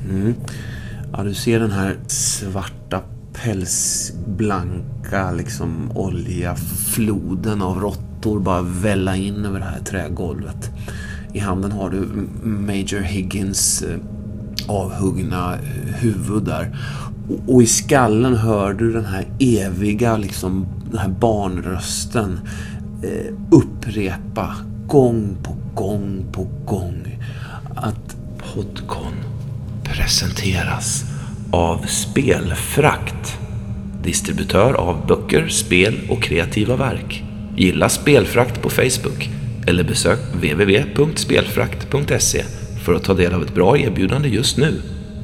Ja, du ser den här svarta pälsblanka liksom olja floden av råttor bara välla in över det här trägolvet. I handen har du Major Higgins avhuggna huvud där. Och i skallen hör du den här eviga liksom, den här barnrösten upprepa gång på gång på gång att Podcon presenteras av Spelfrakt, distributör av böcker, spel och kreativa verk. Gilla Spelfrakt på Facebook eller besök www.spelfrakt.se för att ta del av ett bra erbjudande just nu.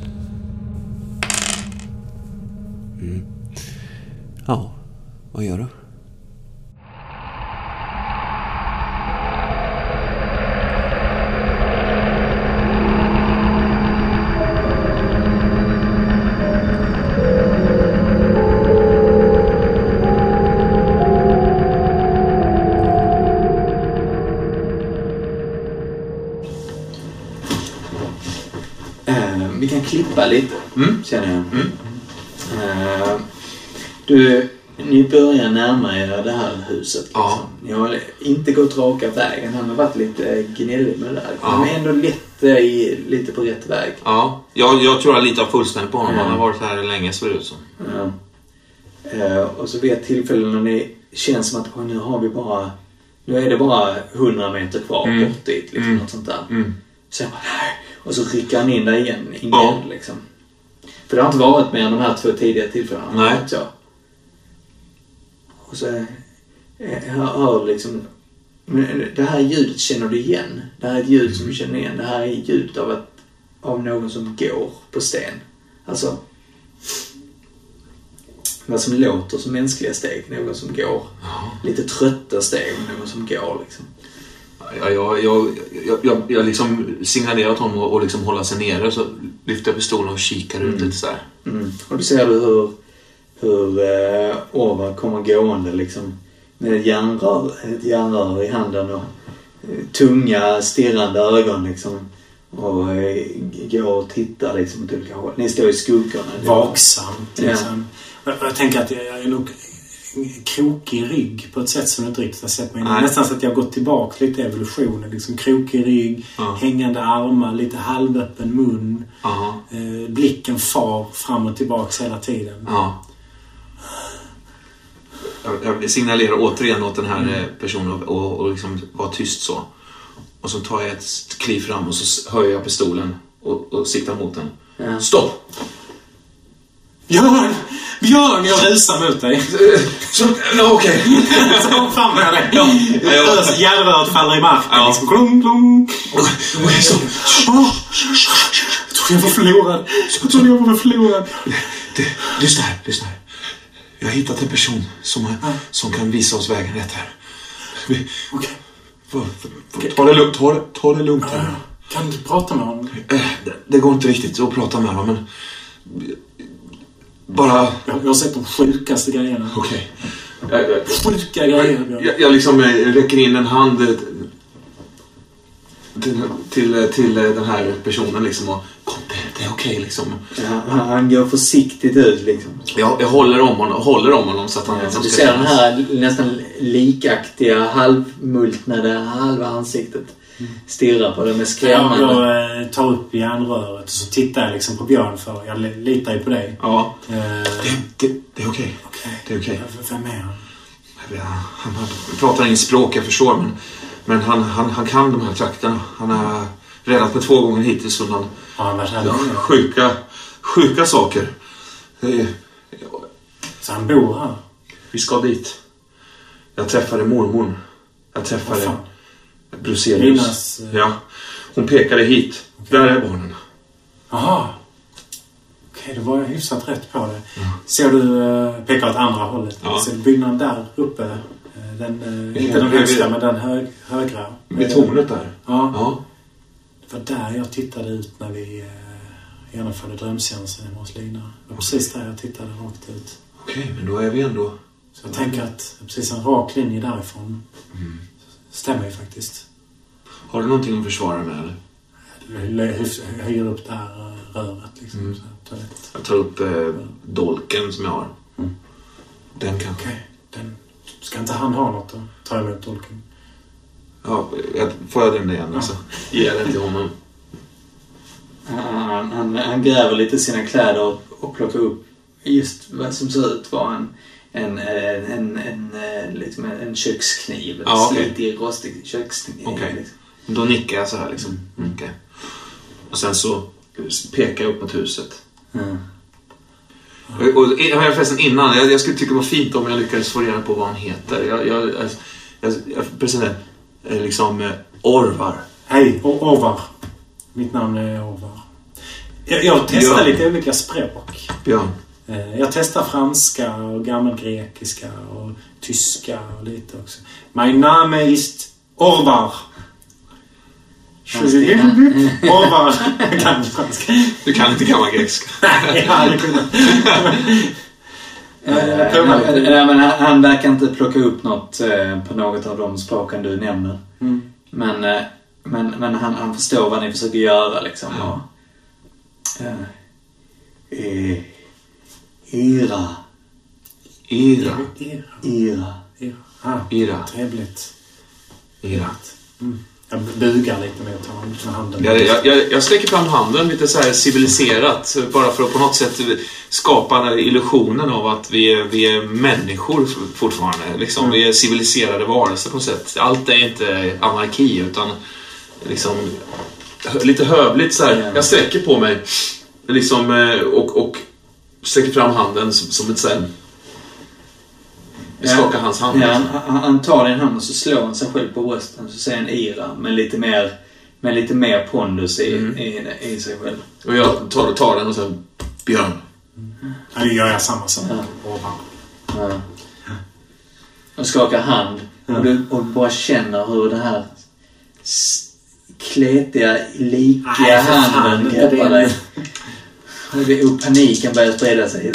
Ja, vad gör du? Vi kan klippa lite, känner jag. Ni börjar närma er det här huset. Liksom. Ja. Ni har inte gått raka vägen. Han har varit lite gnällig med det där. Ja. Men ändå lite på rätt väg. Ja, jag tror jag litar fullständigt på honom. Han har varit här länge, så det ut som. Ja. Och så vid ett tillfälle när det känns som att nu är det bara 100 meter kvar bort dit. Liksom, något sånt där. Så jag bara, nej. Och så rycker han in där igen. Liksom. För det har inte varit med de här 2 tidiga tillfällena. Nej. Och så hör liksom, det här ljudet känner du igen. Det här är ett ljud som du känner igen. Det här är ljudet av någon som går på sten. Alltså vad som låter som mänskliga steg. Någon som går. Lite trötta steg. Någon som går liksom. Jag liksom signalerar åt honom och liksom hålla sig nere, så lyfter jag pistolen och kikar ut lite så här. Och du ser hur Orvar kommer gående liksom, med ett järnrör i handen och tunga stirrande ögon liksom, och går och tittar liksom åt olika håll. Ni står i skuggorna. Vaksamt liksom. Jag tänker att jag är nog krokig rygg på ett sätt som jag inte riktigt har sett mig. Nästan så att jag har gått tillbaka lite i evolutionen. Liksom krokig rygg, hängande armar, lite halvöppen mun. Blicken far fram och tillbaka hela tiden. Jag signalerar återigen åt den här personen och liksom vara tyst så. Och så tar jag ett kliv fram och så höjer jag pistolen och siktar mot den. Stopp! Björn, jag rusar mot dig. Okej. Så fram med dig. Järnröret faller i marken. Liksom, klong, klong. Jag tror jag var förlorad. Lyssna här. Jag har hittat en person som kan visa oss vägen rätt här. Ta det lugnt här. Kan du prata med honom? Det går inte riktigt att prata med honom, men bara... Jag har sett de sjukaste grejerna. Okej. Sjuka grejer. Jag liksom räcker in en hand till den här personen liksom, och det är okej liksom. Han går försiktigt ut liksom. Jag håller om honom så att han liksom du ser den här nästan likaktiga halvmultnade halva ansiktet stirrar på det med skrämmande. Jag tar upp järnröret och så tittar jag liksom på Björn, för jag litar ju på dig. Ja. Det är okej. Det är okej. Vem är han? Han pratar inget språk, jag förstår, men han kan de här trakterna. Han har räddat mig 2 gånger hittills undan sjuka saker. Så han bor här? Vi ska dit. Jag träffade mormor. Jag träffade Bruselius. Ja, hon pekade hit. Okay. Där är barnen. Aha. Okej, då var jag hyfsat rätt på det. Ser du pekar åt andra hållet? Ja. Ser du byggnaden där uppe? Inte den högsta, men den högra. Vid tornet där? Ja. Det var där jag tittade ut när vi genomförde drömseansen hemma hos Lina. Det var precis där jag tittade rakt ut. Okej, men då är vi ändå... Så jag tänker att precis en rak linje därifrån stämmer ju faktiskt. Har du någonting att försvara med, eller? höjer upp det här röret liksom. Så jag tar upp dolken som jag har. Den kanske. Okej. Den ska inte han ha något då? Ta emot dolken. Ja, får jag den igen alltså. Ge den till honom. Han gräver lite i sina kläder och plockar upp just vad som ser ut var en kökskniv. En slitig, rostig kökskniv. Okej. Liksom. Då nickar jag så här liksom. Okay. Och sen så pekar jag upp mot huset. Och förresten innan, jag skulle tycka det var fint om jag lyckades få reda på vad han heter. Jag presenterar liksom Orvar. Hej, Orvar. Mitt namn är Orvar. Jag testar lite olika språk. Björn. Jag testar franska och gammalgrekiska och tyska och lite också. Mein Name ist Orvar. Orvar. Jag kan franska. Du kan inte gammalgrekiska. Nej, jag hade kunnat. Men han verkar inte plocka upp något på något av de språken du nämner. Men han förstår vad ni försöker göra liksom. Ira. Trevligt. Ira. Jag bugar lite med att ta med handen. Jag sträcker fram handen lite så här civiliserat. Bara för att på något sätt skapa den här illusionen av att vi är människor fortfarande. Liksom. Vi är civiliserade varelser på något sätt. Allt är inte anarki utan liksom lite hövligt så här. Jag sträcker på mig liksom, och sträcker fram handen som ett sen. Jag skakar hans hand. Ja, han tar din hand och så slår han sig själv på brösten. Så säger han Ira med lite mer pondus i sig själv. Och jag tar den och sen Björn. Ja, det gör jag samma sak. Och skakar hand. Och bara känner hur det här kletiga, likiga handen greppar dig. Och paniken börjar sprida sig.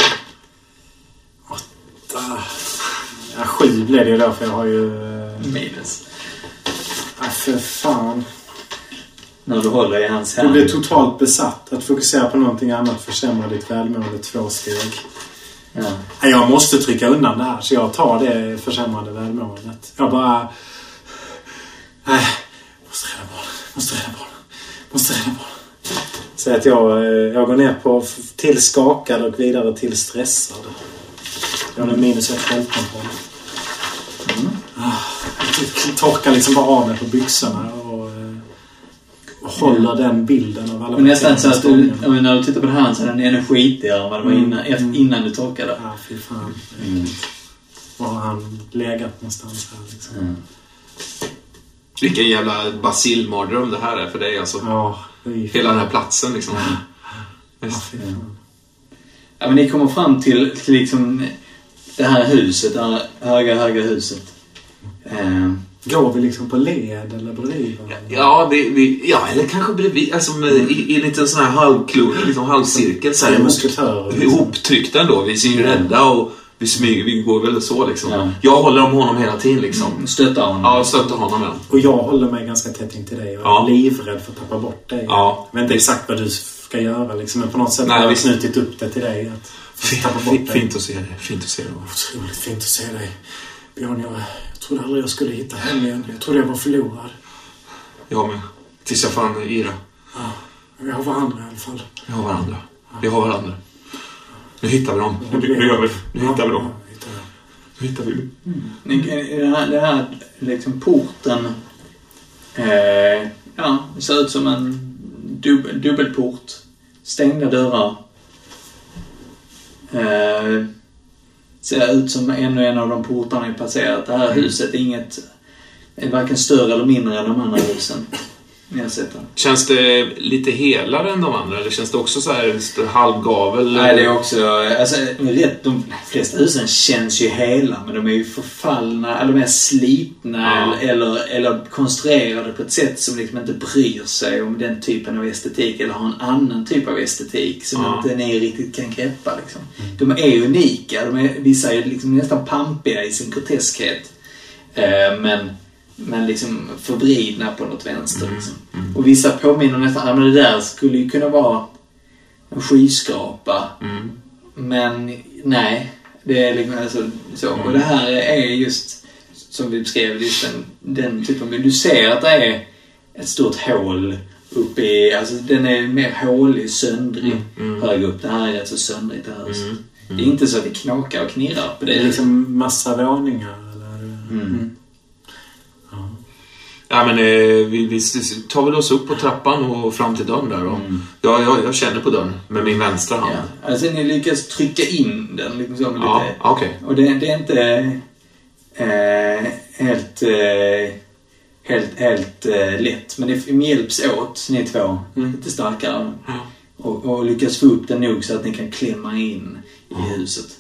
7 blev det ju då, för jag har ju... Minus. För fan. När du håller i hans hand. Du blir totalt besatt. Att fokusera på någonting annat försämrar ditt välmående 2 steg. Ja. Jag måste trycka undan det här, så jag tar det försämrande välmåendet. Jag bara... Måste rädda barnen. Så att jag går ner på till skakad och vidare till stressad. Jag har minus 1 självkontroll. Jag torkar liksom bara av mig på byxorna och håller den bilden av alla. Men nästan så att när du tittar på det här så är den energitigare än vad det var innan du torkade. Ja, fy fan. Var har han legat någonstans här liksom. Vilken jävla basilmardröm det här är för dig alltså. Ja, hela den här platsen liksom. Ja, men ni kommer fram till liksom det här huset, det här höga huset. Går vi liksom på led eller bredvid? Ja, eller kanske bredvid, alltså i en liten sån här halvklot, liksom halvcirkel så här ihoptryckta ändå. Vi ser ju rädda och vi smyger, vi går väl så liksom. Ja. Jag håller om honom hela tiden liksom. Stöttar honom. Ja, stöttar honom. Ja. Och jag håller mig ganska tätt in till dig och är livrädd för att tappa bort dig. Ja. Jag vet inte exakt vad du ska göra liksom, men på något sätt har jag knutit upp det till dig att tappa bort dig. Fint att se dig. Otroligt fint att se dig. Björn, jag trodde aldrig jag skulle hitta hem igen. Jag trodde jag var förlorad. Jag med. Tills jag fann Ira. Ja, vi har varandra i alla fall. Vi har varandra. Nu hittar vi dem. Nu hittar vi dem. Det här liksom porten det ser ut som en dubbelport. Stängda dörrar. Ser ut som ännu en av de portarna är passerat. Det här huset är varken större eller mindre än de andra husen. Känns det lite helare än de andra? Eller känns det också så här halvgavel? Nej, det är också... Alltså, de flesta husen känns ju hela, men de är ju förfallna, eller de är slitna eller konstruerade på ett sätt som liksom inte bryr sig om den typen av estetik eller har en annan typ av estetik som inte ni riktigt kan greppa. Liksom. De är unika. Vissa är liksom nästan pampiga i sin groteskhet. men liksom förvridna på något vänster. Liksom. Och vissa påminner nästan, men det där skulle ju kunna vara en skyskrapa. Men nej, det är liksom alltså, så. Och det här är just, som vi beskrev, just den typen av, du ser att det är ett stort hål uppe i, alltså den är mer hålig, söndrig hög upp. Det här är rätt så söndrigt det här. Det är inte så att det knakar och knirrar på det. Det är liksom massa våningar eller? Ja, men vi tar väl oss upp på trappan och fram till dörren där då. Jag känner på dörren med min vänstra hand. Ja. Alltså ni lyckas trycka in den liksom så, ja, lite. Okay. Och det är inte helt lätt. Men det hjälps åt, ni två, lite starkare. Och lyckas få upp den nog så att ni kan klämma in i huset.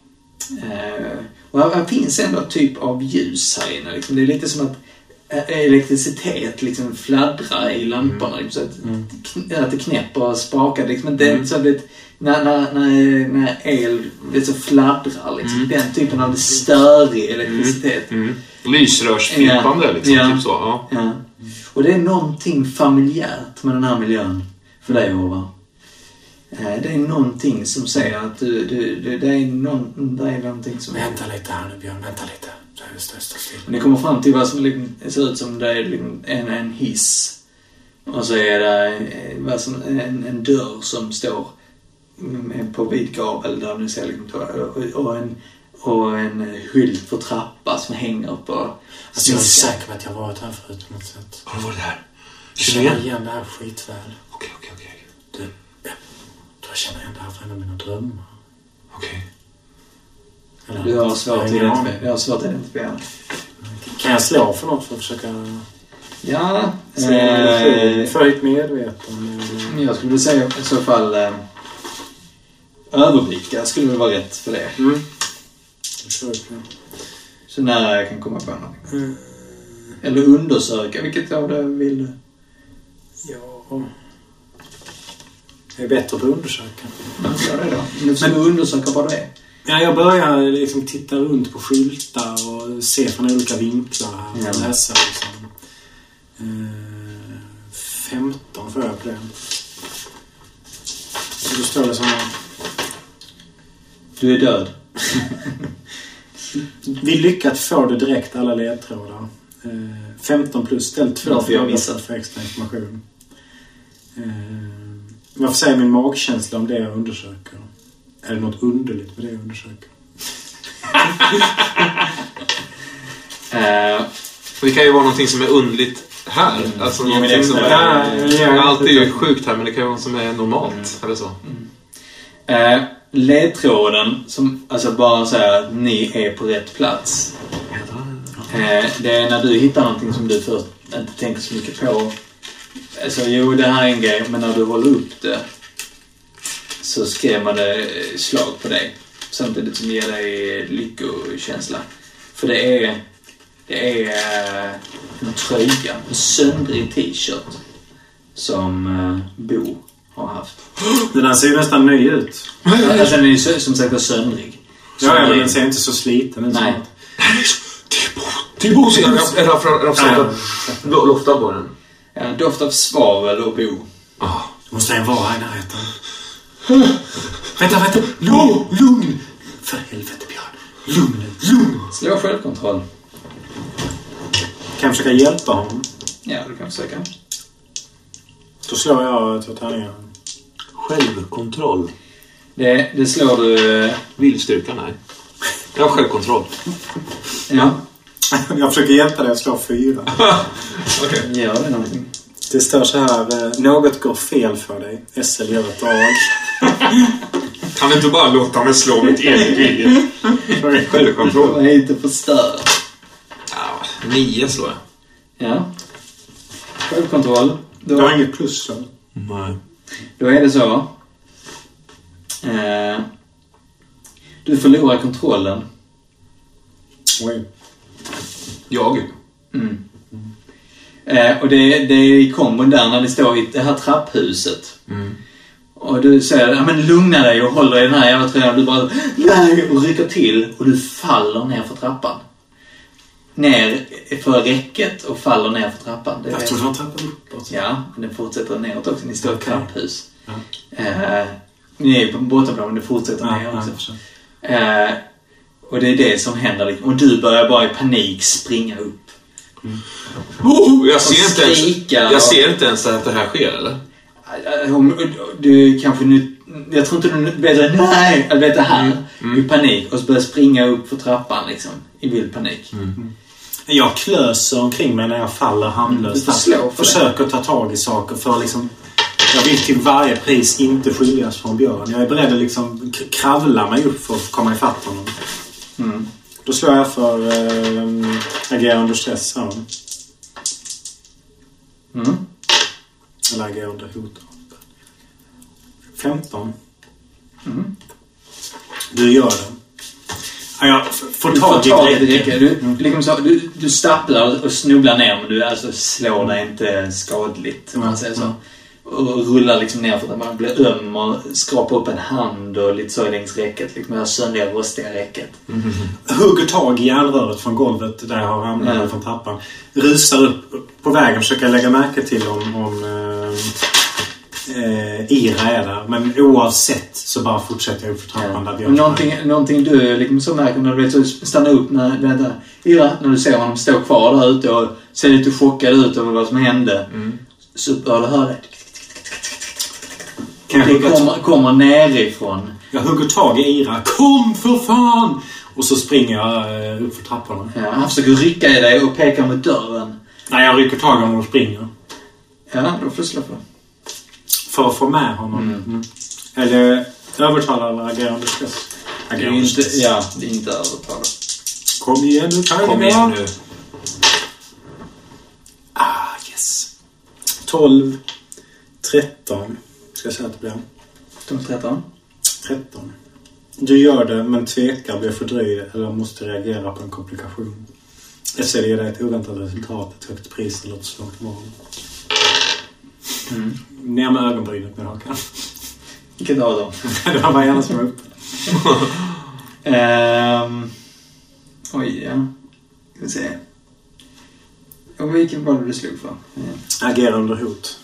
Och här finns ändå typ av ljus här inne. Liksom. Det är lite som att elektricitet liksom fladdrar i lamporna. Så att det knäpper och sprakar. Liksom. Det är så att det, när el det så fladdrar. Liksom. Den typen av störig elektricitet. Lysrörsflippande liksom. Typ så. Ja. Och det är någonting familjärt med den här miljön för dig, Håvard. Det är någonting som säger att det är någonting som... Vänta lite här nu, Björn. Vänta lite. Ni kommer fram till vad som ser ut som det är en hiss. Och så är det en dörr som står på vid gavel där ni ser liksom, och en skylt för trappa som hänger på... Alltså jag är säker på att jag varit här förut på något sätt. Har du varit här? Jag känner igen det här skitväl. Okej. Jag känner igen det här från en av mina drömmar. Okej. Du har svårt att identifiera. Kan jag slå för något för att försöka... Ja. Förhöjt medvetande. Jag skulle säga i så fall överblicka skulle väl vara rätt för det. Så nära jag kan komma på något. Eller undersöka, vilket av det vill du? Ja... Jag är bättre på att undersöka. Ja, det då. Men ska du undersöka vad det är? Ja, jag börjar liksom titta runt på skyltar och se från olika vinklar och läsa liksom. 15 får jag på det. Så då står det så här. Du är död. Vi lyckat få det direkt alla ledtrådar. 15 plus, ställ 2 för extra information. Varför säger min magkänsla om det jag undersöker? Är det något underligt med det jag undersöker? Det kan ju vara någonting som är underligt här. Alltså någonting som är alltid sjukt här, men det kan ju vara något som är normalt. Eller så. Ledtråden som alltså bara säger att ni är på rätt plats. Det är när du hittar någonting som du först inte tänker så mycket på. Alltså, jo, det här är en grej, men när du håller upp det så skrämmer det slag på dig. Samtidigt som ger dig lyckokänsla. För det är en tröja, en söndrig t-shirt som Bo har haft. Den här ser ju nästan ny ut. Alltså, den är ju som sagt söndrig. Ja, men den ser inte så sliten ut. Nej. Det är Bo. Jag loftar på den. Ja, doft av svavel och Bo. Det måste en vara i närheten. Vänta. Lugn. För helvete, Björn. Lugn. Slå självkontroll. Kan jag försöka hjälpa honom? Ja, du kan försöka. Då slår jag 2 tärningar. Självkontroll. Det slår du... Viljestyrka, nej. Jag har självkontroll. Ja. Jag försöker hjälpa dig att slå 4. Okej. Gör det någonting? Det står så här: något går fel för dig. SL gör ett drag. Kan du inte bara låta mig slå mitt eget vilja? Självkontroll. Jag är inte förstörd. 9 slår jag. Ja. Självkontroll. Du har inget plus då? Nej. Då är det så. Du förlorar kontrollen. Oj. Jag? Och det är i kombon där när ni står i det här trapphuset. Och du säger, men lugna dig och håller i den här jävla tröjan. Du bara, nej, och rycker till och du faller ner för trappan. ner för räcket och faller ner för trappan. Jag tror det var trappan uppåt. Ja, men den fortsätter neråt också. Ni står i ett trapphus. Ja. Ni är på bottenplan, men det fortsätter ner också. Och det är det som händer. Och du börjar bara i panik springa upp. Jag ser inte ens att det här sker, eller? Du kanske nu... Jag tror inte du vet det här. I panik. Och så börjar springa upp för trappan liksom. I vild panik. Jag klöser omkring mig när jag faller handlöst. Försöker ta tag i saker för liksom... Jag vill till varje pris inte skiljas från Björn. Jag är beredd att liksom kravla mig upp för att komma ifatt honom. Då slår jag för agera under stress här. Eller agera under hot. 15. Du gör det. Jag får tag i räcket. Du stapplar och snubblar ner, men du alltså slår dig inte skadligt. Man säger så. Och rullar liksom ner för att man blir öm och skrapar upp en hand och lite så längs räcket. Liksom jag sönder rostiga räcket. Hugger tag i järnröret från golvet där jag har ramlat från trappan. Rusar upp på vägen, försöker lägga märke till om Ira är där. Men oavsett så bara fortsätter jag upp för trappan där Björn. Någonting du liksom så märker när du vet, så stannar upp när Ira, när du ser honom stå kvar där ute och ser lite chockad ut över vad som hände. Så bör du höra det kommer nerifrån. Jag hugger tag i Ira. Kom för fan! Och så springer jag upp för trapporna. Ja, han försöker rycka i dig och peka mot dörren. Nej, jag rycker tag i honom och springer. Ja, då får du slå för att få med honom. Eller övertala eller agera under stress. Det är inte övertala. Kom igen nu, Kom igen nu. Yes. 12, 13. Ska jag säga att det blir? 13. Du gör det, men tvekar, blir fördröjd eller måste reagera på en komplikation. Jag ser det ett oväntat resultat, ett högt pris eller ett svårt val. Ner med ögonbrynet med hakan. Vilket av dem? Det var bara gärna som var uppe. Oj, ja. Ska vi se. Och vilken var det du slog för? Agera under hot.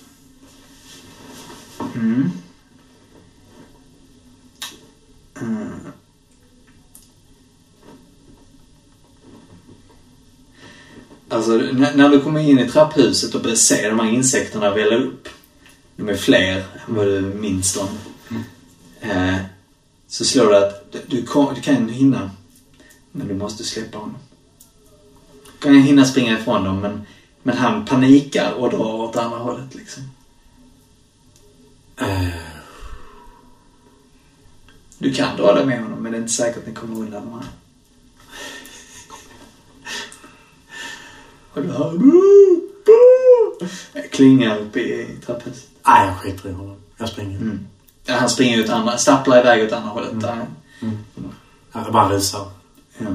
Alltså, när du kommer in i trapphuset och börjar se de här insekterna välla upp. De är fler än vad du minns dem. Så slår det att du kan hinna. Men du måste släppa honom. Du kan hinna springa ifrån dem, men han panikar och drar åt andra hållet liksom. Du kan dra dig med honom, men det är inte säkert att ni kommer undan de här. Och du hör klingar upp i trapphuset. Nej, jag skiter i honom. Jag springer. Ja, han springer ut andra, stapplar iväg åt andra hållet. Jag bara rusar. Ja.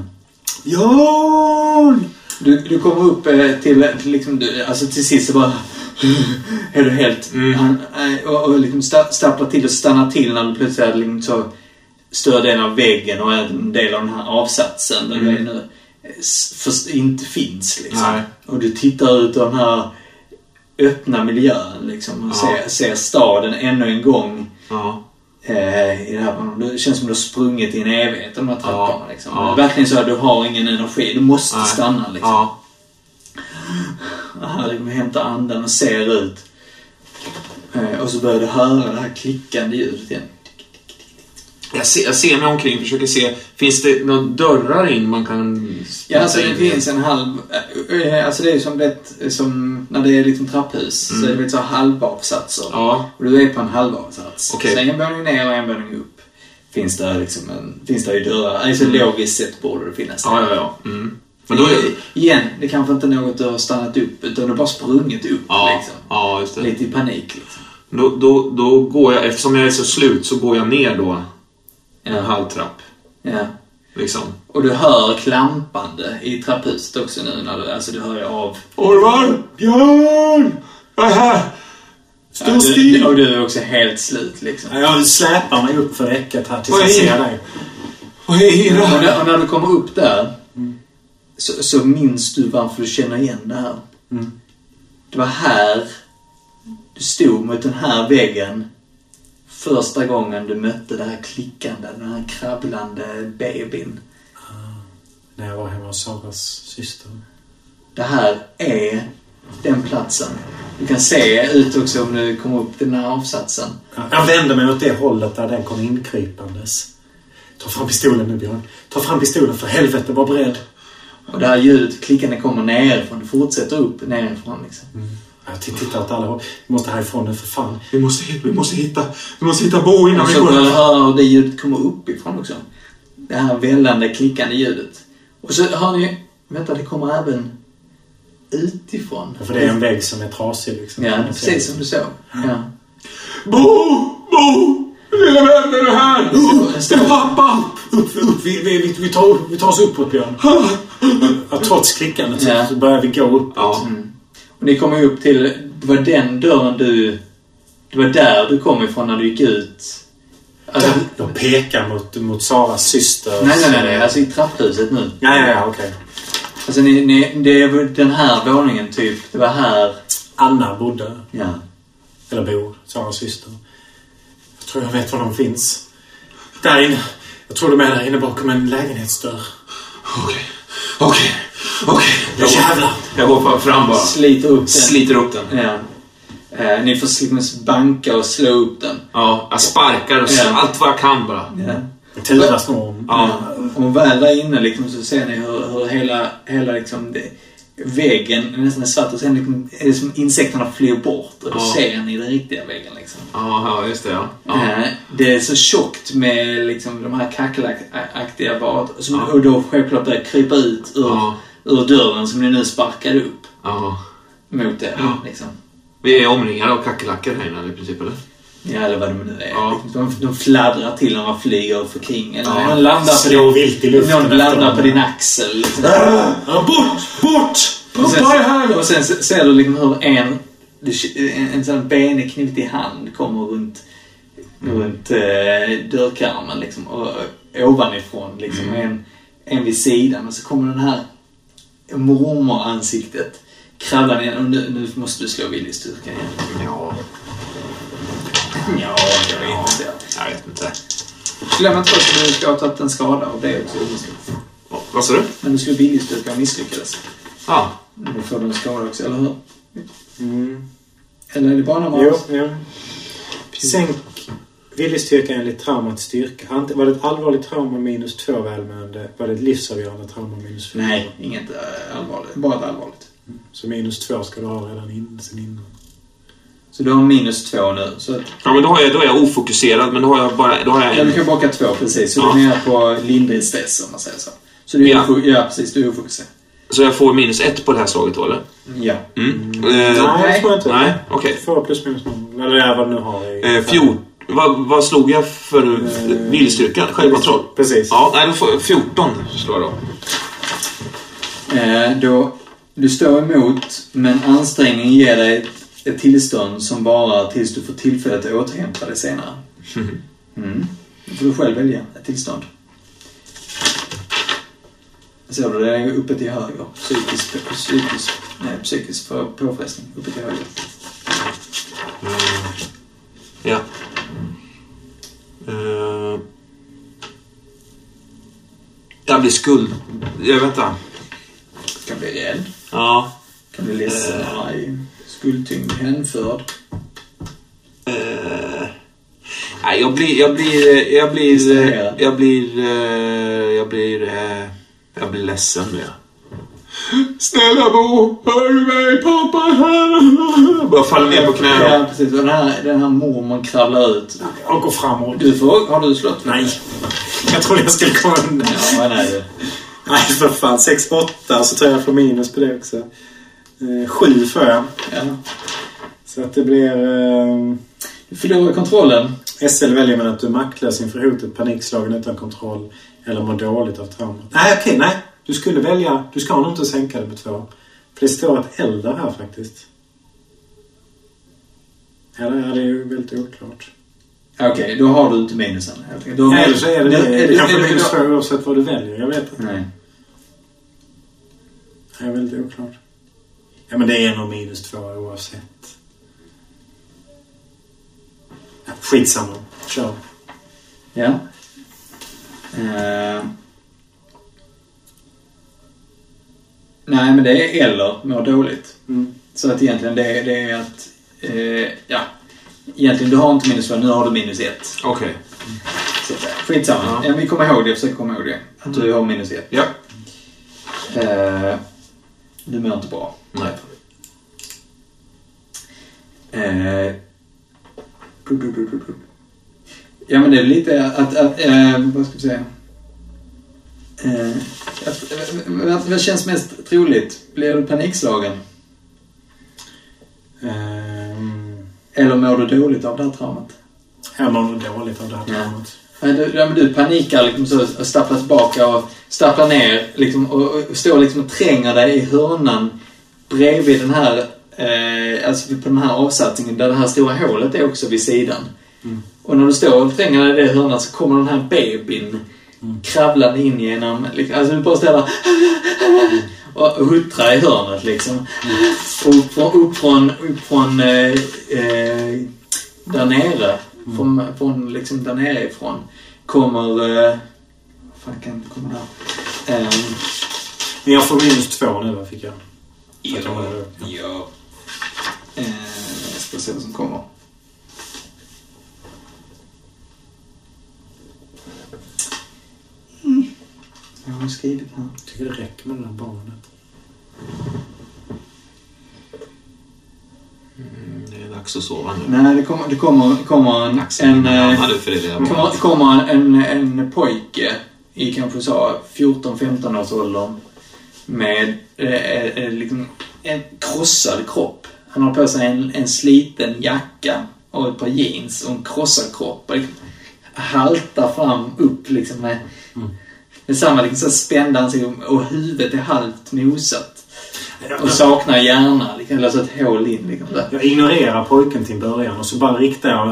Jan! Du kommer upp till liksom, alltså till sist så bara är du helt och liksom stapplar till och stannar till när du plötsligt liksom så större delen av väggen och en del av den här avsatsen där det nu inte finns liksom. Nej. Och du tittar ut av den här öppna miljön liksom och ser staden ännu en gång. I det här, det känns som du har sprungit i en evighet de här trapporna liksom. Det är verkligen så att du har ingen energi, du måste stanna liksom. Du kommer hämta andan och ser ut och så börjar du höra det här klickande ljudet igen. Jag ser mig omkring, försöker se, finns det några dörrar in man kan... Ja, alltså det finns en halv... Alltså det är som när det är liksom trapphus, så är det så halvavsatser. Och du är på en halvavsats. Okay. Så en våning ner och en våning upp. Finns det ju dörrar. Alltså logiskt sett borde det finnas. Men då igen, det kanske inte något du har stannat upp, utan du har bara sprungit upp liksom. Just det. Lite i panik liksom. Då går jag, eftersom jag är så slut så går jag ner då. En halvtrapp. Ja. Liksom. Och du hör klampande i trapphuset också nu när du hör ju av... Orvar! Björn! Jag är här! Stå still! Och du är också helt slut liksom. Jag släpar mig upp för räcket här tills jag ser dig. Och när du kommer upp där så minns du varför du känner igen det här. Det var här du stod mot den här väggen första gången du mötte det här klickande, den här krabblande babyn. När jag var hemma hos Saras syster. Det här är den platsen. Du kan se ut också om du kommer upp till den här avsatsen. Jag vänder mig åt det hållet där den kom inkrypandes. Ta fram pistolen nu, Björn. Ta fram pistolen, för helvete, var beredd. Och det här ljudet, klickande kommer nerifrån. Du fortsätter upp nerifrån liksom. Jag tittar åt alla håll. Vi måste härifrån nu, för fan. Vi måste hitta Bo innan vi går. går. Och så hör hur det ljudet kommer uppifrån också. Det här vällande, klickande ljudet. Och så hör ni, vänta, det kommer även utifrån. Ja, för det är en vägg som är trasig liksom. Ja, precis som du såg. Ja. Bo! Lilla vän, är du här? Det är pappa! Vi tar oss uppåt, Björn. Ja, trots klickandet så börjar vi gå uppåt. Ja. Och ni kommer upp till, det var den dörren det var där du kom ifrån när du gick ut. Alltså, de pekar mot Saras syster. Nej, alltså i trapphuset nu. Ja, okej. Alltså det var den här våningen typ, det var här Anna bodde. Ja. Eller bor, Saras syster. Jag tror jag vet var de finns. Där inne. Jag tror de är där inne bakom en lägenhetsdörr. Okej. Jävlar. Jag går fram bara. Sliter upp den. Ja. Ni får liksom banka och slå upp den. Ja, jag sparkar och allt vad jag kan bara. Ja. Turas om. Ja. Och väl där inne liksom, så ser ni hur hela liksom väggen nästan är svart och sen liksom, är det som insekterna flyr bort och då ser ni den riktiga väggen liksom. Ja, just det, ja. Det är så tjockt med liksom de här kackelaktiga vad och då självklart börjar krypa ut ur dörren som ni nu sparkar upp mot det liksom. Vi är omringade av kackelacker här inne i princip, eller? Ja, eller vad de nu är. Ja. De fladdrar till när man flyger för kring. Eller man landar vilt i luften. Någon landar på din axel. Liksom. Bort! Och sen ser du liksom hur en sån benig knivig hand kommer runt dörrkarmen liksom, och ovanifrån liksom, en vid sidan. Och så kommer den här mormoransiktet kravlar igen och nu måste du slå viljestyrka igen. Ja, jag vet inte. Glöm inte att du ska ha tagit en skada av det också. Vad sa du? Men du skulle viljestyrka och misslyckades. Ja. Nu får du en skada också, eller hur? Eller är det bara när man... Jo. Sänk viljestyrka enligt traumat styrka. Var det ett allvarligt trauma minus 2 välmående? Var det ett livsavgörande trauma minus 4? Nej, inget allvarligt. Bara ett allvarligt. Så minus 2 ska du ha redan innan. Så du har minus 2 nu. Så att... Ja, men då är jag ofokuserad, men då har jag en... Ja, du kan baka 2, precis. Så du är nere på lindrig stress, om man säger så. Så du är precis, du är ofokuserad. Så jag får minus 1 på det här slaget då, eller? Ja. Nej, jag tror inte. Nej, okej. Får plus minus 0. Eller vad du nu har. 14. Vad slog jag för viljestyrkan? Självkontroll? Precis. Ja, nej, då får jag 14 slår jag då. Du står emot, men ansträngningen ger dig ett tillstånd som varar tills du får tillfälle att återhämta dig senare. Då får du själv välja ett tillstånd. Ser du, det är uppe till höger. Psykisk påfrestning. Uppe till höger. Ja. Jag blir skuld. Jag vet inte. Kan bli rädd. Ja. Kan bli ledsen. Skuldtyngd. Hänförd. Nej, jag blir ledsen med. Snälla Bo, hör du mig? Pappa här. Bara faller ner på knä. Ja, precis. Och den här mormon kravlar ut. Och går framåt. Har du slått? Nej. Jag trodde jag skulle komma undan. Ja, nej. Nej, för fan. 6-8. Så tror jag får minus på det också. 7 får jag. Ja. Så att det blir... Du förlorar kontrollen. SL väljer man att du är maktlös inför hotet, panikslagen utan kontroll eller mår dåligt av trauma. Nej. Du skulle välja... Du ska nog inte sänka det med 2. För det står ett eldar här faktiskt. Eller är det ju väldigt oklart. Okej, då har du inte minusen. Eller så är det kanske minus 2 oavsett vad du väljer. Jag vet inte. Nej. Det är väldigt oklart. Ja, men det är nog -2 oavsett. Ja, skitsamma. Kör. Ja. Nej, men det är eller mår dåligt. Så att egentligen det är att egentligen du har inte -2, nu har du -1. Okej. Så skitsamma. Ja, vi kommer ihåg det, försöker komma ihåg det. Att du har -1. Ja. Du mår inte bra. Nej. Ja, men det är lite att vad ska vi säga? Vad känns mest troligt? Blir du panikslagen? Eller mår du dåligt av det här traumat? Jag mår dåligt av det här traumat. Men du panikar liksom så och stapplar tillbaka och stapplar ner liksom, och står liksom och tränger dig i hörnan bredvid den här alltså på den här avsatsningen där det här stora hålet är också vid sidan. Och när du står och tränger dig i det hörnan så kommer den här babyn kravlande in genom liksom, alltså du bara ställer och huttrar i hörnet liksom. Och upp från där nere från liksom där nere ifrån kommer vad fan kan det komma där? Men jag får -2 nu, vad fick jag? Ja. Jag ska se vad som kommer. Jag har skrivit här. Jag tycker det räcker med det där barnet. Det är dags att sova nu. Nej, det kommer en pojke i kanske så 14-15 års åldern med liksom en krossad kropp. Han har på sig en sliten jacka och ett par jeans och en krossad kropp och liksom haltar fram upp liksom med samma liksom så spända ansikte och huvudet är halvt mosat. Och saknar hjärna, liksom, eller så ett hål in. Liksom. Jag ignorerar pojken till början och så bara riktar jag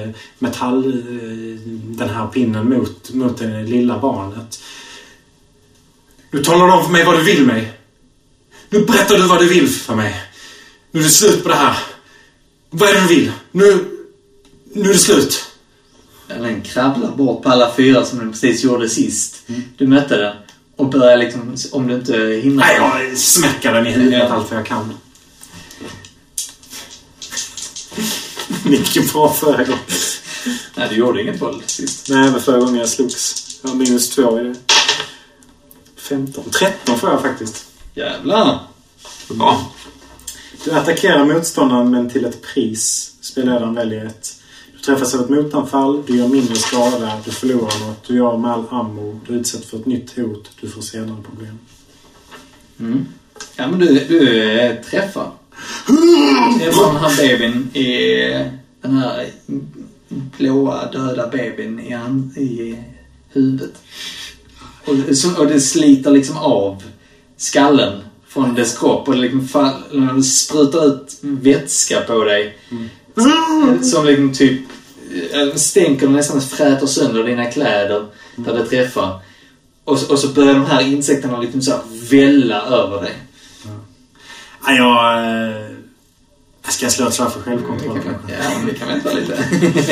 den här pinnen mot det lilla barnet. Nu talar du om för mig vad du vill mig. Nu berättar du vad du vill för mig. Nu är det slut på det här. Vad är det du vill? Nu är det slut. Den kravlar bort på alla 4 som den precis gjorde sist. Du mötte den. Och börjar liksom, om du inte hinner... Nej, jag smäckar den i huvudet allt vad jag kan. Mycket bra förra gången. Nej, du gjorde inget våld sist. Nej, men förra gången jag slogs. Jag har -2 i det. 13 får jag faktiskt. Jävlar! Ja. Du attackerar motståndaren men till ett pris. Spelledaren väljer ett. Du träffas av ett motanfall, du gör mindre skada, du förlorar något, du gör med all ammo, du utsätts för ett nytt hot, du får senare problem. Ja, men du träffar. Du träffar den här babyn i den här blåa döda babyn i huvudet. Och det sliter liksom av skallen från dess kropp och det liksom det sprutar ut vätska på dig. Som liksom typ stänker och nästan fräter sönder dina kläder där det träffar. Och så börjar de här insekterna liksom så här välla över dig. Jag ska slå ett slag för självkontroll. Ja, vi kan vänta lite.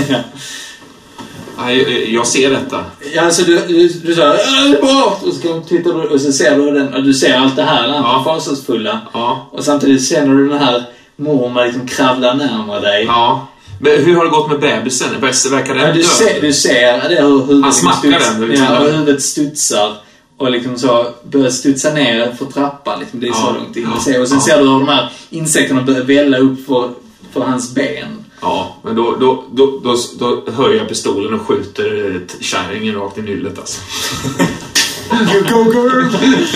Jag ser detta. Ja, alltså du säger bort och så tittar du och så ser du den och du ser allt det här andra fasansfulla. Ja. Och samtidigt känner du den här mormor liksom kravlar närmare dig. Ja. Men hur har det gått med bebisen? Verkar den du ser det hur huvudet han smackar den. Ja, och huvudet studsar och liksom så börjar studsa ner för trappan liksom. Det är så långt in. Och sen ser du hur de här insekterna börjar välla upp för hans ben. Ja, men då höjer jag pistolen och skjuter kärringen rakt i nyllet alltså. You go girl!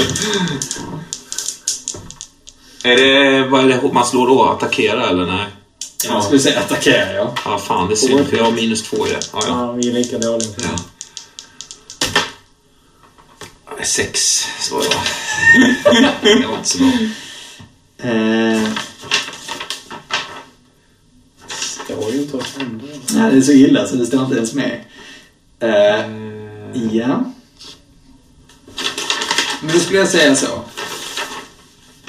Vad är det man slår då? Attackera eller nej? Jag skulle säga attackera, ja. Ja, fan, det är synd för jag har -2 i det. Ja, vi är lika dåliga. Ja. 6 slår jag. Det var inte så bra. Det var ju inte vad som hände. Nej, det är så illa så det står inte ens med. Ja. Men då skulle jag säga så.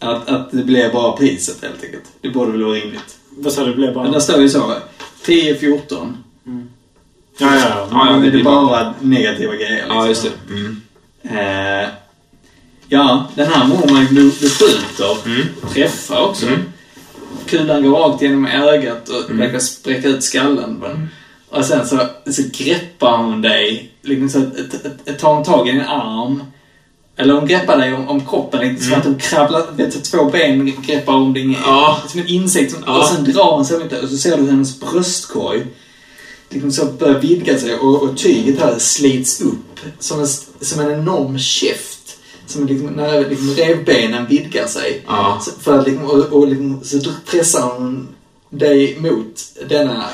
Att det blir bara priset helt enkelt. Det borde väl vara rimligt. Vad sa du, det blev bara? Men där står ju så. 10-14. Ja. Men det är bara negativa grejer. Liksom. Ja, just det. Ja, den här mormon du skjuter. Träffar också. Kulan går rakt genom ögat och verkar spräcka ut skallen på den. Och sen så greppar hon dig. Liksom så tar hon tag i din arm. Eller hon greppar dig om kroppen. Liksom, så att hon kravlar, två ben greppar om din som en insekt. Och sen drar hon sig mitt och så ser du hennes bröstkorg. Liksom så börjar vidga sig och tyget här slits upp som en enorm käft. Som liksom, när liksom revbenen vidgar sig. Så, för att liksom, så pressar hon dig mot denna...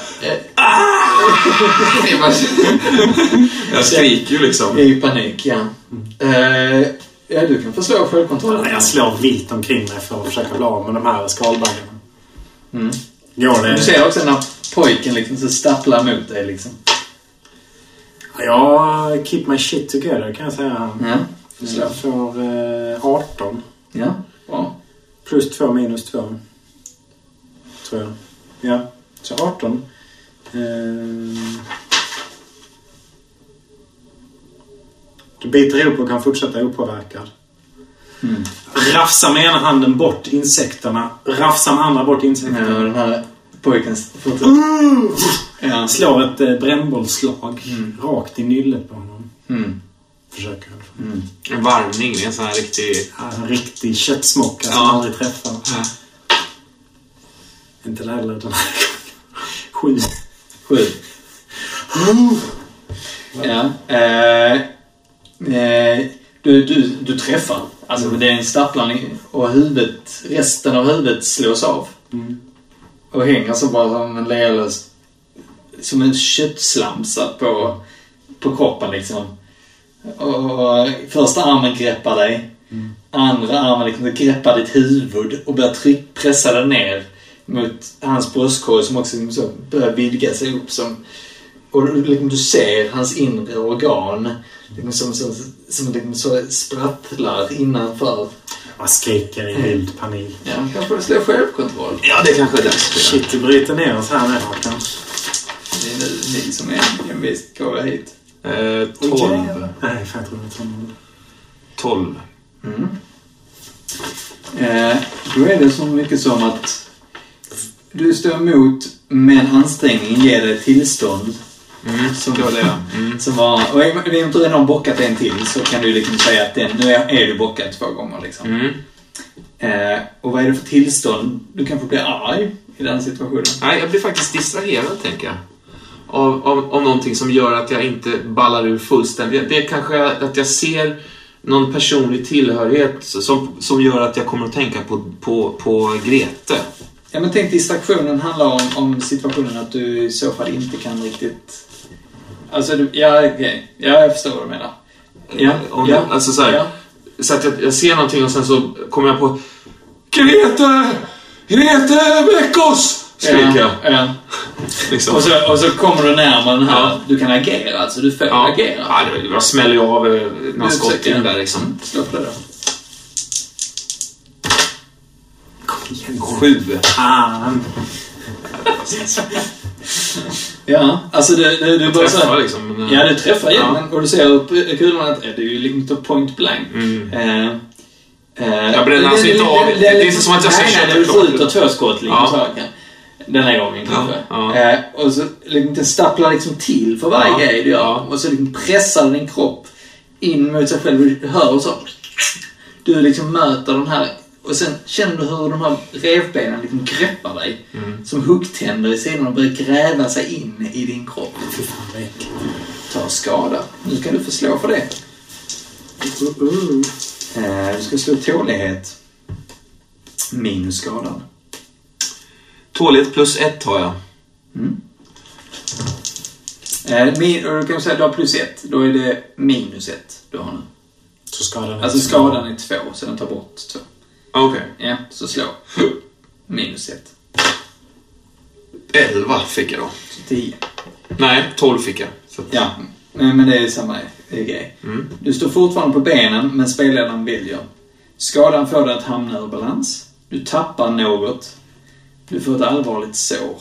Jag skriker ju liksom. I panik, ja. Ja, du kan få slå självkontrollen. Jag slår vilt omkring mig för att försöka bli av med de här skalbaggarna. Går det... Du ser också när pojken liksom så stapplar mot dig liksom. Jag keep my shit together kan jag säga. Ja. Jag får 18. Ja, bra. Plus 2 minus 2. Tror jag. Ja, så 18. Du biter ihop och kan fortsätta opåverkad. Rafsa med ena handen bort insekterna. Rafsa med andra bort insekterna. Ja, den här pojken slår ett brännbollslag rakt i nyllet på honom. Försöker. En varvning, det är en sån här riktig köttsmocka som aldrig träffar. Inte lägre den här 7. Ja. Du träffar. Alltså det är en stapplarning och resten av huvudet slås av. Och hänger så bara som en lealös, som en köttslamsa på kroppen liksom. Och första armen greppar dig. Andra armen liksom greppar ditt huvud och börjar pressa den ner mot hans bröstkorg som också liksom så börjar vidga sig upp som, och liksom du ser hans inre organ liksom som liksom så sprattlar innanför. Man skriker i vild panik. Ja, kanske det slår självkontroll. Ja, det kanske är dags. Shit, du bryter ner oss här med kanske. Det är nu ni som är envist kvar hit. 12. Nej, fan, jag tror det är 12. Då är det så mycket som att du står emot med en ansträngning ger dig tillstånd som då det som var, och om inte redan bockat en till så kan du liksom säga att nu är du bockat 2 gånger liksom. Och vad är det för tillstånd? Du kanske blir arg i den situationen. Nej, jag blir faktiskt distraherad, tänker jag. Av någonting som gör att jag inte ballar ur fullständigt. Det är kanske att jag ser någon personlig tillhörighet som gör att jag kommer att tänka på Grete. Ja, men tänk, distraktionen handlar om situationen att du i så fall inte kan riktigt... Alltså, jag förstår vad du menar. Alltså så här, så att jag ser någonting och sen så kommer jag på Grete, väck oss! Skriker jag. Ja. Liksom. Och så kommer du närmare den här. Du kan agera, alltså du får agera. Ja, jag smäller ju av några skott in där liksom. Slå på det då. 7. Ja, alltså du bara träffar så, liksom. Ja, du träffar igen, och du ser kulan att det är ju liksom point blank. Jag bränner alltså inte av. Det är inte som att jag ska köra du skjuter 2 skott liksom så här. Den här gången kanske. Och så liksom, stapplar liksom till för varje grej du gör. Och så liksom pressar din kropp in mot sig själv. Du hör och så. Du liksom möter den här. Och sen känner du hur de här revbenen liksom greppar dig. Som huggtänder i sidan och börjar gräva sig in i din kropp. Ta skada. Nu kan du få slå för det. Du ska slå tålighet. Minus skadan. Tålighet plus 1 har jag. Och du kan säga att du har plus 1. Då är det minus 1 du har nu. Så skadan alltså skadan är 2, så den tar bort 2. Okej. Ja, så slå. Minus 1. 11 fick jag då. 10. Nej, 12 fick jag. Så. Ja, men det är samma grej. Du står fortfarande på benen, men spelledaren väljer. Skadan får dig att hamna ur balans. Du tappar något. Du får ett allvarligt sår.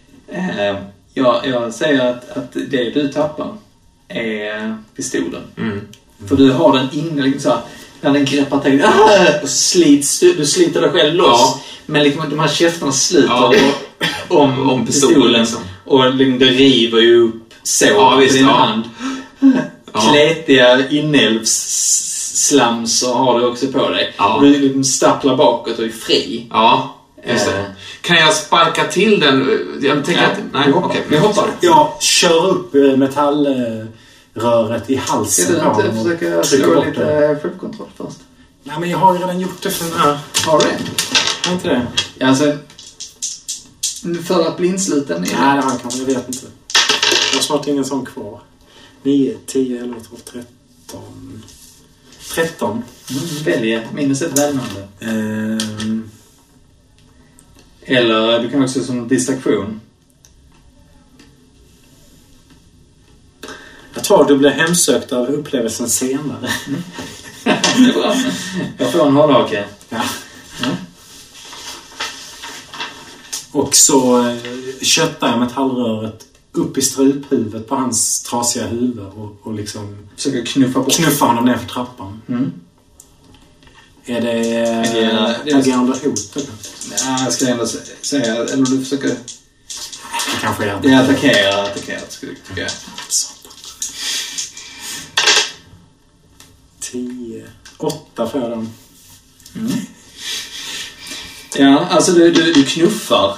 Jag säger att det du tappar är pistolen. För du har den inne liksom så här, när den greppar till och du sliter dig själv loss. Ja. Men liksom, de här käftarna sliter om pistolen liksom. Och liksom, det river ju upp sår på din hand. Kletiga inälvsslamsor har du också på dig. Och du liksom stapplar bakåt och är fri. Ja, just det. Kan jag sparka till den? Jag tänker att... Nej, okej. Vi hoppar. Jag kör upp metallröret i halsen. Ska du inte försöka slå lite självkontroll först? Nej, men jag har ju redan gjort det för den här. Har du det? Har inte det? Alltså... För att blindsluta ner. Nej, det har jag kanske. Jag vet inte. Jag har snart ingen sån kvar. 9, 10, 11, 12, 13. 13. Välj minus ett värmande. Eller du kan också som distraktion. Jag tror du blir hemsökt av upplevelsen senare. Det är bra. Jag får en hållhake. Ja. Och så köttar jag metallröret upp i struphuvudet på hans trasiga huvud och liksom försöker knuffa honom ner för trappan. Är det agerande hot? Nej, jag ska ändå säga, eller du försöker... Det kanske är det är attackerat skulle jag tycka. 10, 8 för den. Ja, alltså du knuffar.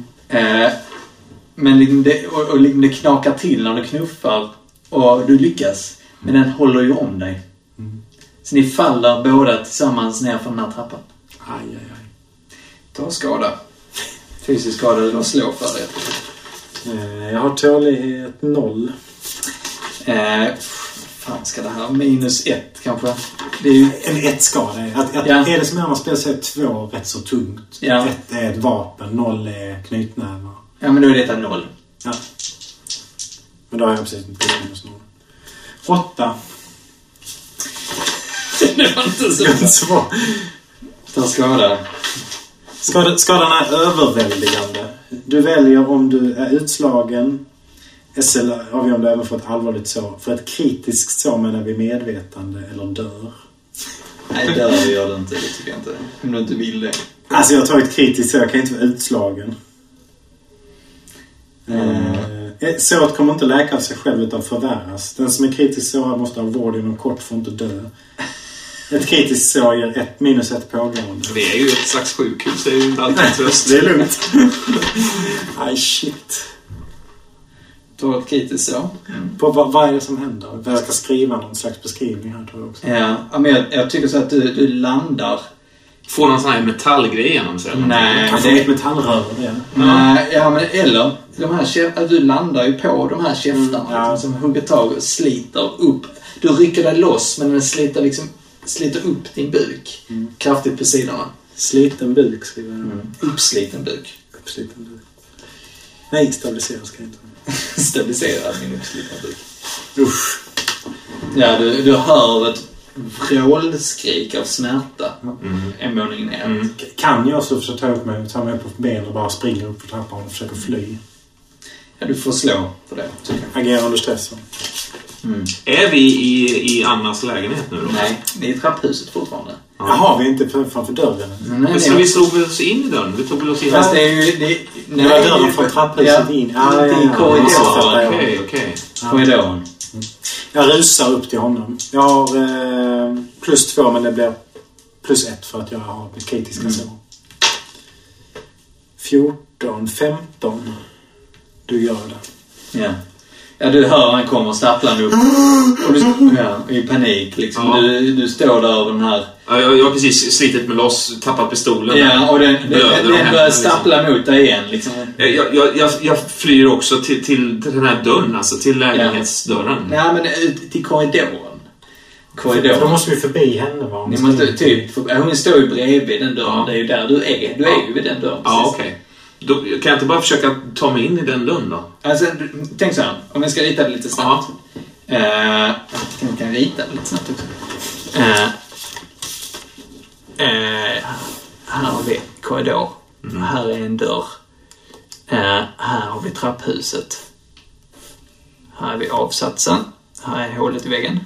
Men det knakar till när du knuffar och du lyckas. Men den håller ju om dig. Så ni faller båda tillsammans ner från den här trappan. Aj. Ta skada. Fysisk skada eller slå för det. Jag har tålighet 0. Fan ska det här? Minus 1 kanske. Det är ju en 1-skada. Är det som är man spelar sig 2 rätt så tungt. 1 är ett vapen, 0 är knytnävar. Ja, men då är det 0. Ja. Men då har jag precis inte minus 0. 8. Det var inte så bra. Ta skada. Skadan är överväldigande. Du väljer om du är utslagen. SL avgör om du även får ett allvarligt sår. För ett kritiskt sår menar vi medvetande eller dör. Nej, dör gör det inte. Det tycker jag inte. Om du inte vill det. Alltså jag tar ett kritiskt sår. Jag kan inte vara utslagen. Såret kommer inte läka av sig själv utan förvärras. Den som är kritisk sårad måste ha vård inom kort för att inte dö. Ett kritiskt sår ger minus 1 pågående. Det är ju ett slags sjukhus. Det är ju inte alltid tröst. Det är lugnt. Aj, shit. Ta ett kritiskt sår. På vad är det som händer? Jag ska skriva någon slags beskrivning här tror jag också. Ja, men jag tycker så att du landar. Får någon sån här metallgrej genom sig? Nej, kan få ett metallrör. Nej, ja, men eller de här du landar ju på de här käftarna som hugger tag och sliter upp. Du rycker dig loss men den sliter upp din buk kraftigt på sidorna. Sliten buk skriver jag. Uppsliten buk. Nej, stabilisera ska jag inte. Stabilisera min uppslitna buk. Usch. Ja, du hör ett vrålskrik av smärta. En våning ner. Kan jag så försöka ta mig upp på ben och bara springa upp för trappan och försöka fly? Ja, du får slå för det. Agera under stress. Är vi i Annas lägenhet nu då? Nej, det är trapphuset fortfarande. Jaha, vi är inte framför dörren. Men så vi slog oss in i dörren? Vi tog oss in. Fast det är ju... Det var dörren från trapphuset in. I korridoren. Okej. Korridoren. Jag rusar upp till honom. Jag har plus 2 men det blir plus 1 för att jag har mitt kritiska sår. 14, 15. Du gör det. Ja. Ja, du hör han kommer stapplande upp. Och du, i panik liksom. Ja. Du står där över den här... Ja, jag har precis slitit mig loss, tappat pistolen. Ja, och den börjar stappla mot dig igen liksom. Jag flyr också till den här dörren, alltså till lägenhetsdörren. Nej, men ut till korridoren. För då måste vi förbi henne, va? Ni måste typ... Hon står ju bredvid den dörren. Ja. Det är ju där du är. Du är ju vid den dörren. Ja, okej. Då kan jag inte bara försöka ta mig in i den dörren då? Alltså, tänk så här. Om jag ska rita det lite snabbt. Kan rita det lite snabbt också. Här har vi korridor. Här är en dörr. Här har vi trapphuset. Här är vi avsatsen. Här är hålet i väggen.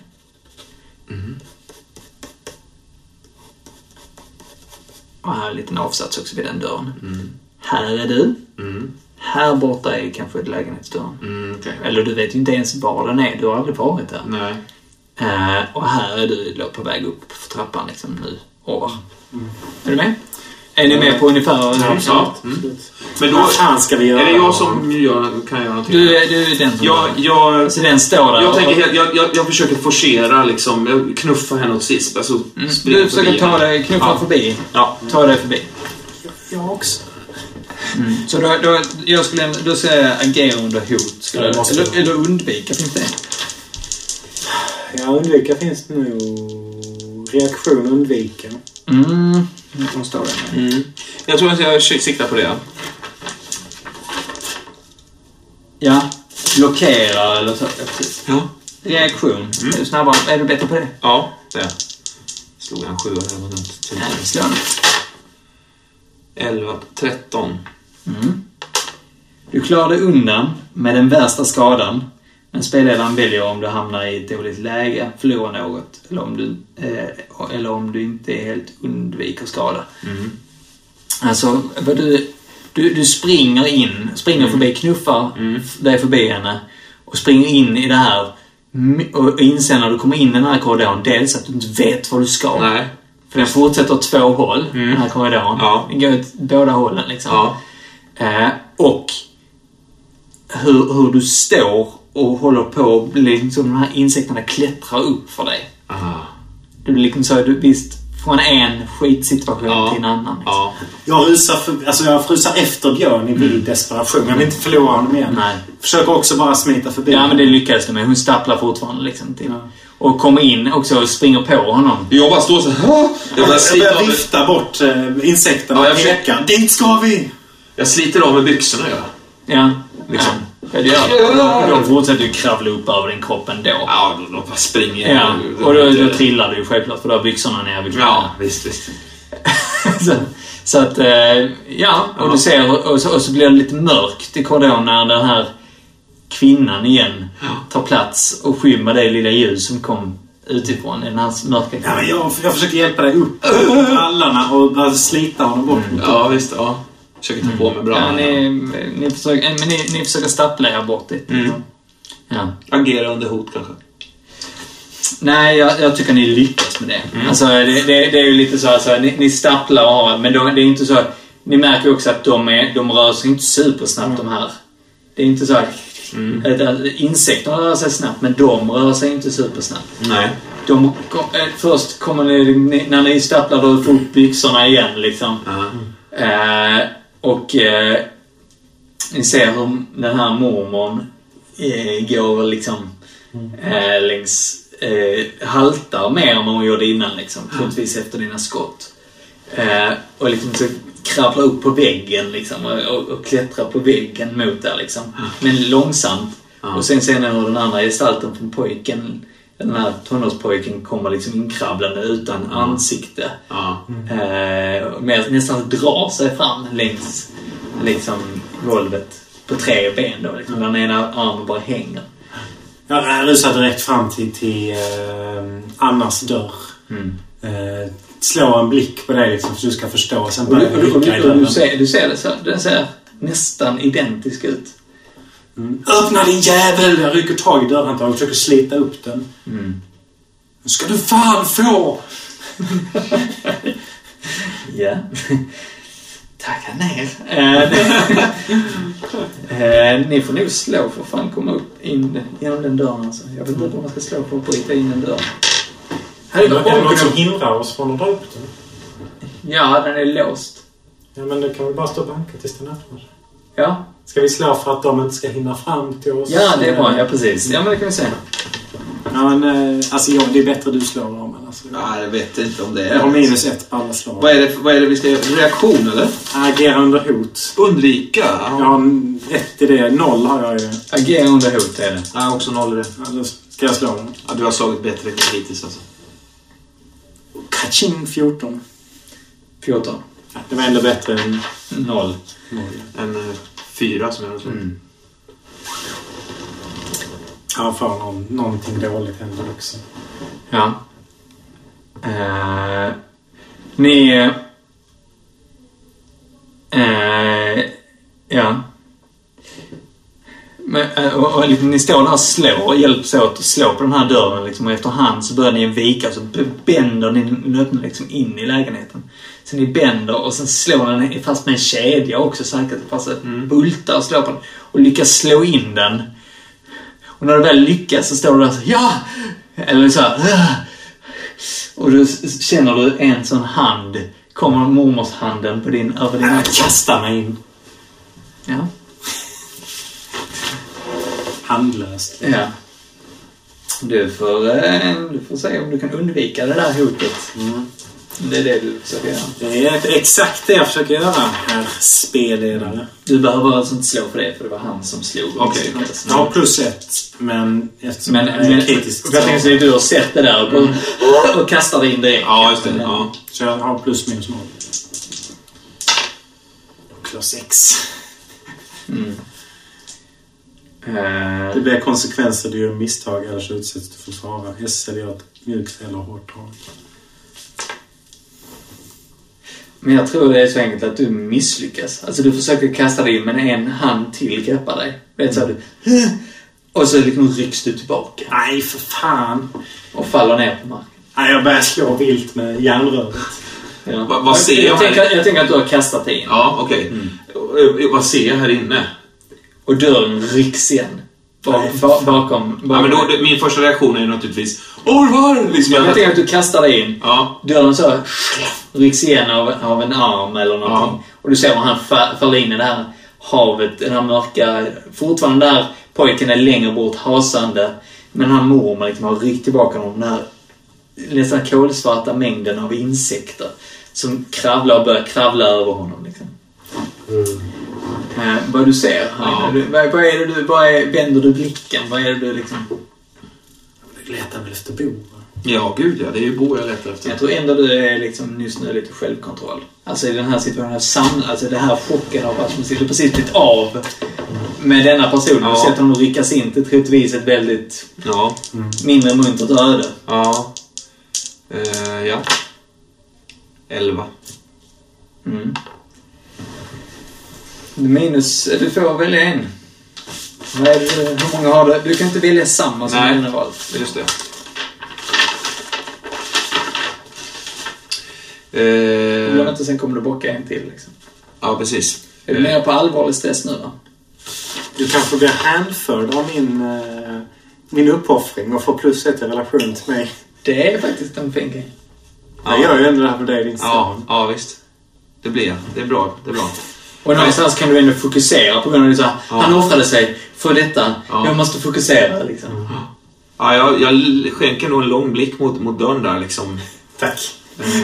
Och här är en liten avsats också vid den dörren. Här är du. Här borta är kanske ett lägenhetsdörren. Okay. Eller du vet ju inte ens var den är. Du har aldrig varit där. Nej. Och här är du på väg upp för trappan liksom nu. Över. Är du med? Är ni med på ungefär? Ja. Men då ska vi göra? Är det jag som kan göra någonting? Du är den som så den står där. Jag tänker jag försöker forcera liksom. Jag knuffar henne åt sist. Alltså, du försöker ta dig, knuffa förbi. Ja. Ta dig förbi. Jag också. Så då ska jag agera under hot. Eller undvika, finns det? Ja, undvika finns det nog. Reaktion undvika. De står där. Jag tror att jag siktar på det. Ja, blockera eller så. Ja. Reaktion. Är du snabbare? Är du bättre på det? Ja, det. Slog en 7 eller något. Nej, slå den. 11, 13. Du klarar dig undan med den värsta skadan. Men spelledaren väljer om du hamnar i ett dåligt läge, förlorar något. Eller om du inte helt undviker skada. Alltså, du springer förbi, knuffar dig förbi henne. Och springer in i det här. Och inser när du kommer in i den här korridoren. Dels att du inte vet var du ska. Nej. För den fortsätter åt 2 håll, den här korridoren. Ja. Den går åt båda hållen liksom. Ja. Och hur du står och håller på liksom de här insekterna klättrar upp för dig. Du liksom så visst från en skitsituation till en annan. Liksom. Jag rusar efter Björn i vild desperation. Jag vill inte förlora honom igen. Nej. Försöker också bara smita förbi. Ja, men det lyckades du med. Hon stapplar fortfarande liksom till. Och kommer in också och springer på honom. Jag bara står så här. Jag börjar vifta bort insekterna och pekar. Dit ska vi! Jag sliter av med byxorna. Ja, liksom. Ja, det gör. De fortsätter ju kravla upp över din kropp ändå. Ja, de bara springer. Ja, och då trillar du ju självklart för då har byxorna ner vid Ja, visst. så att, och du ser, och så blir det lite mörkt i korridoren när den här kvinnan igen tar plats och skymmer det lilla ljus som kom utifrån i den här mörka. Ja, men jag försöker hjälpa dig upp allarna och bara slita honom bort. Ja, visst. Ja. Försöker ta på mig bra. Ja, ni försöker stappla er bort det. Ja. Agera under hot kanske. Nej, jag tycker ni lyckas med det. Alltså, det är ju lite så alltså, ni stapplar och har, men det är inte så. Ni märker också att de rör sig inte supersnabbt de här. Det är inte så insekterna rör sig snabbt, men de rör sig inte supersnabbt. Nej. Först kommer ni, när ni stapplar då får upp byxorna igen liksom. Och ni ser hur den här mormon går liksom längs haltar mer än vad hon gjorde innan liksom, troligtvis efter dina skott. Och liksom så kravlar upp på väggen liksom, och klättrar på väggen mot där liksom. Men långsamt. Och sen ser ni hur den andra gestalten från pojken, den här tonårspojken, kommer liksom inkrabblande utan ansikte. Nästan drar sig fram längs liksom golvet på 3 ben då liksom. Den ena armen bara hänger. Jag rusar direkt fram till Annas dörr. Slå en blick på dig liksom, så du ska förstå. Sen du ser det så. Den ser nästan identisk ut. Öppna din jävel! Jag rycker tag i dörren och försöker slita upp den. Ska du fan få! Ja. Tacka ner. Ni får nog slå för att fan komma upp in genom den dörren. Alltså. Jag vet inte om man ska slå för att bryta in en dörr. Är det något som hindrar oss från att dra upp den? Ja, den är låst. Ja, men det kan vi bara stå och banka tills den öppnar. Ja. Ska vi slå för att de inte ska hinna fram till oss? Ja, det är bra. Ja, precis. Ja, men det kan vi se. Ja, men alltså, det är bättre du slår om. Alltså, jag vet inte om det är. Jag har -1 på alla slag. Vad är det vi ska göra? Reaktion, eller? Agera under hot. Undvika? Jag har 1 i det. 0 har jag ju. Agera under hot är det. Ja, också 0 i det. Ja, då ska jag slå den. Ja, du har slagit bättre hittills alltså. Kaching 14. 14. Det var ändå bättre än 0. En 4 som jag har mm. Ja, för någonting dåligt händer också. Ja. Ni... ja. Men, och liksom, ni står där och slår och hjälps åt att slå på den här dörren liksom, och efterhand så börjar ni vika, så bänder ni nöten liksom in i lägenheten. Så ni bänder och sen slår ni fast med en kedja också, så att det passar bultar och slår på den och lyckas slå in den. Och när du väl lyckas så står du där så ja! Eller så här, och då känner du en sån hand, kommer mormors handen på över din axel. Kastar mig in. Ja. Handlöst. Ja. Du får se om du kan undvika det där hotet. Det är det du försöker göra. Det är exakt det jag försöker göra, herr spelledare. Du behöver alltså inte slå för det, för det var han som slog. Okej. Jag har +1, men eftersom jag är kritisk. Jag tänker att du har sett det där och kastar in det. Ja, just det. Ja. Så jag har +-0. +6. Det blir konsekvenser, du gör misstag eller så utsätts du för fara. SL gör ett mjukt eller hårt drag. Men jag tror det är så enkelt att du misslyckas. Alltså du försöker kasta dig in, men en hand till greppar dig. Vet så du, och så liksom rycks du tillbaka. Nej, för fan. Och faller ner på marken. Nej, jag börjar slå vilt med järnröret. Ja. Vad ser jag här? Jag tänker att du har kastat dig in. Ja, okej. Vad ser jag här inne? Och dörren rycks igen. Bakom. Ja, men då, min första reaktion är naturligtvis Orvar! Liksom jag tänker att du kastar dig in. Ja. Dörren så rycks igen av en arm eller någonting. Ja. Och du ser hur han faller in i det här havet, den här mörka. Fortfarande där pojken är längre bort hasande. Men han mormor liksom har ryckt tillbaka honom. Den här nästan kolsvarta mängden av insekter som börjar kravla över honom liksom. Vad du ser. Vad är det du vänder du blicken? Vad är det du liksom... Jag letar väl efter Bo. Ja, gud ja. Det är ju Bo jag letar efter. Jag tror ändå du är liksom just nu lite självkontroll. Alltså i den här situationen, alltså det här chocken av att man sitter precis blivit av med denna person. Ja. Du sätter honom ryckas in till troligtvis ett väldigt mindre muntert öde. Ja. Ja. 11. Du får välja en. Hur många har du? Du kan inte välja samma som den har valt. Just det. Om inte sen kommer du bocka en till liksom. Ja, precis. Är du mer på allvarlig stress nu va? Du kanske blir hänförd av min uppoffring och får +1 i relation till mig. Det är faktiskt en fin grej. Jag gör ju ändå det här för dig i din stad. Ja, visst. Det blir jag. Det är bra. Och någonstans kan du ändå fokusera på grund av det så här, han offrade sig för detta. Jag måste fokusera liksom. Ja, jag skänker nog en lång blick mot dörren där liksom. Tack.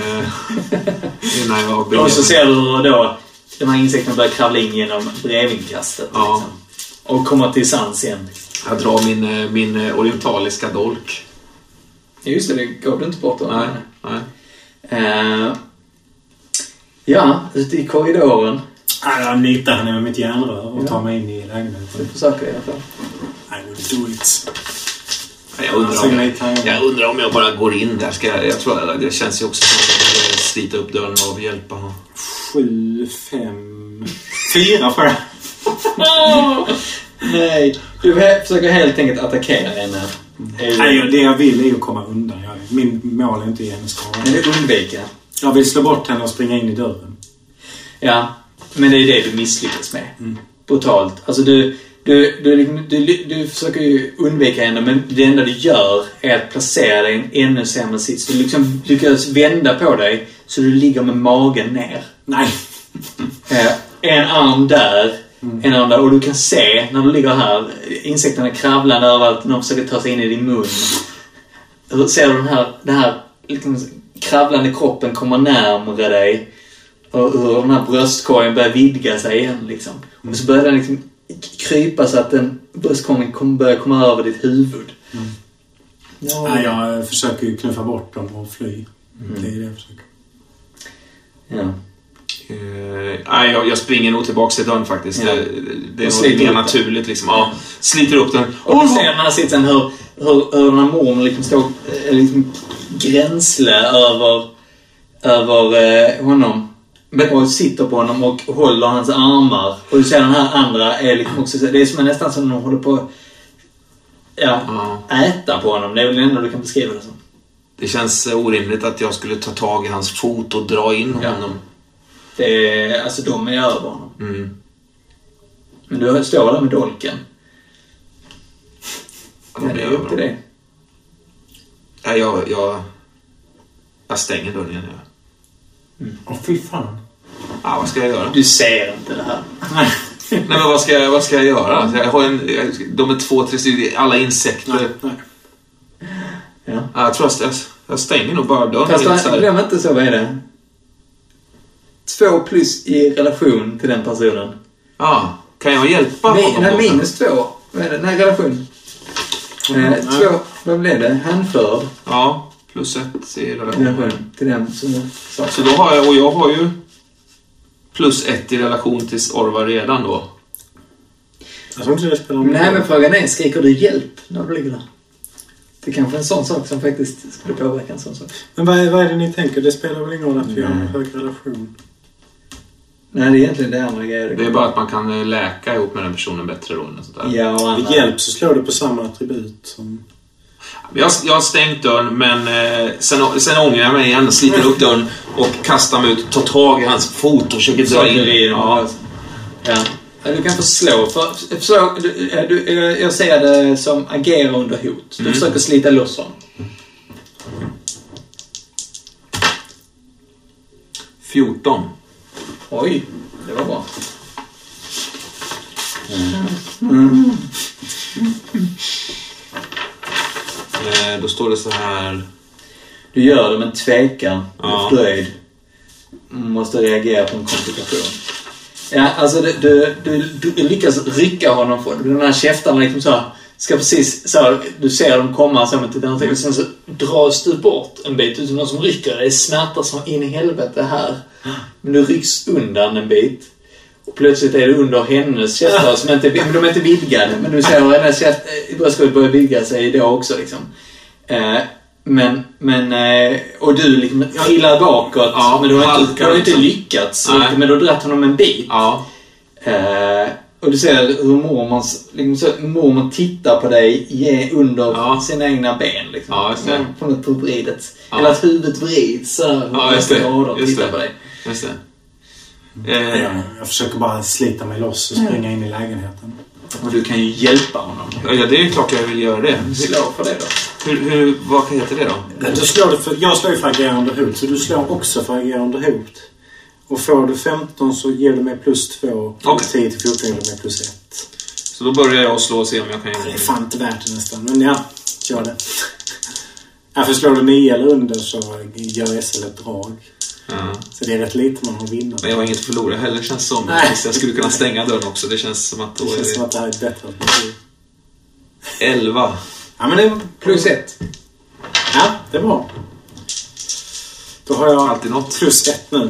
Innan jag och så ser du då de här insekterna börjar kravla in genom brevinkastet liksom, och komma till sans igen. Jag drar min orientaliska dolk. Just det går du inte bort då. Nej. Ja, ute i korridoren. Jag nitar henne med mitt järnrör och tar mig in i lägenheten. Du försöker i alla fall. I will do it. Jag undrar om jag bara går in där. Jag tror att det känns ju också som att jag slita upp dörren och hjälpa honom. 7, 5, 4 för det. Nej, du försöker helt enkelt attackera henne. Nej, det jag vill är ju komma undan. Min mål är inte i hennes skada. Men det undviker. Jag vill slå bort henne och springa in i dörren. Ja, men det är det du misslyckas med. Brutalt. Alltså du försöker ju undvika henne, men det enda du gör är att placera dig i en ännu sämre sits. Du liksom lyckas vända på dig så du ligger med magen ner. Nej. En arm där, en arm där. Och du kan se när du ligger här, insekterna kravlar överallt när de försöker ta sig in i din mun. Och ser du den här liksom, kravlande kroppen kommer närmare dig. Och hur den här bröstkorgen börjar vidga sig igen liksom. Och så börjar den liksom krypa så att bröstkorgen kommer börja komma över ditt huvud. Ja, jag försöker ju knuffa bort dem och fly. Det är det jag försöker. Ja. Nej, jag springer nog tillbaka till dörren faktiskt. Ja. Det är nog mer naturligt liksom. Ja, sliter upp den. Och du ser den här sitsen hur den här mormor liksom står liksom gränsle över honom. Och sitter på honom och håller hans armar. Och du ser den här andra är liksom också, det är som nästan som de håller på äta på honom. Det är väl det enda du kan beskriva det som. Det känns orimligt att jag skulle ta tag i hans fot och dra in honom. Det är, alltså de är över honom. Men du står där med dolken. Det är upp till det. Jag stänger dörren igen. Fy fan. Vad ska jag göra? Du ser inte det här. Nej, men vad ska jag göra? Jag har de är 2-3 stycken, alla insekter. Nej. Ja. Jag tror jag stänger nog bara dörren. Fast glöm inte så, vad är det? 2 plus i relation till den personen. Ja, kan jag hjälpa honom? Nej, -2. Vad är det? Den här relationen. 2, vad blev det? Hänförd. Ja, +1 i relation till den som sa. Så då har jag har ju +1 i relation till Orvar redan då. Jag tror inte det spelar någon roll. Nej, men frågan är, skriker du hjälp när du ligger där? Det är kanske en sån sak som faktiskt skulle påverka en sån sak. Men vad är det ni tänker? Det spelar väl ingen roll att vi har en hög relation? Nej, det är egentligen det andra grejer. Det är bara att man kan läka ihop med den personen bättre då. Ja, vid hjälp så slår det på samma attribut som... Jag har stängt dörren, men sen ångrar jag mig igen, sliter upp dörren och kastar mig ut, tar tag i hans fot och försöker dra in. Ja. Du kan få slå. Jag ser det som agera under hot. Du försöker slita loss honom. 14. Oj, det var bra. Då står det så här. Du gör det med tvekan och fröjd. Måste reagera på en komplikation. Ja, alltså du lyckas rycka honom från den här käftarna liksom så ska precis så du ser dem komma så med tiden och sen så dras du bort en bit utan någon som rycker. Det smärtar som in i helvete här. Men du rycks undan en bit. Och plötsligt är du under hennes käftar som inte, men de är inte vidgade, men du ser hur hennes bröstkorg börjar vidga sig då också liksom. Men och du liksom trillar bakåt, men du har inte lyckats. Men du har dratt honom en bit. Och du ser hur mormor tittar på dig under sina egna ben liksom. På något vridet. Eller att huvudet vrids så tittar på dig. Just det. Jag försöker bara slita mig loss och springa in i lägenheten. Och du kan ju hjälpa honom. Ja, det är ju klart jag vill göra det. Slå för det då. Vad heter det då? Jag slår ju för agera under hot, så du slår också för agera under hot. Och får du 15 så ger du mig +2. Och 10 till 14 ger du mig +1. Så då börjar jag slå och se om jag kan... Det är fan inte värt det nästan, men ja, gör det. För slår du 9 eller under så gör SL ett drag. Så det är rätt lite man har vinnat. Men jag har inget att förlora heller, känns som. Jag skulle kunna stänga dörren också. Det känns som att då det känns som att det här är ett bättre alternativ. 11. Ja, men det är +1. Ja, det är bra. Då har jag alltid något. +1 nu.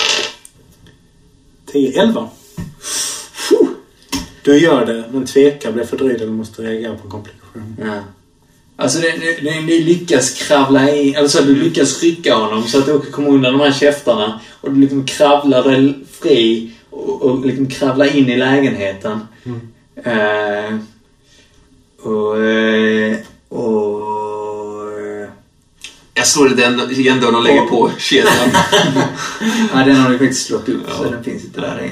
10, 11. Du gör det, men tvekar, blir fördröjd eller måste reagera på en komplikation. Ja. Alltså ni lyckas kravla in, alltså du lyckas rycka honom så att du kommer undan de här käftarna och du liksom kravlar dig fri och liksom kravlar in i lägenheten. Jag slår igen dörren och lägger på kedjan. Ja, den har du faktiskt slått upp så den finns inte där.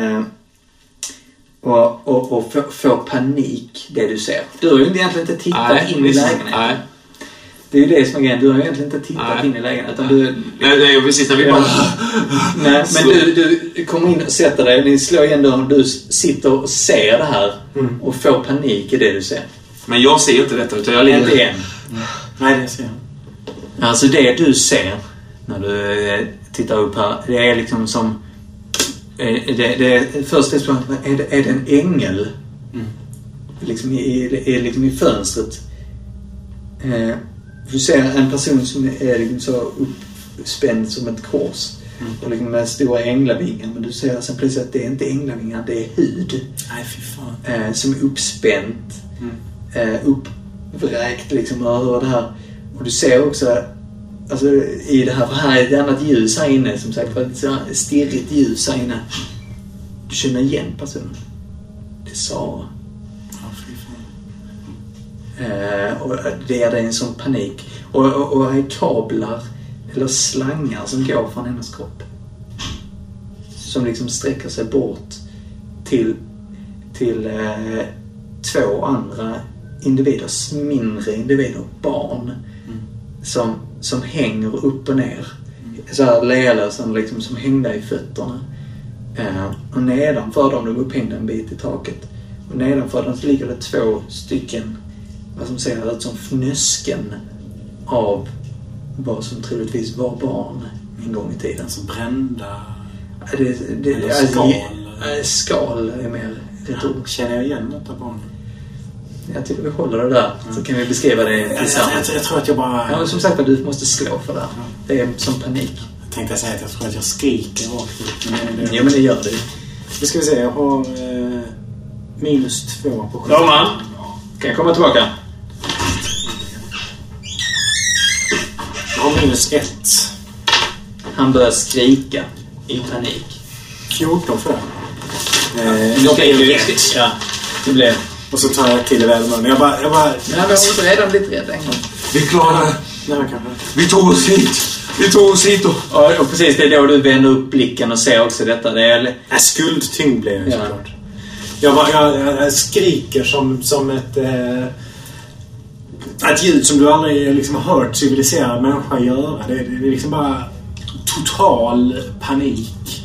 Och få panik det du ser. Du har ju egentligen inte tittat in i lägenheten. Nej. Det är ju det som är grejen. Du har ju egentligen inte tittat in i lägenheten. Nej, precis när vi bara... Nej, men du kommer in och sätter dig. Ni slår igen dörren och du sitter och ser det här. Och får panik i det du ser. Men jag ser ju inte detta utan jag ligger... Inte än. Nej, det ser jag. Alltså det du ser när du tittar upp här, det är liksom som... Först är det en ängel liksom i fönstret. Du ser en person som är liksom så uppspänd som ett kors Och liksom med stora änglavingar. Men du ser sen plötsligt att det är inte änglavingar, det är hud. Nej, fy fan. Som är uppspänt. Uppvräkt liksom över det här. Och du ser också alltså, i det här, för här är ett annat ljus här inne. Som sagt, ett stirrigt ljus här inne. Du känner igen personen. Det är Sara. Ja, fy fan. Och det är en sån panik. Och kablar eller slangar som går från hennes kropp. Som liksom sträcker sig bort till två andra individer, mindre individer, barn. Som hänger upp och ner. Så här lealösa liksom, som hängde i fötterna. Och nedanför dem, de upphängde en bit i taket. Och nedanför dem så ligger det 2 stycken, vad som ser ut som fnösken av vad som troligtvis var barn en gång i tiden. Som brända... Skal. Skal är mer rätt ord. Känner jag igen något av barnen? Jag tycker vi håller det där, så kan vi beskriva det tillsammans. Jag tror att jag bara... Ja, som sagt, du måste slå för det. Det är som panik. Jag tänkte säga att jag tror att jag skriker rakt ut. Ja, men det gör det. Nu ska vi se, jag har -2 på 7. Roman, kan jag komma tillbaka? Jag har -1. Han börjar skrika i panik. 14 för Ja, det blev... Och så tar jag till i värmen. Jag bara... Nej, men jag var redan lite rädd en gång. Vi klarade. Nej, kanske. Vi tog oss hit och precis, det är då du vänder upp blicken och ser också detta. Det är... Skuldtyngd blev det såklart. Jag skriker som ett ljud som du aldrig liksom har hört civiliserad människa göra. Det är liksom bara total panik.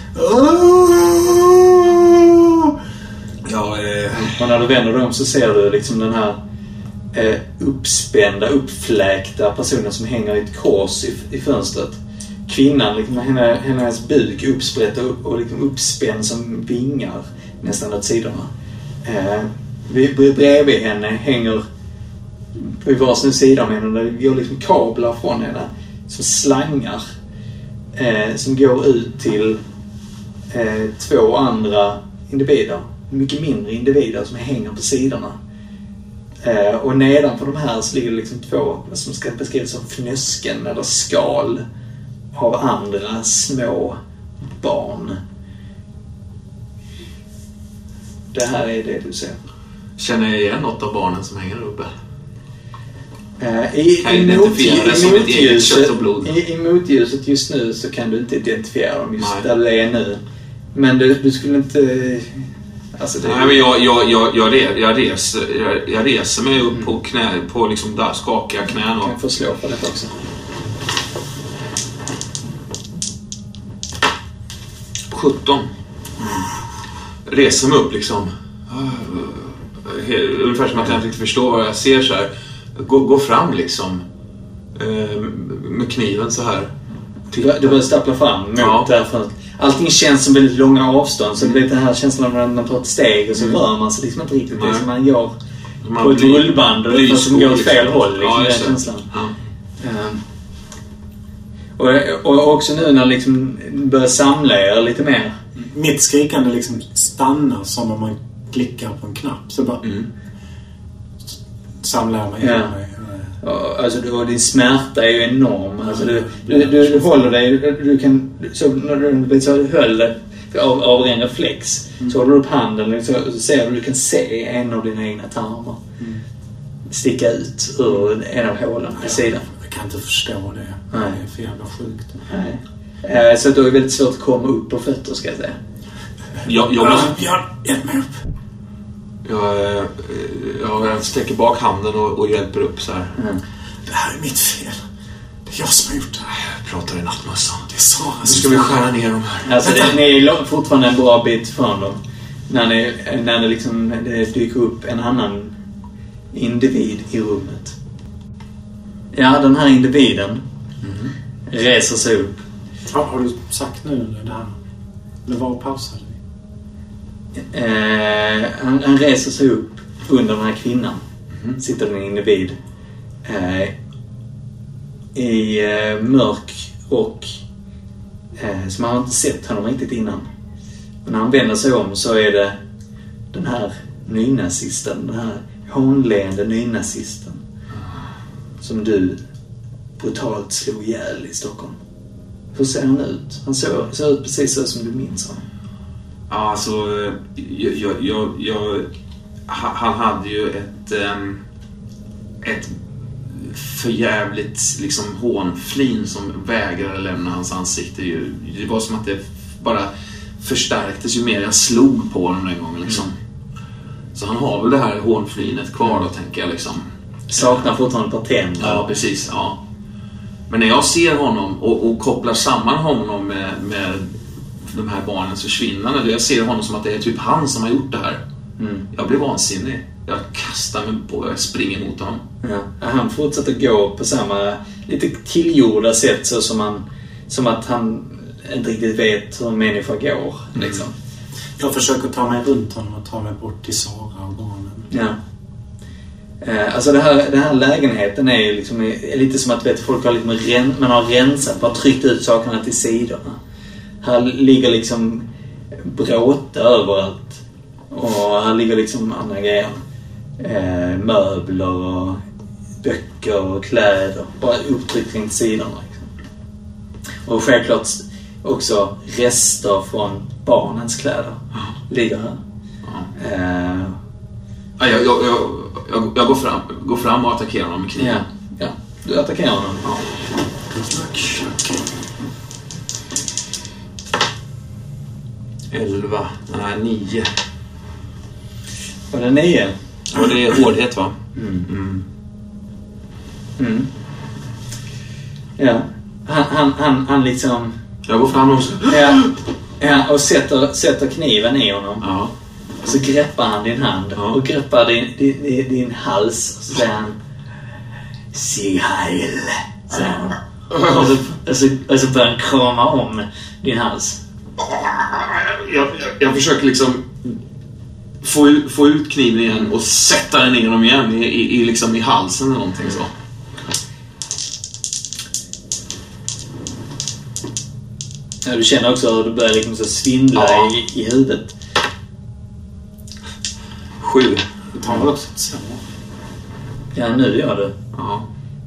Och när du vänder dig om så ser du liksom den här uppspända, uppfläkta personen som hänger i ett kors i fönstret. Kvinnan, liksom, hennes buk uppsprätt och liksom uppspänd som vingar nästan åt sidorna. Bredvid henne hänger på varsin sida med henne, det går liksom kablar från henne som slangar som går ut till 2 andra individer, mycket mindre individer som hänger på sidorna. Och nedanför de här så ligger liksom 2 som ska beskrivas som fnösken eller skal av andra små barn. Det här är det du ser. Känner jag igen något av barnen som hänger uppe? I motljuset just nu så kan du inte identifiera dem just där det är nu. Men du skulle inte... Alltså det... Nej, men jag reser mig upp på knä, på liksom där skakiga knän. Jag kan få slå på det också. 17. Reser mig upp liksom. Ungefär som att jag inte riktigt förstår vad jag ser så här. Gå fram liksom. Med kniven så här. Du börjar stappla fram mot därför. Allting känns som väldigt långa avstånd. Så det blir den här känslan när man tar ett steg och så rör man sig liksom inte riktigt. Det är som man gör på ett rullband och som går åt fel håll. Liksom, den känslan. Och också nu när liksom börjar samla er lite mer. Mitt skrikande liksom stannar som om man klickar på en knapp. Så bara samlar mig. Alltså din smärta är ju enorm. Alltså du håller dig, du kan så när du så höll det av ren reflex så håller du upp handen så ser du kan se en av dina egna tarmar sticka ut ur en av hålen på sidan. Jag kan inte förstå det. Det är för jävla sjukt. Nej. Så det är väldigt svårt att komma upp på fötter, ska jag säga. Jag hjälp mig upp. Jag sträcker bak handen och hjälper upp så här. Det här är mitt fel. Det är jag som har gjort det. Jag pratar i nattmössan. Det är Sara. Nu ska vi skära ner dem här. Alltså ni är fortfarande en bra bit från dem. När det liksom det dyker upp en annan individ i rummet. Ja, den här individen reser sig upp. Har du sagt nu det här? Eller var pausade vi? Han reser sig upp under den här kvinnan. Sitter en individ i mörk och Så man har inte sett honom riktigt innan. Och när han vänder sig om så är det den här nynazisten, den här hånleende nynazisten som du brutalt slog ihjäl i Stockholm. Hur ser han ut? Han ser ut precis så som du minns honom. Ja, alltså han hade ju ett förjävligt liksom hånflin som vägrade lämna hans ansikte. Det var som att det bara förstärktes ju mer jag slog på honom den gången liksom. Så han har väl det här hånflinet kvar då, tänker jag liksom. Saknar fortfarande på tänder. Ja, precis, ja. Men när jag ser honom och kopplar samman honom med de här barnens försvinnande, jag ser honom som att det är typ han som har gjort det här. Jag blir vansinnig. Jag kastar mig på, jag springer mot honom. Ja. Han fortsätter gå på samma lite tillgjorda sätt, så som att han inte riktigt vet hur en människa går. Liksom. Jag försöker ta mig runt honom och ta mig bort till Sara och barnen. Ja. Alltså den här lägenheten är ju liksom, är lite som att folk har liksom man har rensat, bara tryckt ut sakerna till sidorna. Här ligger liksom bråte överallt. Och här ligger liksom andra grejer. Möbler och böcker och kläder. Bara upptryckt kring sidorna. Liksom. Och självklart också rester från barnens kläder ligger här. Jag går fram och attackerar honom med kniven. Ja, du attackerar honom. Ja. 11, nej 9. Var det 9? Ja, det är hårdhet, va? Ja, han liksom... Jag går fram också. Ja, och sätter kniven i honom. Ja. Och så greppar han din hand och greppar din hals. Och så säger han: Sig heil, säger han. Och så börjar han krama om din hals. Jag försöker liksom få ut kniven igen och sätta den i honom igen liksom i halsen eller någonting så. Ja, du känner också hur du börjar liksom så svindla i huvudet. 7. Du tar väl också ett så. Ja, nu gör du. Ja.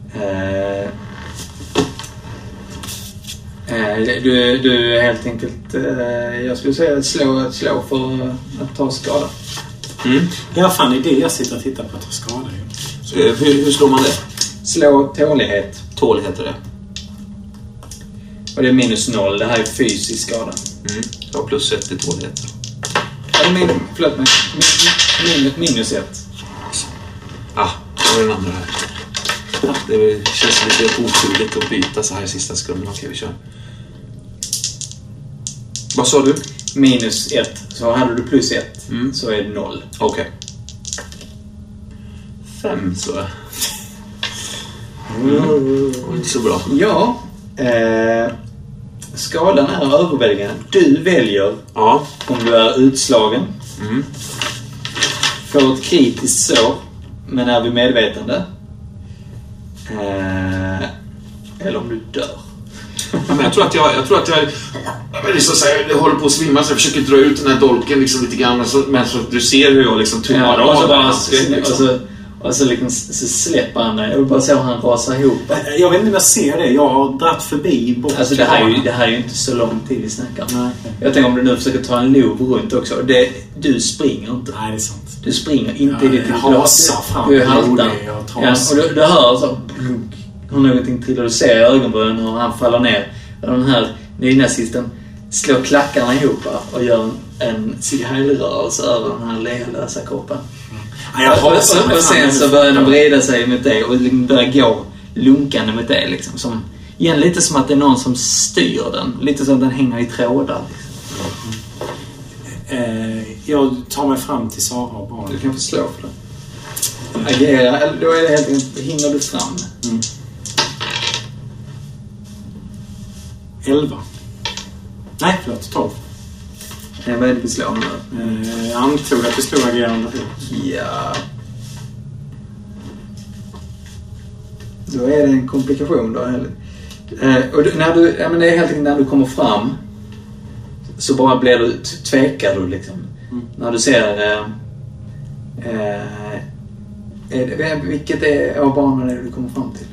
Du helt enkelt, jag skulle säga slå för att ta skada. Ja, fan, det är det jag sitter och tittar på, att ta skada. Hur slår man det? Slå tålighet. Tålighet är det. Och det är -0, det här är fysisk skada. Ja, +1 i tålighet. Förlåt mig. -1. Ja, det var den andra här. Det känns lite oskyldigt att byta så här i sista sekunden. Okej, vi kör. Vad sa du? -1. Så hade du +1 så är det 0. Okej. 5 så. Det var inte så bra. Ja. Skadan är överväldigande. Du väljer om du är utslagen. Får ett kritiskt sår, men är vid medvetande. Eller om du dör. Men jag tror att jag liksom jag håller på att svimma, så jag försöker dra ut den här dolken liksom lite grann, men så du ser hur jag liksom tummar av och så liksom så släpper han dig. Jag vill bara se hur han rasar ihop. Jag vet inte om jag ser det. Jag har dratt förbi bort. Alltså det här är ju inte så lång tid vi snackar. Nej. Jag tänker om du nu försöker ta en lob runt också. Du springer inte. Nej, det är sant. Du springer inte i ditt hasar fram. Du är haltan. Och du hör så hur någonting trillar. Du ser i ögonbrynen hur han faller ner. Och den här nynazisten slår klackarna ihop och gör en cigarrörelse över den här lealösa kroppen. Och sen så börjar den vrida sig mot dig och börjar gå lunkande mot dig liksom, som igen lite som att det är någon som styr den, lite som att den hänger i trådar liksom. Jag tar mig fram till Sara och barnen. Du kan få slå för det. Agera, eller då är det helt enkelt, hinner du fram. 11. Nej, förlåt, 12. Vad är det vi slår nu? Jag antog att vi slår agerande. Ja. Då är det en komplikation då. Och när du, det är helt enkelt när du kommer fram så bara blir du, tvekar du liksom. När du ser vilket av barnen är du kommer fram till?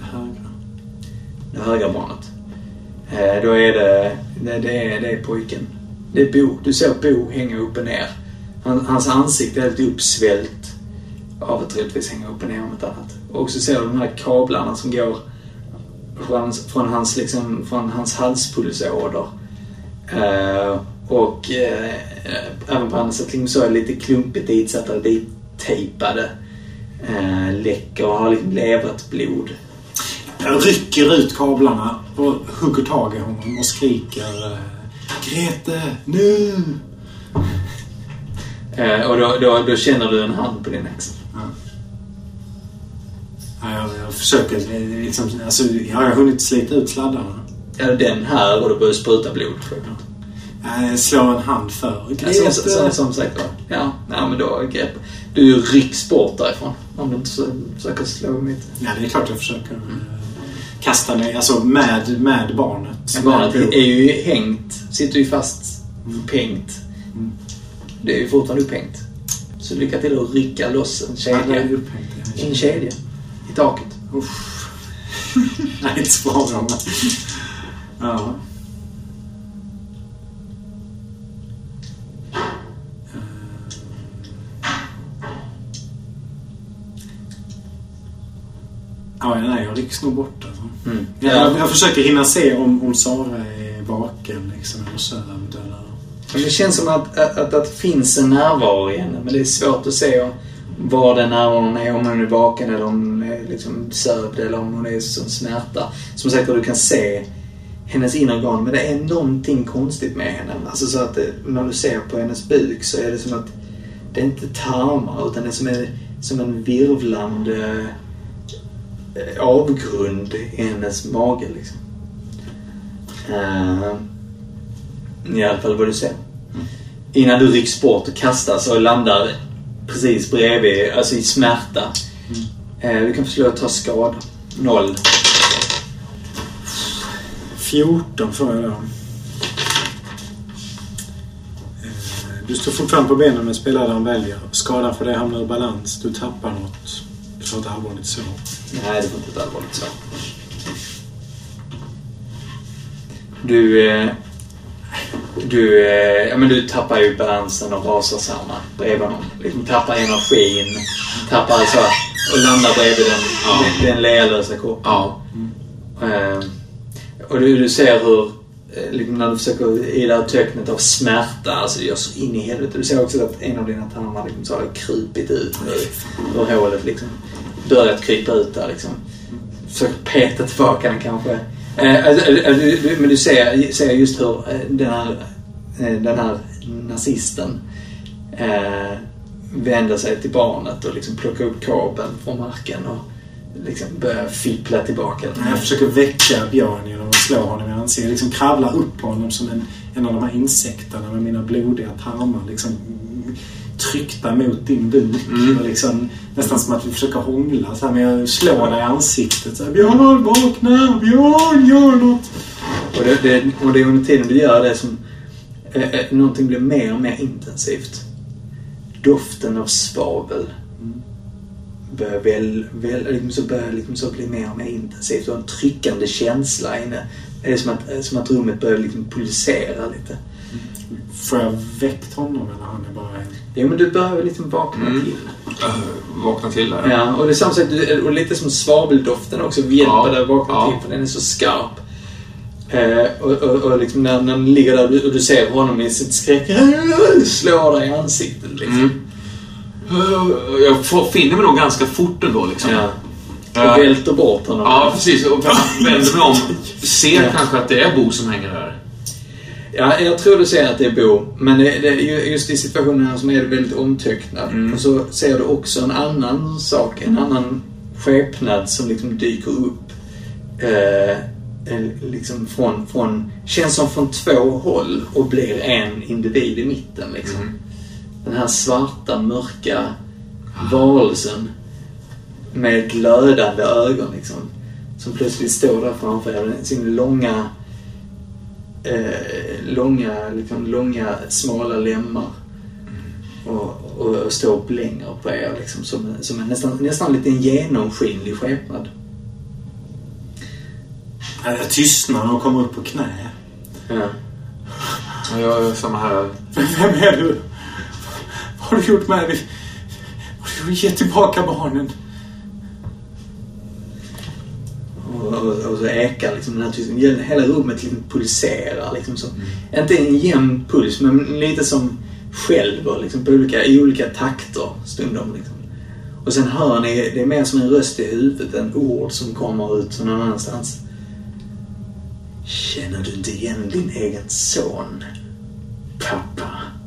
Det högra barnet. Då är det är pojken. Det är Bo. Du ser Bo hänga upp och ner. Hans ansikte är helt uppsvällt av att troligtvis hänga upp och ner om ett annat. Och så ser du de här kablarna som går från hans halspulsåder. Och även på andra sätt så är lite klumpigt ditsatta och dittejpade. Läcker och har liksom levat blod. Jag rycker ut kablarna och hugger tag i honom och skriker Grete, nu! Och då känner du en hand på din axel. Ja, jag försöker liksom, alltså, jag har hunnit slita ut sladdarna. Ja, den här och då börjar spruta blod. Jag slår en hand för Grete. Som sagt då. Ja, men då grepp. Du rycks bort därifrån. Om du inte försöker slå mitt. Ja, det är klart jag försöker kasta mig, alltså med barnet. Barnet är ju hängt. Sitter ju fast upphängt. Det är ju fortfarande upphängt. Så lycka till att rycka loss en kedja. En kedja i taket. Nej, inte så bra. Ja. Nej, jag rycks nog bort alltså. Jag försöker hinna se om Sara är vaken liksom, eller sövd eller... Det känns som att det finns en närvaro i henne, men det är svårt att se var den närvaron är, om hon är vaken eller om hon är liksom sövd eller om hon är som smärta. Som sagt, du kan se hennes inre organ, men det är någonting konstigt med henne. Alltså så att när du ser på hennes buk så är det som att det är inte tarmar, utan det är som en virvlande avgrund i hennes mage liksom. I alla fall vad du ser. Innan du rycks bort och kastas och landar precis bredvid, alltså i smärta. Du kan få slå att ta skada. 0. 14 får jag då. Du står fortfarande på benen men spelaren väljer. Skadan för dig hamnar i balans. Du tappar något. Du får ett allvarligt sår. Nej, det var inte ett allvarligt sår. Du tappar ju balansen och rasar samman bredvid honom. Liksom tappar energin. Tappar alltså och landar bredvid den lealösa kroppen. Ja. Och du ser hur liksom när du försöker i det här töcknet av smärta, alltså det gör så in i helvete. Du ser också att en av dina tarmar liksom så har krupit ut ur hålet liksom. Börjat krypa ut där liksom. Försöker peta tillbaka den kanske. Men du ser just hur den här nazisten vänder sig till barnet och liksom plockar upp kabeln från marken och liksom börjar fippla tillbaka. Jag försöker väcka Björn genom att slå honom i ansiktet. Jag liksom kravlar upp på honom som en av de här insekterna med mina blodiga tarmar liksom tryckta mot din buk och liksom nästan som att vi försöker hångla så här, men jag slår dig i ansiktet så här, Björn, vakna! Björn, gör något! Och det är under tiden du gör det som någonting blir mer och mer intensivt. Doften av svavel börjar så bli mer och mer intensivt och en tryckande känsla inne. Det är som att rummet börjar liksom pulsera lite. Får jag väckt honom eller han är bara... Jo, men du behöver liksom vakna till. Vakna till där. Ja, och det är samma sak, och lite som svaveldoften också hjälper dig att vakna till, för den är så skarp. Och liksom när den ligger där och du ser honom i sitt skräck slår dig i ansiktet liksom. Jag finner mig nog ganska fort ändå liksom. Ja. Och välter bort honom. Ja, precis. Och vänder mig om. Ser kanske att det är Bo som hänger där. Ja, jag tror du ser att det är Bo. Men just i situationen som är det väldigt omtöcknad. Och så ser du också en annan sak. En annan skepnad som liksom dyker upp. Liksom känns som från två håll och blir en individ i mitten liksom. Den här svarta, mörka varelsen med glödande ögon liksom, som plötsligt står där framför er. Sin långa smala lemmar. Och står och blänger på er liksom, som en nästan lite en genomskinlig skepnad. Jag tystnar och kommer upp på knä. Ja. Jag gör samma här. Vem är du? Vad har du gjort med dig? Har du gett tillbaka barnen? Och så ekar liksom den här tystnaden. Hela rummet liksom pulserar liksom så. Inte en jämn puls, men lite som skälver liksom i olika takter stundom liksom. Och sen hör ni, det är mer som en röst i huvudet än ord som kommer ut någon annanstans. Känner du inte igen din egen son, pappa?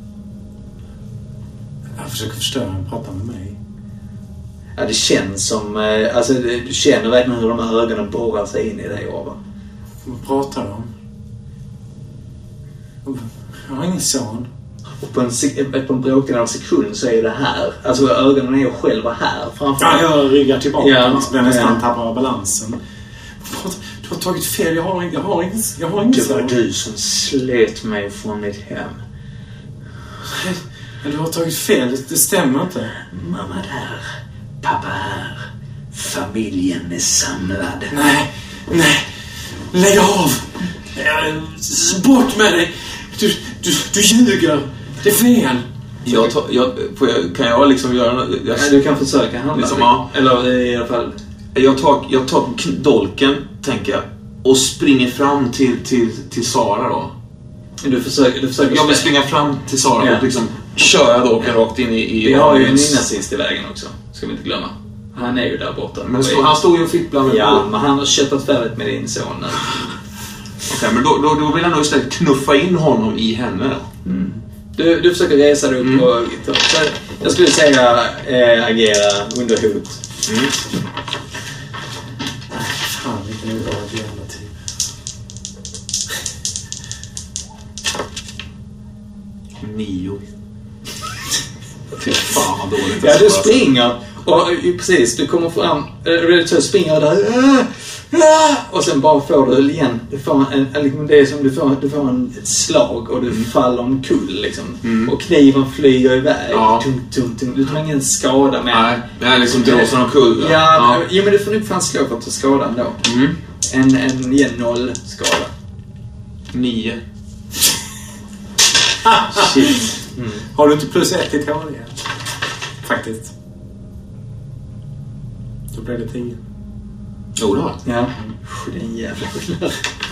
Jag försöker förstå när han pratar med mig. Ja, det känns som, alltså du känner verkligen hur de här ögonen borrar sig in i dig, Ava. Vad pratar du om? Jag har ingen son. Och på en bråkdel av sekund så är det här. Alltså ögonen är ju själva här framför. Ja, jag ryggar tillbaka. Ja, jag nästan tappar balansen. Du har tagit fel. Jag har ingen Det var du som slet mig från mitt hem. Du har tagit fel. Det stämmer inte. Mamma där. Pappa här. Familjen är samlad. Nej. Lägg av. Bort med dig. Du ljuger. Det är fel. Kan jag liksom göra något? Du kan försöka handla. Liksom, ja. Eller i alla fall. Jag tar dolken, tänker jag, och springer fram till Sara då. Du försöker jag vill springa fram till Sara och liksom köra dolken rakt in i... Vi har ju en nynazist i vägen också, ska vi inte glömma. Han är ju där borta. Men han stod ju och fipplade med... Ja, men han har köttat färdigt med din son nu. Okej, men då vill han nog istället knuffa in honom i henne då. Mm. Du försöker resa dig upp och... Jag skulle säga agera under hot. Fan, vilken oerhörd jävla tid. Nio. Fy fan vad dåligt. Ja, du springer. Och precis, du kommer fram. Du springer där. Och sen bara får du igen. Det är som du får ett slag och du faller omkull liksom. Och kniven flyger iväg. Ja. Du tar ingen skada med. Nej, det är liksom dråsen omkull. Ja, men du får nog fan slå för att ta skadan då. En 0 skada. 9. Shit. Har du inte plus 1 i teori? Faktiskt. Då blir det 10. Jo, det har jag. Ja. Det är en jävla skillnad.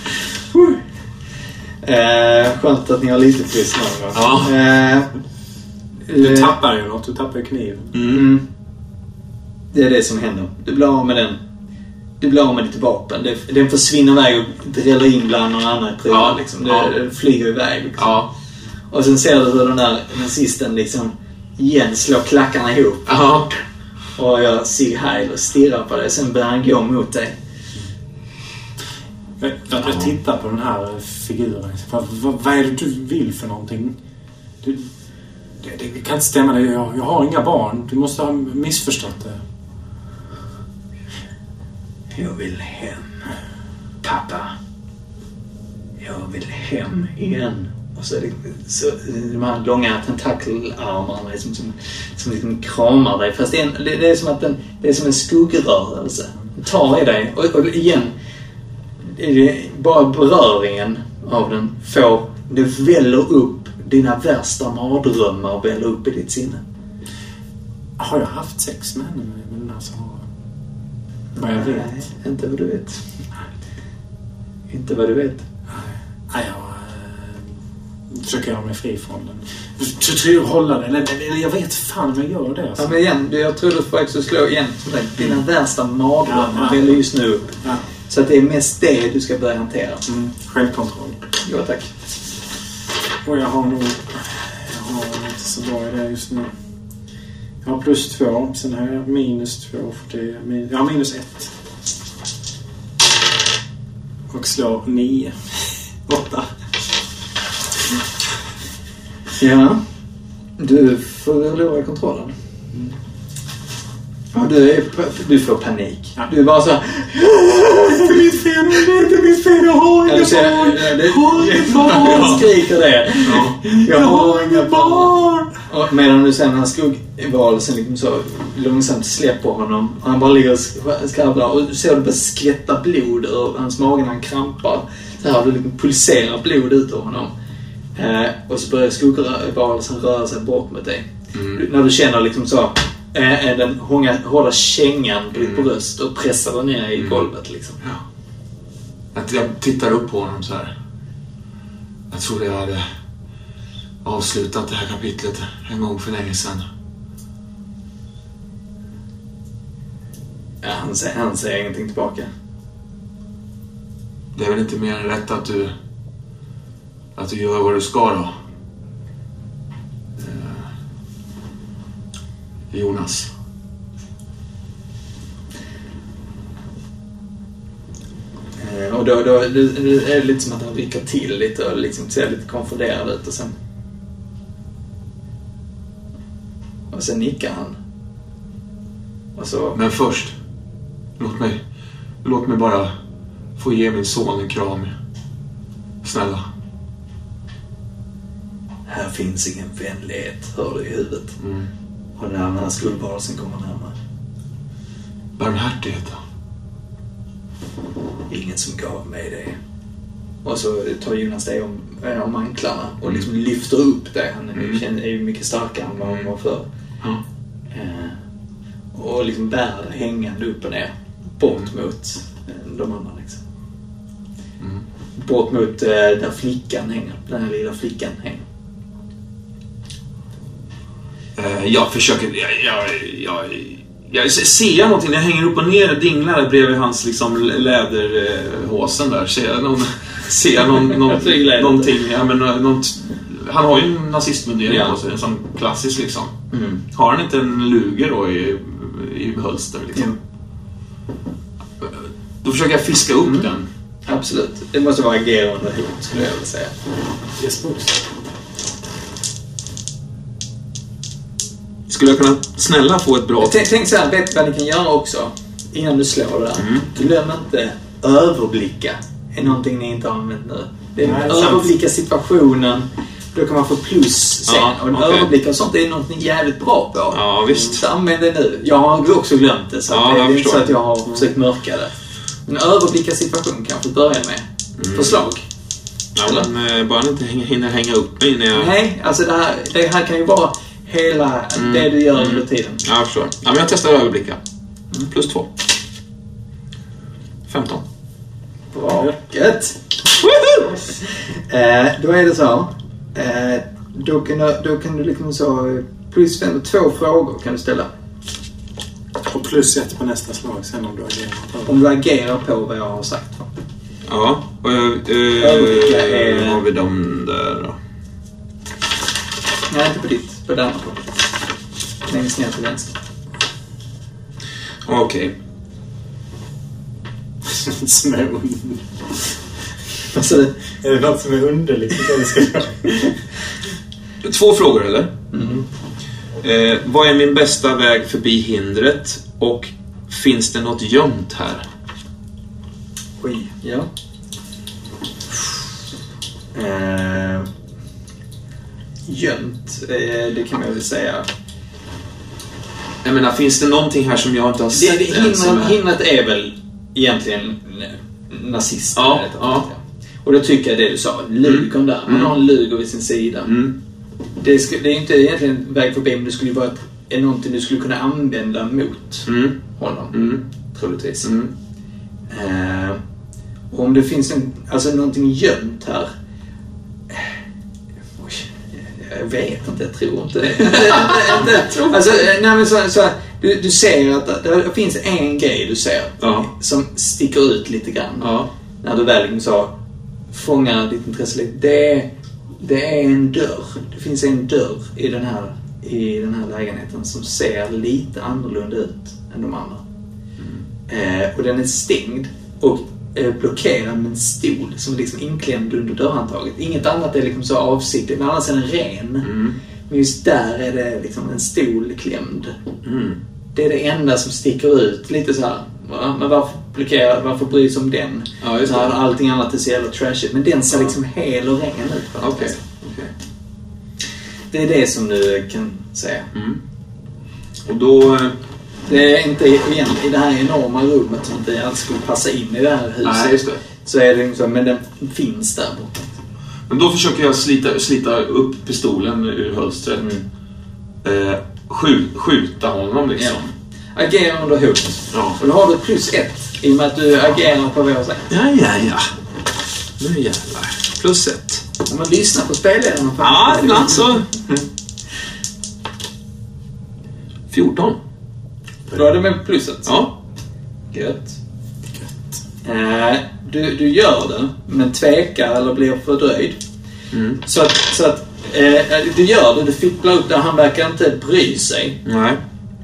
Skönt att ni har lite plus nu. Ja. Du tappar ju något. Du tappar ju kniven. Det är det som händer. Du blir av med den. Du blir av med ditt vapen. Den försvinner iväg och dräller in bland någon annan pryl. Ja. Liksom. Det flyger iväg. Liksom. Ja. Och sen ser du hur den där nazisten liksom igen slår klackarna ihop. Ja. Och jag ser Heil och stirrar på dig. Sen börjar han gå mot dig. Jag tittar på den här figuren. Vad är det du vill för någonting? Det kan inte stämma. Jag har inga barn. Du måste ha missförstått det. Jag vill hem, pappa. Jag vill hem igen. Och så är det de här långa tentakelarmarna som liksom kramar dig. Fast det är som att det är som en skuggrörelse. Den tar i dig. Och igen, bara beröringen av den det väller upp. Dina värsta mardrömmar väller upp i ditt sinne. Har jag haft sex med henne med den här Sara? Vad jag vet? Nej, inte vad du vet. Inte vad du vet. Nej, jag försöker göra mig fri från den. Jag tror hålla den. Eller jag vet fan vad jag gör det. Alltså. Ja, men igen, jag tror du får också slå igen. Dina värsta mardrömmar väller just nu upp. Ja. Så att det är mest det du ska börja hantera. Självkontroll. Ja, tack. Och jag har inte så bra i det just nu. Jag har plus 2. Sen har jag minus 2 för det. Jag har minus 1. Och slår 9. 8. Ja. Du förlorar kontrollen. Och du får panik. Ja. Du är bara så här... Det är inte mitt fel, jag har inga barn. Jag skriker det. Ja. Jag har inga barn. Och medan du sen, han skuggvarelsen liksom så långsamt släpper honom. Han bara ligger och skravlar. Och du ser det bara skvätta blod ur hans mage när han krampar. Så här, det liksom pulserar blod ut ur honom. Och så börjar skuggvarelsen röra sig bort mot dig. När du känner liksom så... den hårda kängan på ditt bröst och pressar den ner i golvet liksom. Ja. Jag tittar upp på honom så här. Jag trodde jag hade avslutat det här kapitlet en gång för länge sedan. Ja, han säger ingenting tillbaka. Det är väl inte mer än rätt att du gör vad du ska då. Jonas. Och då är det lite som att han rycker till lite och liksom ser lite konfunderad ut och sen nickar han. Och så... Men först, låt mig bara få ge min son en kram. Snälla. Här finns ingen vänlighet, hör du i huvudet. Och när den här skuldvarelsen kommer närmare. Barmhärtighet då? Ingen som gav mig det. Och så tar Jonas det om anklarna och liksom lyfter upp det. Han är ju mycket starkare än vad han var förr. Och liksom bär det hängande upp och ner. Bort mot de andra liksom. Bort mot där flickan hänger. Den här lilla flickan hänger. Jag försöker... Jag ser någonting. Jag hänger upp och ner och dinglar bredvid hans liksom läderhåsen där. Ser jag någonting. Ja, men, han har ju en nazistmundering på sig. En sån klassisk liksom. Har han inte en luger då i hölster liksom? Då försöker jag fiska upp den. Absolut. Det måste vara agerande hot, skulle jag vilja säga. Yes, skulle jag kunna snälla få ett bra... Tänk så här, vet vad ni kan göra också innan du slår det där. Glöm inte överblicka. Är någonting ni inte har använt nu. Det är överblicka situationen. Då kan man få plus sen. Och en överblick och sånt är något ni är jävligt bra på. Ja, visst. Så använd det nu. Jag har också glömt det. Så det är inte så att jag har försökt mörka det. Men överblicka situation kanske börja med. Förslag. Ja, men bara inte hinner hänga upp mig när jag... Nej, alltså det här kan ju vara hela det du gör under tiden. Ja, jag förstår. Ja, men jag testar att överblicka. Plus 2. 15. Bra. Gött. Då är det så. Då kan du liksom så... Plus 5, 2 frågor kan du ställa. Och plus 1 på nästa slag sen om du agerar på. Om du agerar på vad jag har sagt. Ja. Och har vi dem där då? Nej, inte på ditt. På den andra. Längst ner till vänster. Okej. Som är under. Alltså, är det något som är underligt? 2 frågor, eller? Vad är min bästa väg förbi hindret? Och finns det något gömt här? Oj, ja. Gömt, det kan man väl säga. Jag menar, finns det någonting här som jag inte har sett? Hindret är väl egentligen nazist. Ja. Och då tycker jag det du sa, lugon där. Man har en lugo vid sin sida. Det är inte egentligen väg förbi, men det skulle ju vara någonting du skulle kunna använda mot honom. Troligtvis. Och om det finns någonting gömt här. Jag vet inte, jag tror inte det. Alltså, nej, men så du ser att det finns en grej du ser som sticker ut lite grann. När du väl så fångar ditt intresse lite. Det är en dörr. Det finns en dörr i den här lägenheten som ser lite annorlunda ut än de andra. Och den är stängd och blockerad med en stol som är liksom inklämd under dörrhandtaget. Inget annat är liksom så avsiktligt, men annars är den ren. Men just där är det liksom en stol klämd. det är det enda som sticker ut. Lite så här, men varför bry sig om den? Ja, just det. Så allting annat är så jävla trashigt. Men den ser liksom hel och ren ut. Okej. Det är det som du kan säga. Och då... Det är inte igen i det här enorma rummet som inte alls skulle passa in i det här huset. Nej, just det. Så är det så, men den finns där borta. Men då försöker jag slita upp pistolen ur hölstret. Skjuta honom liksom. Ja. Agera under hot. Ja. Och då har du +1 i och med att du agerar på vår sida. Ja. Nu jävlar. +1. Om man lyssnar på spelledaren. Ja, ibland så. 14. Då är det med +1. Ja. Gött. Du gör det, men tvekar eller blir fördröjd. Så att du gör det, du fipplar upp det, han verkar inte bry sig. Nej.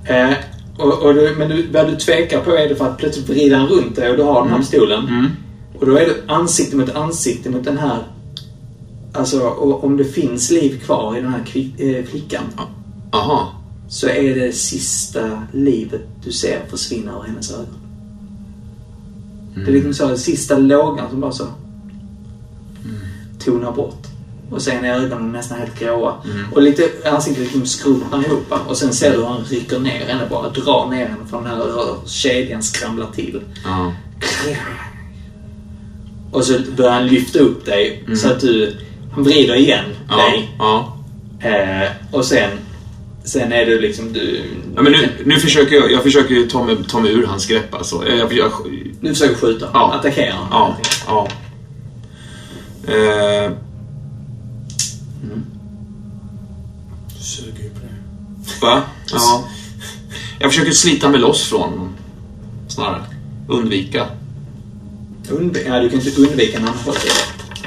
Men vad du tvekar på är det för att plötsligt vrida han runt dig och du har den här pistolen. Och då är det ansikte mot den här. Alltså, om det finns liv kvar i den här flickan. Aha. Så är det sista livet du ser försvinna ur hennes ögon. Det är liksom så, den sista lågan som bara så tonar bort. Och sen är ögonen nästan helt gråa. Och lite ansiktet liksom skrumpnar ihop. Och sen ser du hur han rycker ner henne, bara drar ner henne från den här kedjan, skramlar till. Och så börjar han lyfta upp dig så att han vrider igen dig. Och sen är det liksom du... Ja, men nu försöker jag försöker ta mig ur hans grepp alltså. Nu försöker skjuta. Attackera honom. Ja. Suger ju på det. Va? Ja. Jag försöker slita mig loss från honom. Snarare. Undvika. Ja, du kan inte undvika när han håller sig.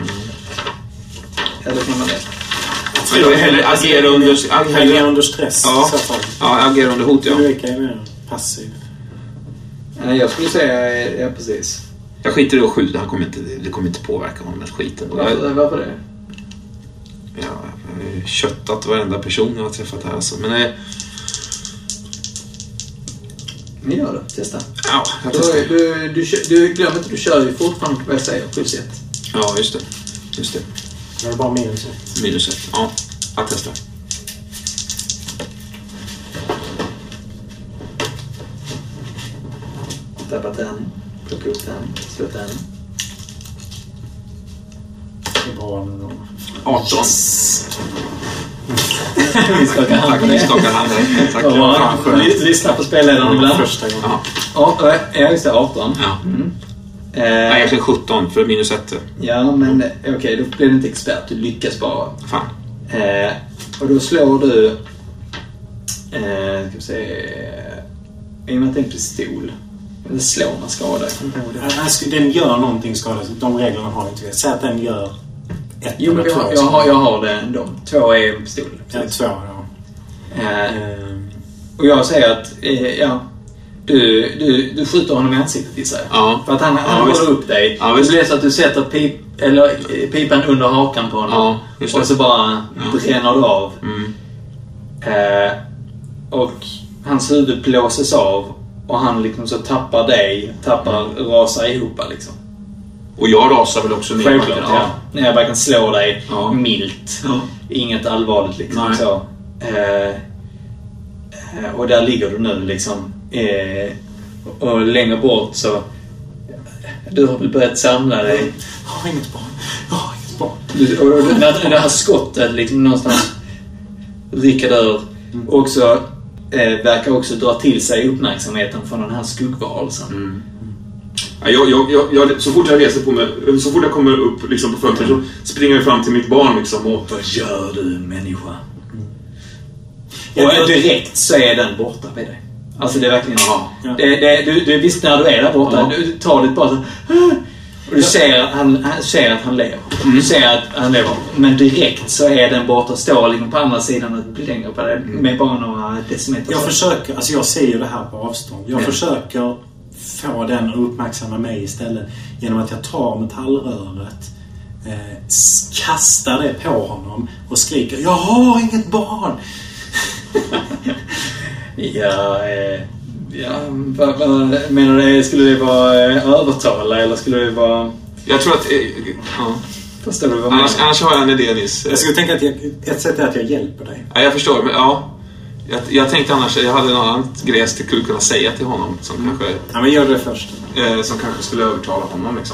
Eller kan man det? Jag hellre agera under stress. Ja, agera under hot, ja. Undvika är mer passiv. Nej, jag skulle säga, ja precis. Jag skiter i att skjuta, det kommer inte påverka honom med skiten. Varför det? Jag har köttat varenda person jag har träffat här alltså. Men Ni gör det, testa. Ja, jag testar. Du glömmer inte, du kör ju fortfarande på vad jag säger, +1. Ja, just det. Det är bara -1. -1, ja. Jag testar. Tappa tärning, plocka upp tärning, slå tärning. Det är bra nu då. 18. Vi skakar hand på det. Tack. Lyssna på spelledaren ibland. Första gången. Ja, just det, 18. Ja. Nej, egentligen 17 för -1. Ja, men okej, då blir du inte expert. Du lyckas bara. Fan. Och då slår du... ska vi se... I och med att det är en pistol. Eller slår man skada. Den gör någonting skada. De reglerna har inte vi. Säg att den gör 1 Jo, men jag har det ändå. 2 är en pistol. Ja, 2, ja. Och jag säger att... Du skjuter honom i ansiktet i sig. Ja. För att han håller upp dig. Ja, det blir så att du sätter pipan under hakan på honom. Ja, och så bara bränner du av. Och hans huvud blåses av. Och han liksom så rasar ihop liksom. Och jag rasar väl också ner. Självklart, ja. När jag bara kan slå dig milt. Ja. Inget allvarligt liksom. Så. Och där ligger du nu liksom. Och längre bort så du har väl börjat samla dig. Jag har inget barn. Och när det här skottet liksom någonstans rycker ur också verkar också dra till sig uppmärksamheten från den här skuggvarelsen. Så fort jag reser på mig, så fort jag kommer upp liksom på fötter så springer jag fram till mitt barn liksom och... Vad gör du, människa? Och direkt så är den borta med dig. Alltså det är verkligen... Du visst när du är där borta, du tar ditt barn så... Och du ser att han lever. Du ser att han lever. Men direkt så är den borta, står liksom på andra sidan och blänger på det med bara några decimeter. Jag försöker, alltså jag ser ju det här på avstånd. Jag försöker få den att uppmärksamma mig istället genom att jag tar metallröret, kastar det på honom och skriker: jag har inget barn! Vad menar du? Skulle det vara övertala eller skulle det vara... Jag tror att... Ja. Förstår du vad annars har jag en idé, Nils. Jag skulle tänka att ett sätt är att jag hjälper dig. Ja, jag förstår. Men, ja. Jag tänkte annars... Jag hade något annat grej jag skulle kunna säga till honom som kanske... Ja, men gör det först. Som kanske skulle övertala honom liksom.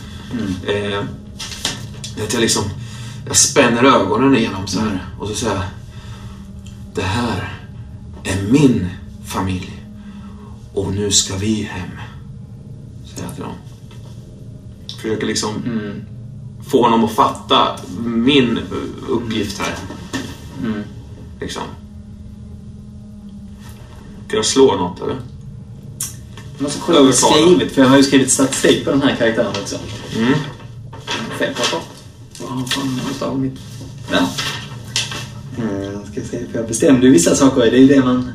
Att jag liksom... Jag spänner ögonen igenom så här. Och så säger jag... Det här är min familj. Och nu ska vi hem. Säger jag till dem. Försöker liksom få honom att fatta min uppgift här. Liksom. Kan jag slå något eller? Jag måste kolla vad skrivit, för jag har ju skrivit statistik på den här karaktären också. Fel pappa. Vad fan har jag tagit? Ja. Ska jag säga, för jag bestämde ju vissa saker, det är ju det man...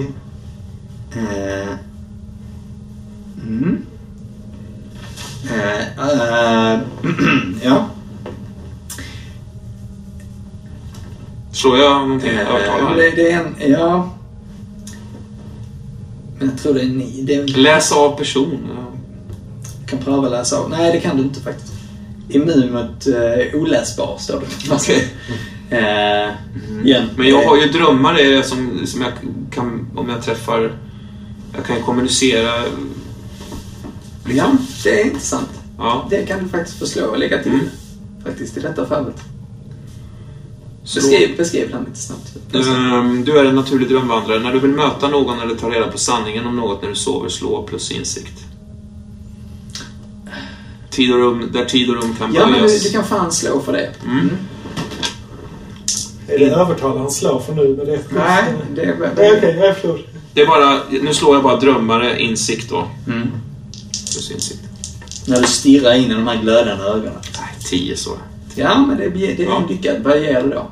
Ja. Slår jag någonting övertalare? Det är en... Ja. Men jag tror det är ni. Det är... Läs av person. Jag kan pröva läsa av. Nej, det kan du inte faktiskt. Immun mot oläsbar, står det. Okej. Igen. Men jag har ju drömmar det är som jag kan, om jag träffar, jag kan kommunicera. Ja, det är intressant. Ja. Det kan du faktiskt förslå och lägga till faktiskt i detta fallet. Beskriv den lite snabbt. Du är en naturlig drömvandrare. När du vill möta någon eller ta reda på sanningen om något när du sover, slå plus insikt. Tid och rum, där tid och rum kan böjas. Ja, men du kan fan slå för det. Är det övertalaren slår för nu? Med det? Nej, det är... Okej, jag förstår. Det är bara, nu slår jag bara drömmare, insikt då. Plus insikt. När du stirrar in i de här glödande ögonen. Nej, 10 så. Ja, men det är lyckat. Vad ger det då?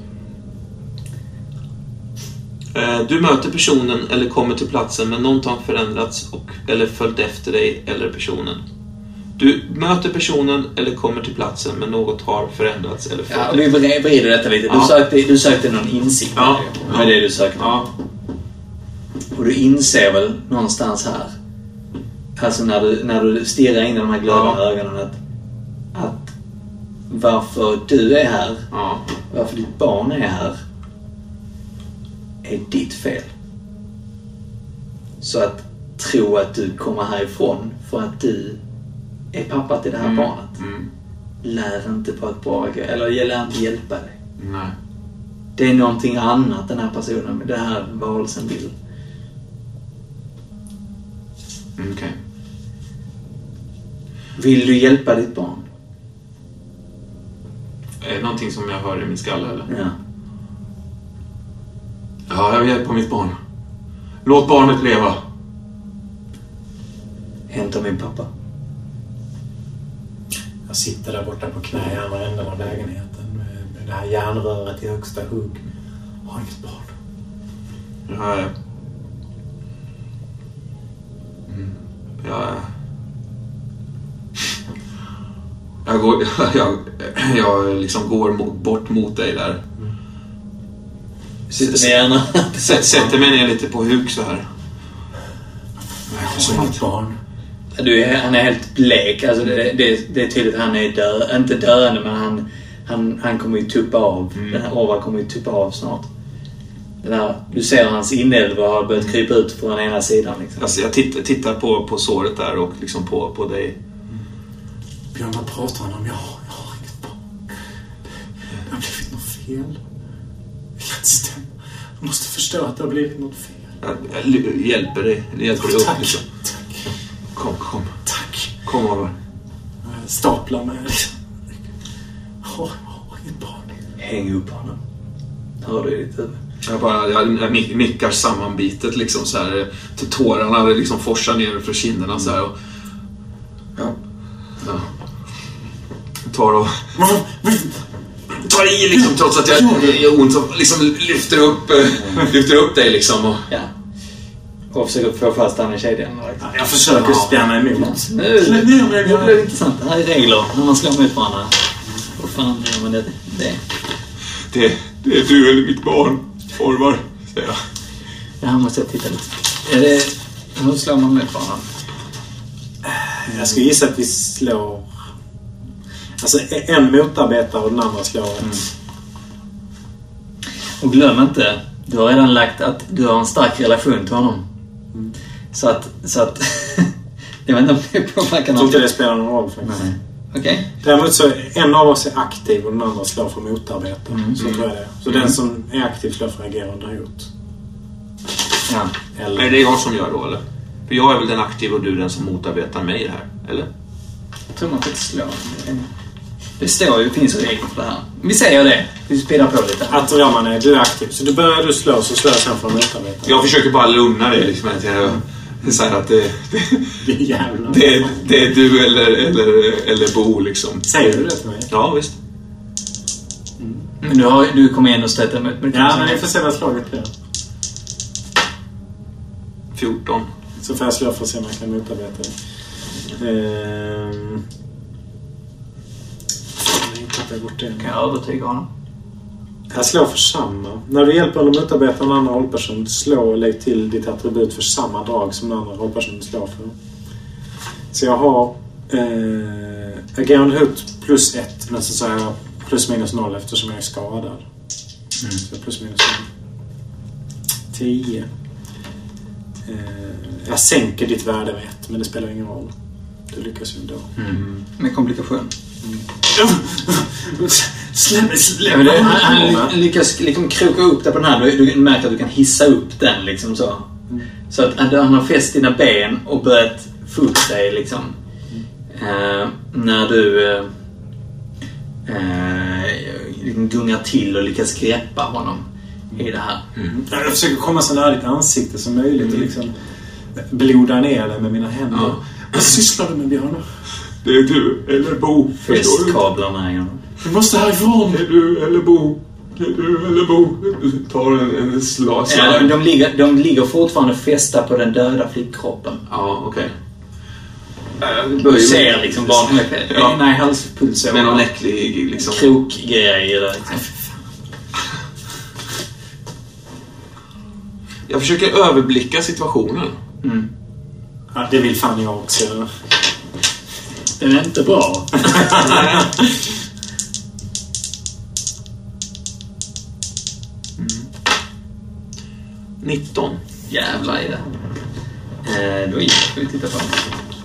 Du möter personen eller kommer till platsen men något har förändrats eller följt efter dig eller personen. Du möter personen eller kommer till platsen men något har förändrats eller följt efter dig. Ja, vi vrider detta lite. Du sökte någon insikt. Ja. Med det du sökte. Ja. Och du inser väl någonstans här, alltså när du stirrar in i de här glödande ögonen att varför du är här, varför ditt barn är här, är ditt fel. Så att tro att du kommer härifrån för att du är pappa till det här barnet lär inte på ett bra, eller lär inte hjälpa dig. Nej. Det är någonting annat den här personen med den här varelsen vill. Okej. Vill du hjälpa ditt barn? Är det någonting som jag hör i min skalle eller? Ja. Ja, jag vill hjälpa mitt barn. Låt barnet leva. Hämta min pappa. Jag sitter där borta på knä i andra änden av lägenheten med det här järnröret i högsta hugg. Har inget barn. Ja. Jag liksom går bort mot dig där. Sätter mig ner lite på huk så här. Som ett barn. Han är helt blek. Alltså det är tydligt att han är inte döende, men han kommer ju tuppa av. Den här Orvar kommer ju tuppa av snart. Du ser hans inälvor har börjat krypa ut från ena sidan. Liksom. Alltså jag tittar på såret där och liksom på dig. Björn, vad pratar han om? Jag har inget barn. Det har blivit något fel. Det kan inte stämma. Jag måste förstå att det har blivit något fel. Jag hjälper dig. Jag hjälper dig upp. Tack. Liksom. Tack. Kom. Tack. Kom över. Staplar mig. Jag har inget barn. Häng upp honom. Hör du i ditt huvud? Jag nickar sammanbitet liksom så här, till tårarna liksom forsar ner för kinderna så här och tar i liksom trots att jag gör ont och liksom lyfter upp dig liksom och och försöker få fast han i kedjan. Jag försöker spänna emot. Nu blir det intressant. Det här är regler när man slår mot varandra. Vad fan gör man det? Det är du eller mitt barn, Orvar, säger jag. här måste jag titta lite. Är det... Hur slår man med varandra? Jag skulle gissa att vi slår... Alltså en motarbetar och den andra slår ett. Och glöm inte, du har redan lagt att du har en stark relation till honom. Så att jag vet inte om det påverkar Jag tror inte det spelar någon roll faktiskt. Okay. Däremot så en av oss är aktiv och den andra slår för motarbetare. Så tror jag det. Så den som är aktiv slår för agerande hot. Ja. Eller... Är det jag som gör då, eller? För jag är väl den aktiva och du är den som motarbetar mig här, eller? Jag tror man får inte slå. Det står ju, finns regler för det här. Vi säger det. Vi spelar på lite. Att du är aktiv. Så du börjar du slå, så slår jag sen för en motarbetare. Jag försöker bara lugna dig liksom. Jag säger att det är du eller Bo liksom. Säger du det till mig? Ja, visst. Men du kommer igen och stöta mig. Ja, men jag får se vad slaget blir. 14. Så får jag slå för att se om jag kan motarbeta det. Kan jag övertyga honom? Jag slår för samma. När du hjälper eller motarbetar en annan rollperson, slå och lägg till ditt attribut för samma drag som den andra rollpersonen slår för. Så jag har agerande hot +1, men så har jag +-0 eftersom jag är skadad. Så +-0. 10. Jag sänker ditt värde med 1, men det spelar ingen roll. Du lyckas ju ändå. Med komplikation. Släpp. Han lyckas liksom kroka upp det på den här. Du märker att du kan hissa upp den liksom så. Så att han har fäst dina ben och börjat få upp dig liksom. När du gungar till och lyckas greppa honom i det här. Jag försöker komma så nära ditt ansikte som möjligt och liksom bloda ner det med mina händer. Ja. Vad sysslar du med, Björn? Det är du eller Bo. Fästkablarna igen. Du måste härifrån. Det är du eller Bo. Det är du eller Bo. Du tar en slag. Ja, de ligger fortfarande fästa på den döda flickkroppen. Ja, okej. Du ser liksom bara med halspuls med någon äcklig liksom krokgrejer där liksom. Jag försöker överblicka situationen. Ja, det vill fan jag också. Den är inte bra. 19. Jävlar i det. Då ska vi titta på den.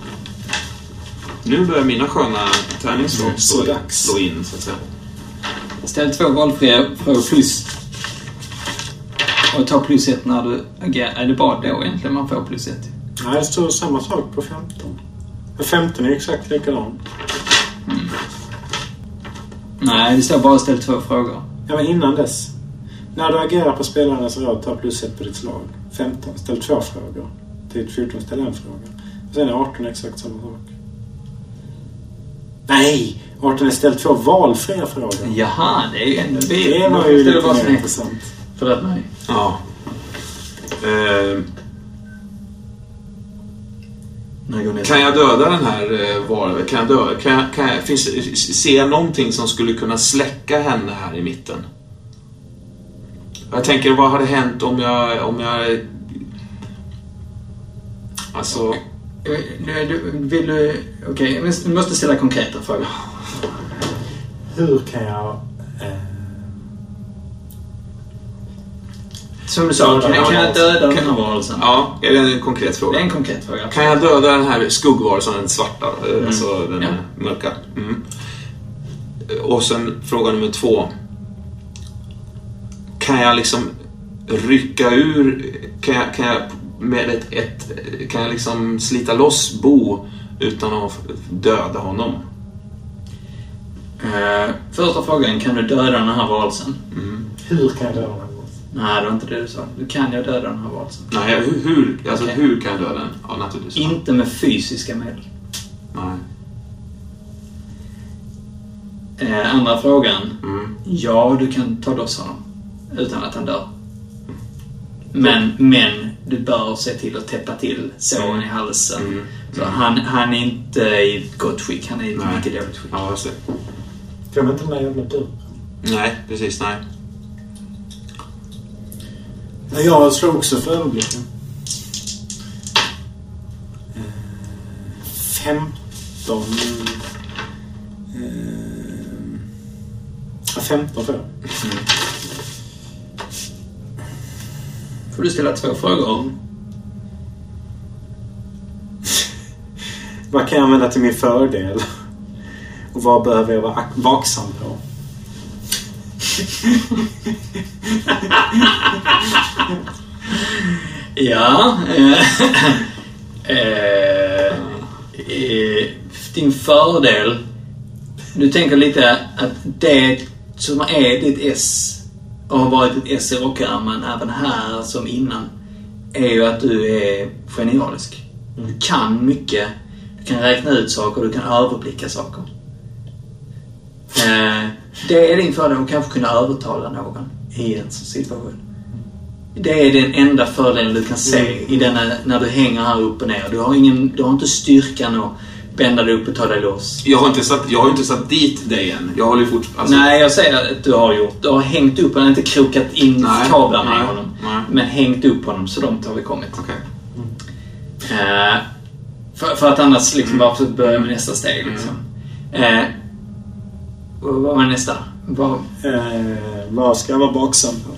Nu börjar mina sköna tärningsslag slå in så att säga. Ställ 2 valfria frågor plus. Och ta +1 när du agerar. Är det bara då egentligen man får +1? Nej, det står samma sak på 15. 15 är exakt likadan. Nej, det står bara ställ 2 frågor. Ja, men innan dess. När du agerar på spelarnas råd, ta +1 på ditt slag. 15, ställ 2 frågor. Till 14, ställ 1 fråga. Och sen är 18 exakt samma sak. Nej! 18 är ställ 2 valfria frågor. Jaha, det är ju ändå... Det var ju lite mer intressant. Förlåt mig. Ja. Kan jag döda den här varelsen? Ser jag någonting som skulle kunna släcka henne här i mitten? Jag tänker, vad hade hänt om jag alltså... Vill du... Okej, vi måste ställa konkreta frågor. Hur kan jag... Som du sa, kan jag döda den här varelsen? Ja, är det en konkret fråga? Det är en konkret fråga. Kan jag döda den här skuggvarelsen, den svarta, alltså den mörka? Och sen fråga nummer 2. Kan jag liksom rycka ur, kan jag med kan jag liksom slita loss Bo utan att döda honom? Första frågan, kan du döda den här varelsen? Hur kan jag döda den här varelsen? Nej, det var inte det du sa. Du kan jag döda den här varelsen? Nej, hur kan jag döda den? Ja, naturligtvis. Inte med fysiska medel. Nej. Andra frågan. Ja, du kan ta loss honom utan att han dör. Men du bör se till att täppa till såren i halsen. Så han är inte i gott skick. Han är i mycket dåligt skick. Ja, just det. Kan man inte med jävla dörr? Nej, precis, nej. Jag slår också för överblicken. 15. 15 för. Får du ställa 2 frågor. Vad kan jag använda till min fördel? Och vad behöver jag vara vaksam på? Ja. Din fördel. Du tänker lite att det som är ditt S och har varit ditt S i rockärmen även här som innan är ju att du är genialisk. Du kan mycket. Du kan räkna ut saker, du kan överblicka saker. Det är din fördel att kanske kunna övertala någon i en sån situation. Det är den enda fördelen du kan se i denna, när du hänger här uppe och ner. Du har inte styrkan att bända dig upp och ta dig loss. Jag har inte satt dit dig än. Jag håller alltså... Nej, jag säger att du har gjort. Du har hängt upp, han har inte krokat in kablarna i honom. Nej. Men hängt upp honom, så långt har vi kommit. Okay. För att annars liksom bara för att börja med nästa steg liksom. Vad var nästa? Vad ska jag vara baksam på?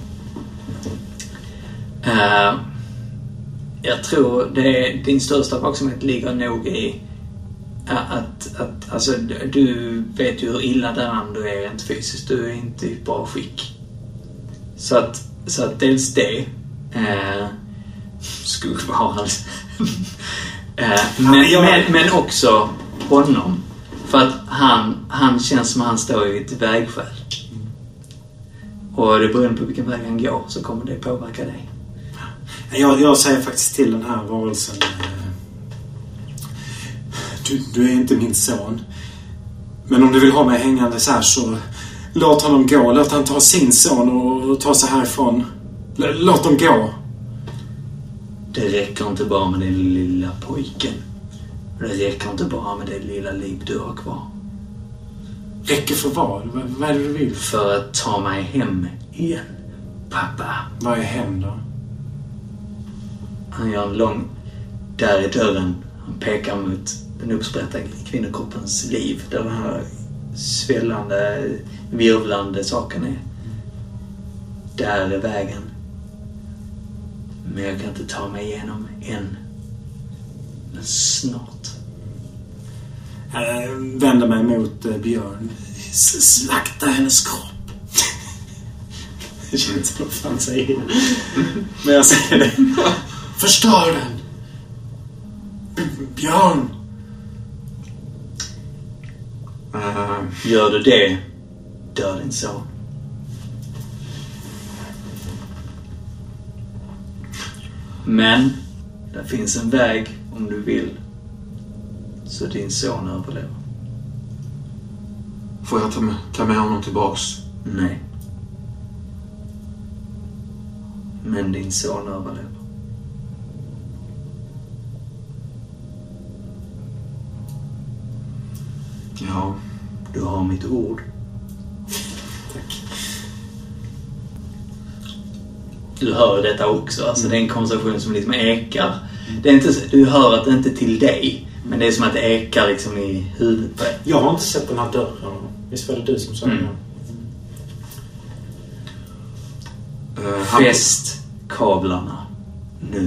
Jag tror din största vaksamhet ligger nog i att alltså, du vet ju hur illa däran du är rent fysiskt. Du är inte i bra skick. Så att dels det skulle vara alls. Men också honom. För att han känns som att han står i ett vägskäl. Och det beror på vilken väg han går så kommer det påverka dig. Jag säger faktiskt till den här varelsen. Du är inte min son. Men om du vill ha mig hängande så här, så låt honom gå. Låt han ta sin son och ta sig härifrån. Låt dem gå. Det räcker inte bara med den lilla pojken. Det räcker inte bara med det lilla liv du har kvar. Räcker för vad? Vad är det du vill? För att ta mig hem igen, pappa. Vad är hem då? Han gör en lång... Där är dörren. Han pekar mot den uppsprätta kvinnokroppens liv. Där den här svällande, virvlande saken är. Där är vägen. Men jag kan inte ta mig igenom än. Men snart. Jag vänder mig mot Björn. Slakta hennes kropp. Det känns som vad fan säger. Men jag säger det. Förstör den. Björn. Gör du det, dör din son. Men det finns en väg om du vill, så din son överlever. Får jag ta med honom tillbaks? Nej. Men din son överlever. Ja. Du har mitt ord. Tack. Du hör detta också. Alltså det är en konversation som liksom ekar. Det är inte, du hör att det inte är till dig. Men det är som att det ekar liksom i huvudet på dig. Jag har inte sett den här dörren. Visst var det du som sa det? Fäst kablarna nu.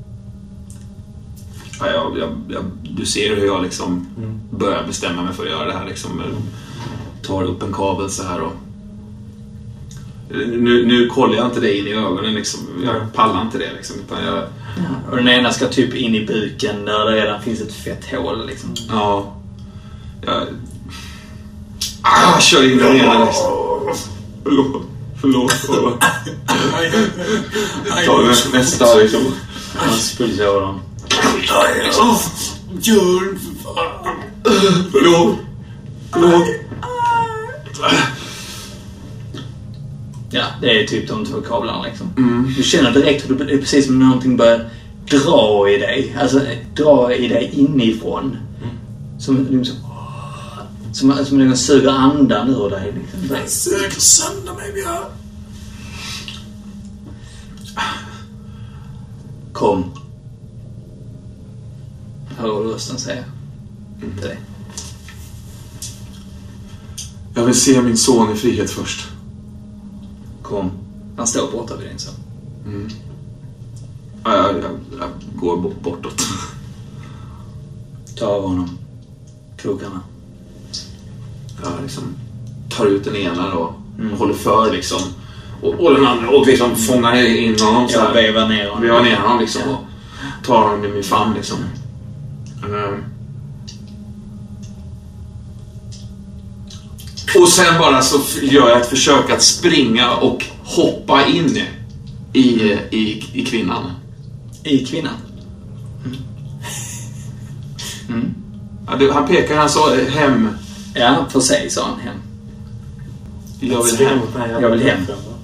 Ja, du ser hur jag liksom börjar bestämma mig för att göra det här. Liksom, tar upp en kabel så här och... Nu kollar jag inte dig in i ögonen liksom. Jag pallar inte det liksom, utan jag... Ja, och den ena ska typ in i buken där det redan finns ett fett hål liksom. Ja. Jag kör in den ena liksom. Förlåt. Ta nästa liksom. Han spulsar dem. Björn, för fan. Förlåt. Ja, det är typ de två kablarna liksom. Du känner direkt hur det är precis som någonting börjar dra i dig. Alltså dra i dig inifrån. Som någon suger andan ur dig liksom. Jag söker sönder mig, Björn. Kom. Hör du rösten säga till dig? Jag vill se min son i frihet först. Kom. Han står borta vid din son. Ja, jag går bortåt. Ta av honom krokarna. Jag liksom tar ut den ena då. Och håller för liksom. Och den andra och liksom fångar in honom så här. Vevar ner honom liksom. Och tar honom i min famn liksom. Och sen bara så gör jag ett försök att springa och hoppa in i kvinnan. I kvinnan? Ja, han pekar, han sa hem. Ja, för sig sa han hem. Jag vill hem.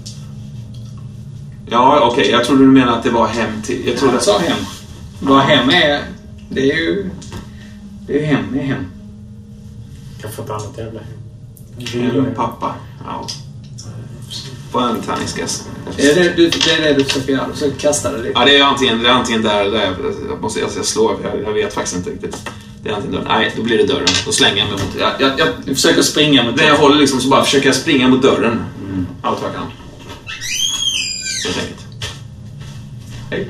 Ja, okej. Jag trodde du menade att det var hem till... Jag trodde... Han sa hem. Vad hem är... Det är ju hem är hem. Jag får ett annat jävla hem. Pappa. Ja. På en tärningsgäst. Det är det du försöker göra. Du försöker kasta det lite. Ja, det är antingen där jag slår. Jag vet faktiskt inte riktigt. Det är antingen dörren. Nej, då blir det dörren. Då slänger jag mig mot... Du försöker springa mot dörren. Jag håller liksom så bara försöker jag springa mot dörren. Allt vad jag kan. Helt enkelt. Hej.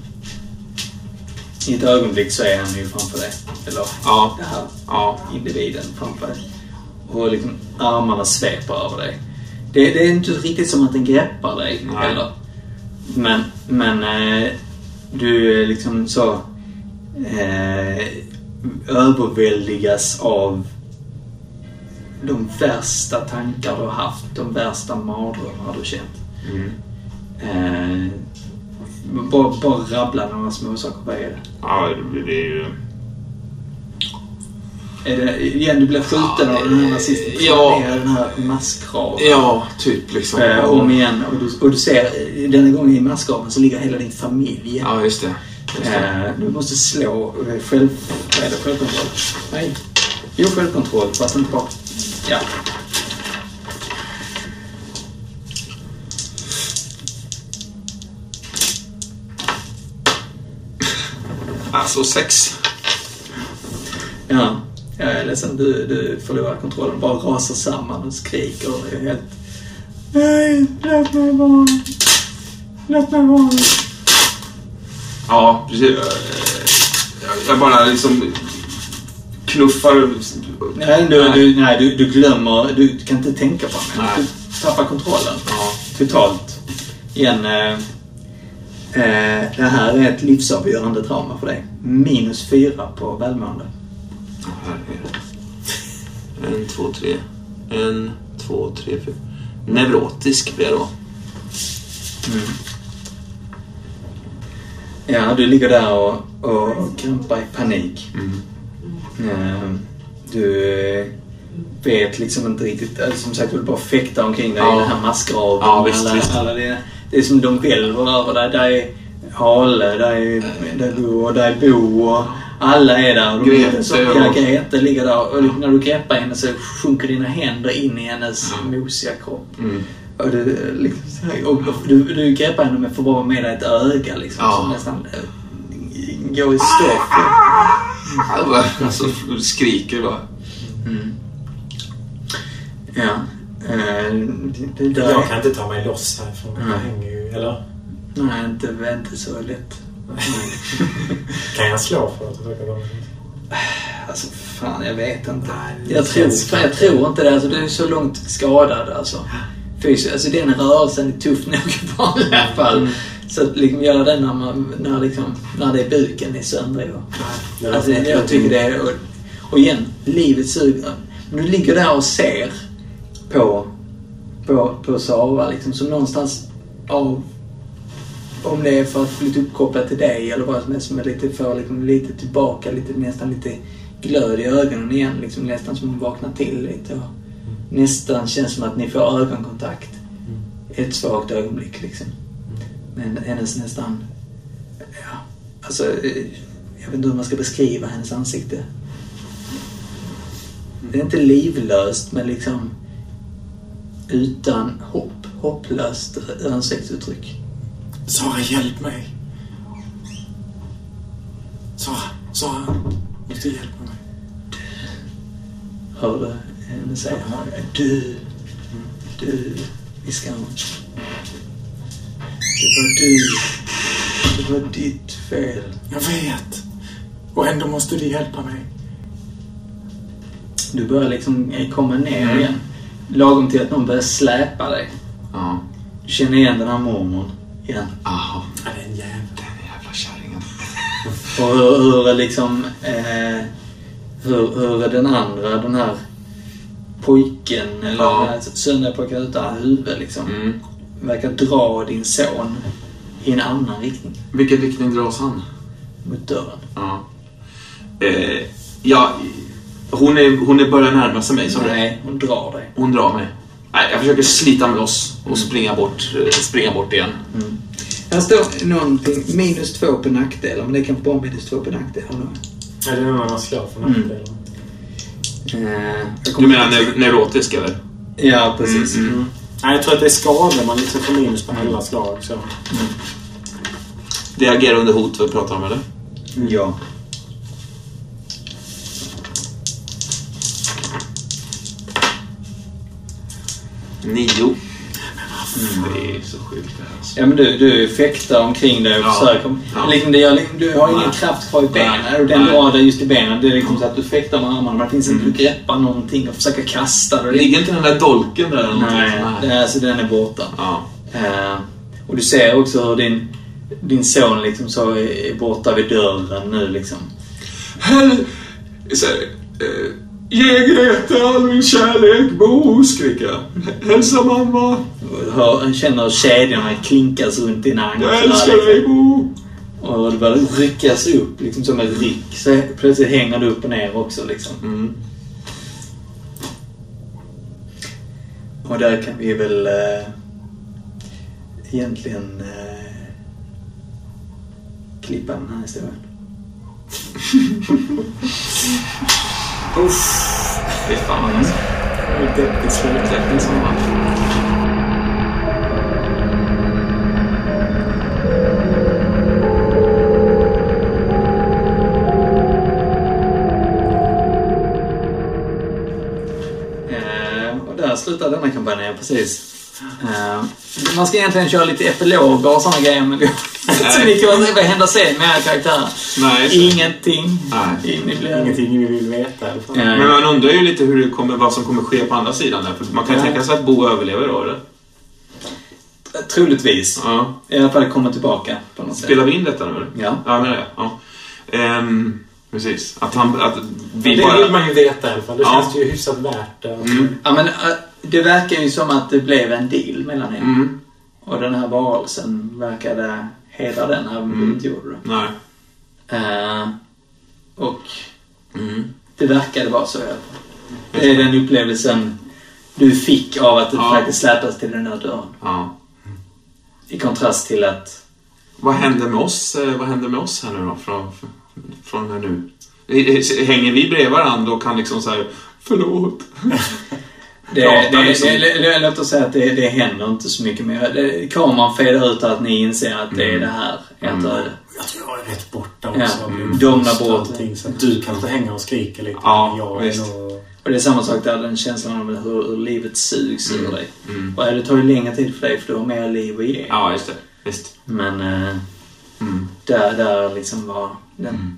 I ett ögonblick så är han ju framför dig. Eller ja. Det här individen framför dig. Och liksom armarna sveper över dig. Det är inte riktigt som att den greppar dig. Nej. Eller. Men du liksom så överväldigas av de värsta tankar du har haft. De värsta mardrömmar du känt. Bara rabbla några små saker. Vad är det? Ja, det är ju... Är det igen, du blir skjuten av den här nazisten? Ja. Den här maskraven. Ja, typ liksom. Om igen. Och du ser, denna gången i maskraven så ligger hela din familj. Ja, just det. Du måste slå självkontroll. Nej. Jo, självkontroll. Fast inte bara... Ja. Alltså 6. Ja, jag är ledsen. Du förlorar kontrollen. Bara rasar samman och skriker och är helt... Nej, låt mig vara. Låt mig vara. Ja, precis. Jag bara liksom knuffar... Nej, du glömmer... Du kan inte tänka på mig. Nej. Du tappar kontrollen. Ja. Totalt. Igen... det här är ett livsavgörande trauma för dig. -4 på välmående. Här är det. 1, 2, 3. 1, 2, 3, 4. Neurotisk blir jag då. Ja, du ligger där och krampar i panik. Du vet liksom inte riktigt... Som sagt, du vill bara fäkta omkring dig i den här maskraven. Ja, visst. Det är som de välver över dig. Där är Ale, där är Bo och alla är där. Grete ligger där och när du greppar henne så sjunker dina händer in i hennes mosiga kropp. Och du greppar henne med för bara med dig ett öga liksom, som nästan går i stopp. Alltså, skriker bara. Ja. Jag kan inte ta mig loss härifrån. Jag hänger ju, eller? Nej, inte så lätt. Kan jag slå för att försöka vara med? Alltså, fan, jag vet inte. Jag tror inte det. Alltså, du är så långt skadad. Alltså, den rörelsen är tuff nog i vanliga fall. Så att liksom göra den när det är buken i sönder. Alltså, jag tycker det är... Och igen, livet suger. Men du ligger där och ser på Sara liksom, som någonstans av... Om det är för att bli uppkopplad till dig eller vad som är lite för liksom, lite tillbaka, nästan lite glöd i ögonen igen, liksom, nästan som att vakna till lite och nästan känns som att ni får ögonkontakt ett svagt ögonblick liksom. Men hennes nästan alltså jag vet inte hur man ska beskriva hennes ansikte. Det är inte livlöst men liksom utan hopplöst ansiktsuttryck. Sara, hjälp mig. sa han. Måste hjälpa mig. Hörde henne säga. Du, viskar hon. Det var ditt fel. Jag vet. Och ändå måste du hjälpa mig. Du börjar liksom komma ner igen. Lagom till att någon börjar släpa dig. Ja. Du känner igen den här mormon igen. Aha. Ja, den jävla kärringen. Och hur liksom... hur den andra, den här pojken, eller sönderpojken utan huvud liksom, verkar dra din son i en annan riktning. Vilken riktning dras han? Mot dörren. Ja. Ja, hon är börjar närma sig mig. Nej, hon drar dig. Hon drar mig. Nej, jag försöker slita mig loss och springa bort igen. Här står någonting, -2 på nackdel, men det kan bara -2 på nackdel. Ja, det är när man slår för nackdel. Du menar neurotisk eller? Ja, precis. Nej, jag tror att det är skador man liksom får minus på alla slag. Så. Det agerar under hot, vad pratar om eller? Ja. Nio. Det är så sjukt det här. Ja, men du fäktar omkring dig och försöker. Liksom du har ingen kraft kvar i benen. Och den drar dig just i benen. Det är liksom så att du fäktar med armarna. Men det finns inte du greppar någonting och försöker kasta det. Ligger inte den där dolken där? Nej, alltså den är borta. Ja. Och du ser också hur din son liksom så är borta vid dörren nu liksom. Ge Greta all min kärlek, Bo, skriker. Hälsa mamma. Han känner kedjorna klinkas runt dina anklar. Jag älskar dig, Bo. Och det börjar ryckas upp liksom som ett ryck. Så plötsligt hänger du upp och ner också liksom. Och där kan vi väl egentligen klippa den här historien. Uff. Det är fan alltså. Det är sluträckning som man. Och där slutar denna kampanjen precis. Man ska egentligen köra lite epiloger och sådana grejer, men så mycket vad händer sen med karaktärer. Ingenting. Ingenting vi vill veta. Men man undrar ju lite vad som kommer ske på andra sidan där. För man kan tänka sig att Bo överlever då, eller? Troligtvis. Ja. I alla fall komma tillbaka på något sätt. Spelar vi in detta nu? Ja. Ja, men det. Ja. Precis. Att vi det bara... vill man ju veta i alla fall. Det känns ju hyfsat värt det. Ja, men det verkar ju som att det blev en deal mellan er. Och den här varelsen verkade hedra den här inte gjorde det. Nej. Och det verkade vara så i alla fall. Det är den upplevelsen du fick av att du faktiskt släpades till den här dörren. Ja. I kontrast till att... Vad händer med oss här nu då? Från här nu? Hänger vi bredvid varandra och kan liksom så här, förlåt. Låt oss säga att det händer inte så mycket mer. Kameran fedar ut att ni inser att det är det här. Jag tror jag är rätt borta också. Domnar bort. Så att du kan inte hänga och skrika lite. Ja, visst. Och det är samma sak där, den känslan av hur livet sugs ur dig. Och det tar ju längre tid för dig för du har mer liv att ge. Ja, just det. Visst. Men där liksom var den...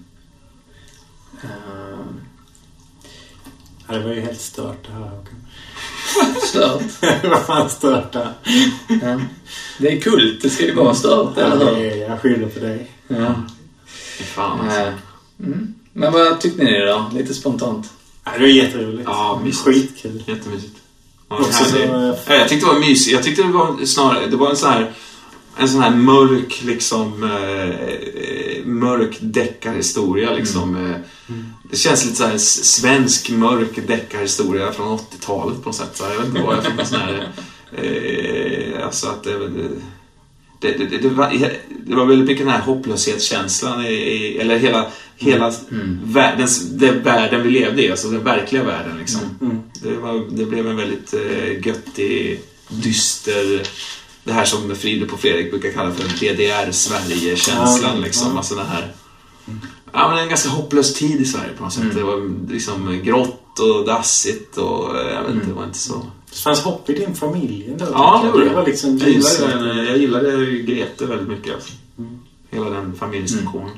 Det var ju helt stört det här. Stört? Det var fan stört det. Ja. Det är kult, det ska ju vara stört, eller hur? Jag skyller på dig. Ja. Fan alltså. Men vad tyckte ni då? Lite spontant. Det var jätteroligt. Ja, skitkul. Jättemysigt. Jag tyckte det var mysigt. Jag tyckte det var snarare... Det var en sån här mörk liksom mörk deckarhistoria liksom. Det känns lite så här svensk mörk deckarhistoria från 80-talet på något sätt. Så jag vet inte vad jag fick en sån här alltså att det var väldigt mycket den här hopplöshetskänslan eller hela världen vi levde i, alltså den verkliga världen liksom. Det blev en väldigt göttig, dyster, det här som Filip och Fredrik brukar kalla för DDR-Sverige-känslan liksom, alltså den här Ja, men en ganska hopplös tid i Sverige på något sätt. Det var liksom grått och dassigt och jag vet inte, det var inte så... Det fanns hopp i din familj ändå. Ja, det var liksom jag gillade Grete väldigt mycket. Alltså. Hela den familjesektionen.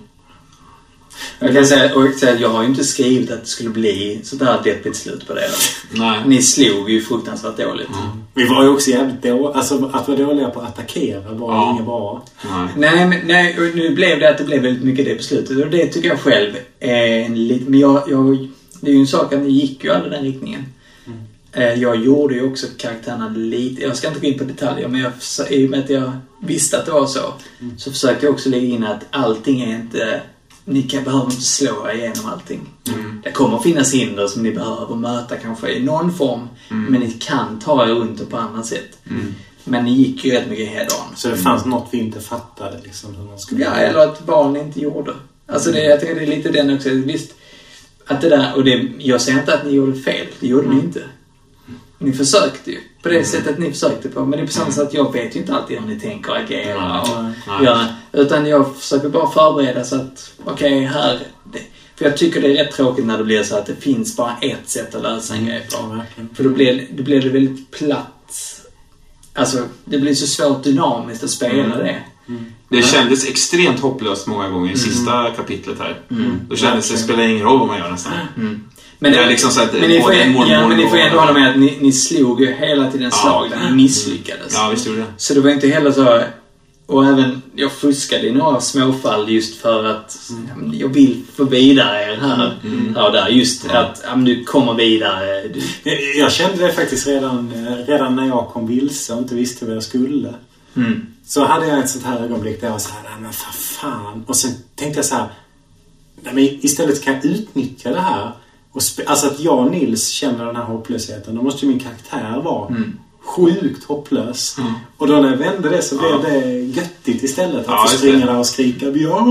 Jag kan säga att jag har ju inte skrivit att det skulle bli sådär deppigt slut på det. Nej. Ni slog ju fruktansvärt dåligt. Vi var ju också jävligt dåliga. Alltså att vara dåliga på att attackera var inget bra. Nej, nu blev det att det blev väldigt mycket det på slutet. Och det tycker jag själv är en liten... Men det är ju en sak att ni gick ju aldrig den riktningen. Jag gjorde ju också karaktärerna lite... Jag ska inte gå in på detaljer, men i och med att jag visste att det var så försökte jag också lägga in att allting är inte... Ni behöver inte slå igenom allting. Det kommer att finnas hinder som ni behöver möta kanske i någon form. Men ni kan ta er runt det på annat sätt. Men ni gick ju rätt mycket head-on. Så det fanns något vi inte fattade liksom, hur man skulle... Ja, eller att barn inte gjorde. Alltså jag tycker det är lite den också. Visst, att det där... Och jag säger inte att ni gjorde fel. Det gjorde ni inte. Ni försökte ju. På det sättet ni försökte på. Men det är på samma sätt att jag vet ju inte alltid hur ni tänker och agera. Utan jag försöker bara förbereda så att här... För jag tycker det är rätt tråkigt när det blir så att det finns bara ett sätt att lösa en grej på. För då blir det väldigt platt. Alltså, det blir så svårt dynamiskt att spela det. Det kändes extremt hopplöst många gånger i sista kapitlet här. Då kändes det spelar ingen roll vad man gör nästan. Men, det är liksom så att men ni får ändå hålla med att ni slog ju hela tiden slag där ni misslyckades. Ja, visst gjorde det. Så det var inte heller så... Och även jag fuskade i några småfall just för att jag vill få vidare här och där. Just att du kommer vidare. Jag kände det faktiskt redan när jag kom vilse och inte visste vad jag skulle. Så hade jag ett sånt här ögonblick där jag var så här, men för fan. Och sen tänkte jag så här, men istället kan jag utnyttja det här. Alltså att jag och Nils känner den här hopplösheten. Då måste ju min karaktär vara sjukt hopplös. Och då när jag vände det så blev det göttigt istället. Att få springa där och skrika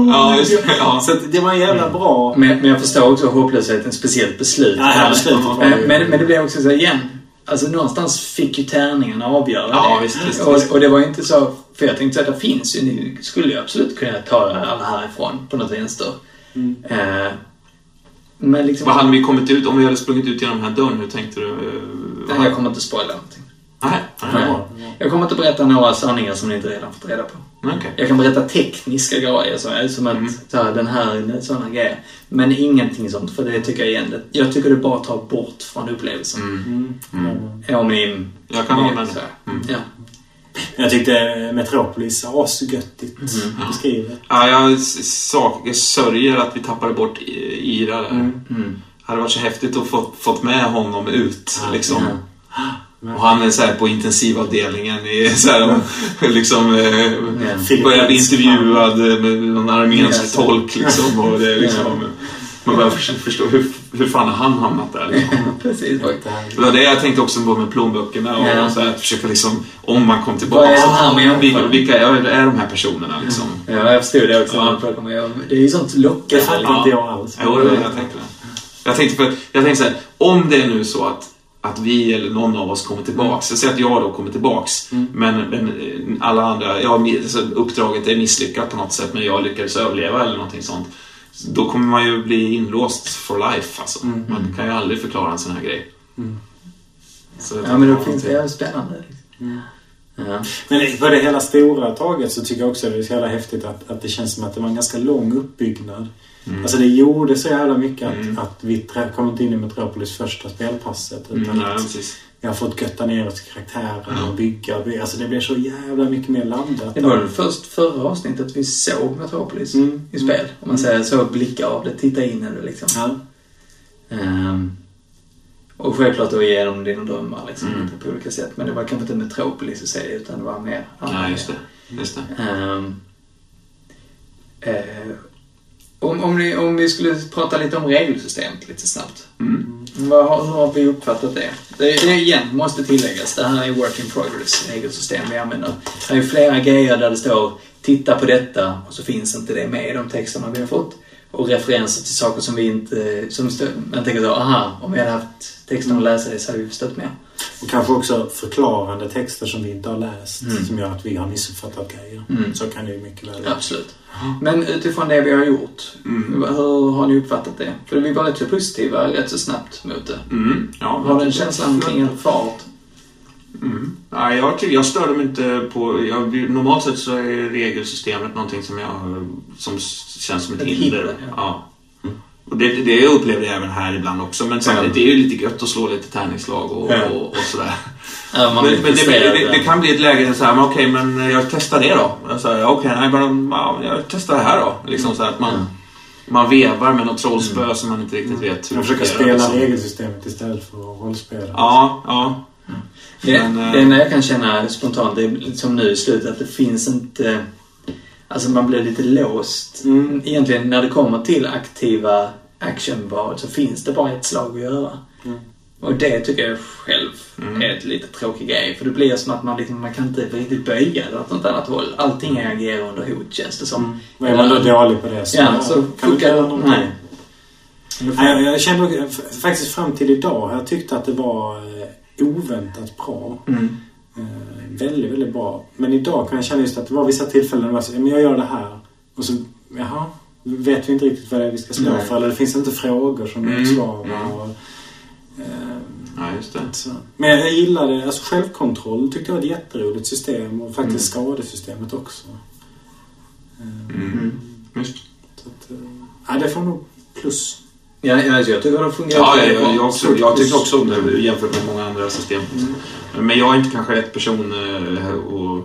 Så det var jävla bra. Men jag förstår också hopplösheten, speciellt beslut. Men det blev också så igen. Alltså någonstans fick ju tärningarna avgöra det. Visst. Och det var ju inte så... För jag tänkte att det finns ju... Ni skulle ju absolut kunna ta alla härifrån på något vänster. Men liksom... Vad hade vi kommit ut? Om vi hade sprungit ut genom den här dörren, hur tänkte du? Nej, jag kommer inte spoila någonting. Nej. Jag kommer inte berätta några sanningar som ni inte redan fått reda på. Okay. Jag kan berätta tekniska grejer som att den här sådana grejer. Men ingenting sånt, för det tycker jag igen. Jag tycker det bara tar bort från upplevelsen. Jag kan hålla med det. Jag tyckte Metropolis asgöttigt beskrivet. Ja, jag sörjer att vi tappade bort Ira där. Hade varit så häftigt att fått med honom ut liksom. Och han är så här på intensivavdelningen liksom börjar bli intervjuad med någon armensk tolk liksom, och det liksom man börjar förstå hur fan har han hamnat där liksom. Precis. Det var det jag tänkte också på med plånböckerna och så här, att försöka liksom, om man kom tillbaka vilka är de här personerna liksom. Ja, jag förstod det också. Det är ju sånt lockande. Det fattar inte jag alls. Jag tänkte så här, om det är nu så att vi eller någon av oss kommer tillbaks. Jag säger att jag då kommer tillbaks. Men alla andra, uppdraget är misslyckat på något sätt, men jag lyckades överleva eller någonting sånt. Då kommer man ju bli inlåst for life alltså. Man kan ju aldrig förklara en sån här grej. Så men då finns det spännande. Men på det hela stora taget så tycker jag också att det är så jävla häftigt att det känns som att det var en ganska lång uppbyggnad. Alltså det gjorde så jävla mycket att vi kom inte in i Metropolis första spelpasset, utan vi har fått götta ner oss till karaktären och bygga. Alltså det blir så jävla mycket mer laddat. Det var först förra avsnittet att vi såg Metropolis i spel. Om man säger så, blicka av det, titta in i det liksom. Och självklart då igenom dina drömmar liksom, på olika sätt. Men det var kanske inte Metropolis i sig, utan det var mer... Ja, just det. Om vi skulle prata lite om regelsystemet lite snabbt. Hur har vi uppfattat det? Det igen måste tilläggas. Det här är work in progress regelsystem vi använder. Det är flera grejer där det står titta på detta och så finns inte det med i de texterna vi har fått. Och referenser till saker som vi inte... man tänker så, om vi hade haft texten att läsa det så hade vi förstått mer. Och kanske också förklarande texter som vi inte har läst som gör att vi har missuppfattat grejer. Så kan det ju mycket väl. Absolut. Men utifrån det vi har gjort, hur har ni uppfattat det? För vi var rätt så positiva rätt så snabbt mot det. Ja, har den känslan kring en fart? Nej, jag störde mig inte på... normalt sett så är regelsystemet någonting som känns som ett hinder. Ja. Och det upplevde jag även här ibland också. Men samtidigt det är ju lite gött att slå lite tärningslag och sådär. Ja, men det kan bli ett läge så här, men okej, men jag testar det då. Jag testar det här då. Liksom så här att man vevar med något trollspö som man inte riktigt vet hur man försöker spela liksom regelsystemet istället för att rollspela. Ja. Det enda jag kan känna spontant är som nu i slutet att det finns inte... Alltså man blir lite låst. Egentligen när det kommer till aktiva actionval så finns det bara ett slag att göra. Och det tycker jag själv är ett lite tråkig grej. För det blir som att man kan inte riktigt böja det åt något annat håll. Allting agerar under hot, känns det som. Är man då dålig på det så, så funkar det någonting. Nej. Jag kände faktiskt fram till idag, jag tyckte att det var oväntat bra. Väldigt, väldigt bra. Men idag kan jag känna just att det var vissa tillfällen där men jag gör det här. Och så, vet vi inte riktigt vad det är vi ska slå för. Eller det finns inte frågor som motsvarar. Ja, just det. Så. Men jag gillade, alltså självkontroll tyckte jag var ett jätteroligt system. Och faktiskt skadesystemet också. Just. Så att, det får nog plus. Ja, jag tycker det fungerar. Jag tycker också om det jämfört med många andra system. Men jag är inte kanske rätt person och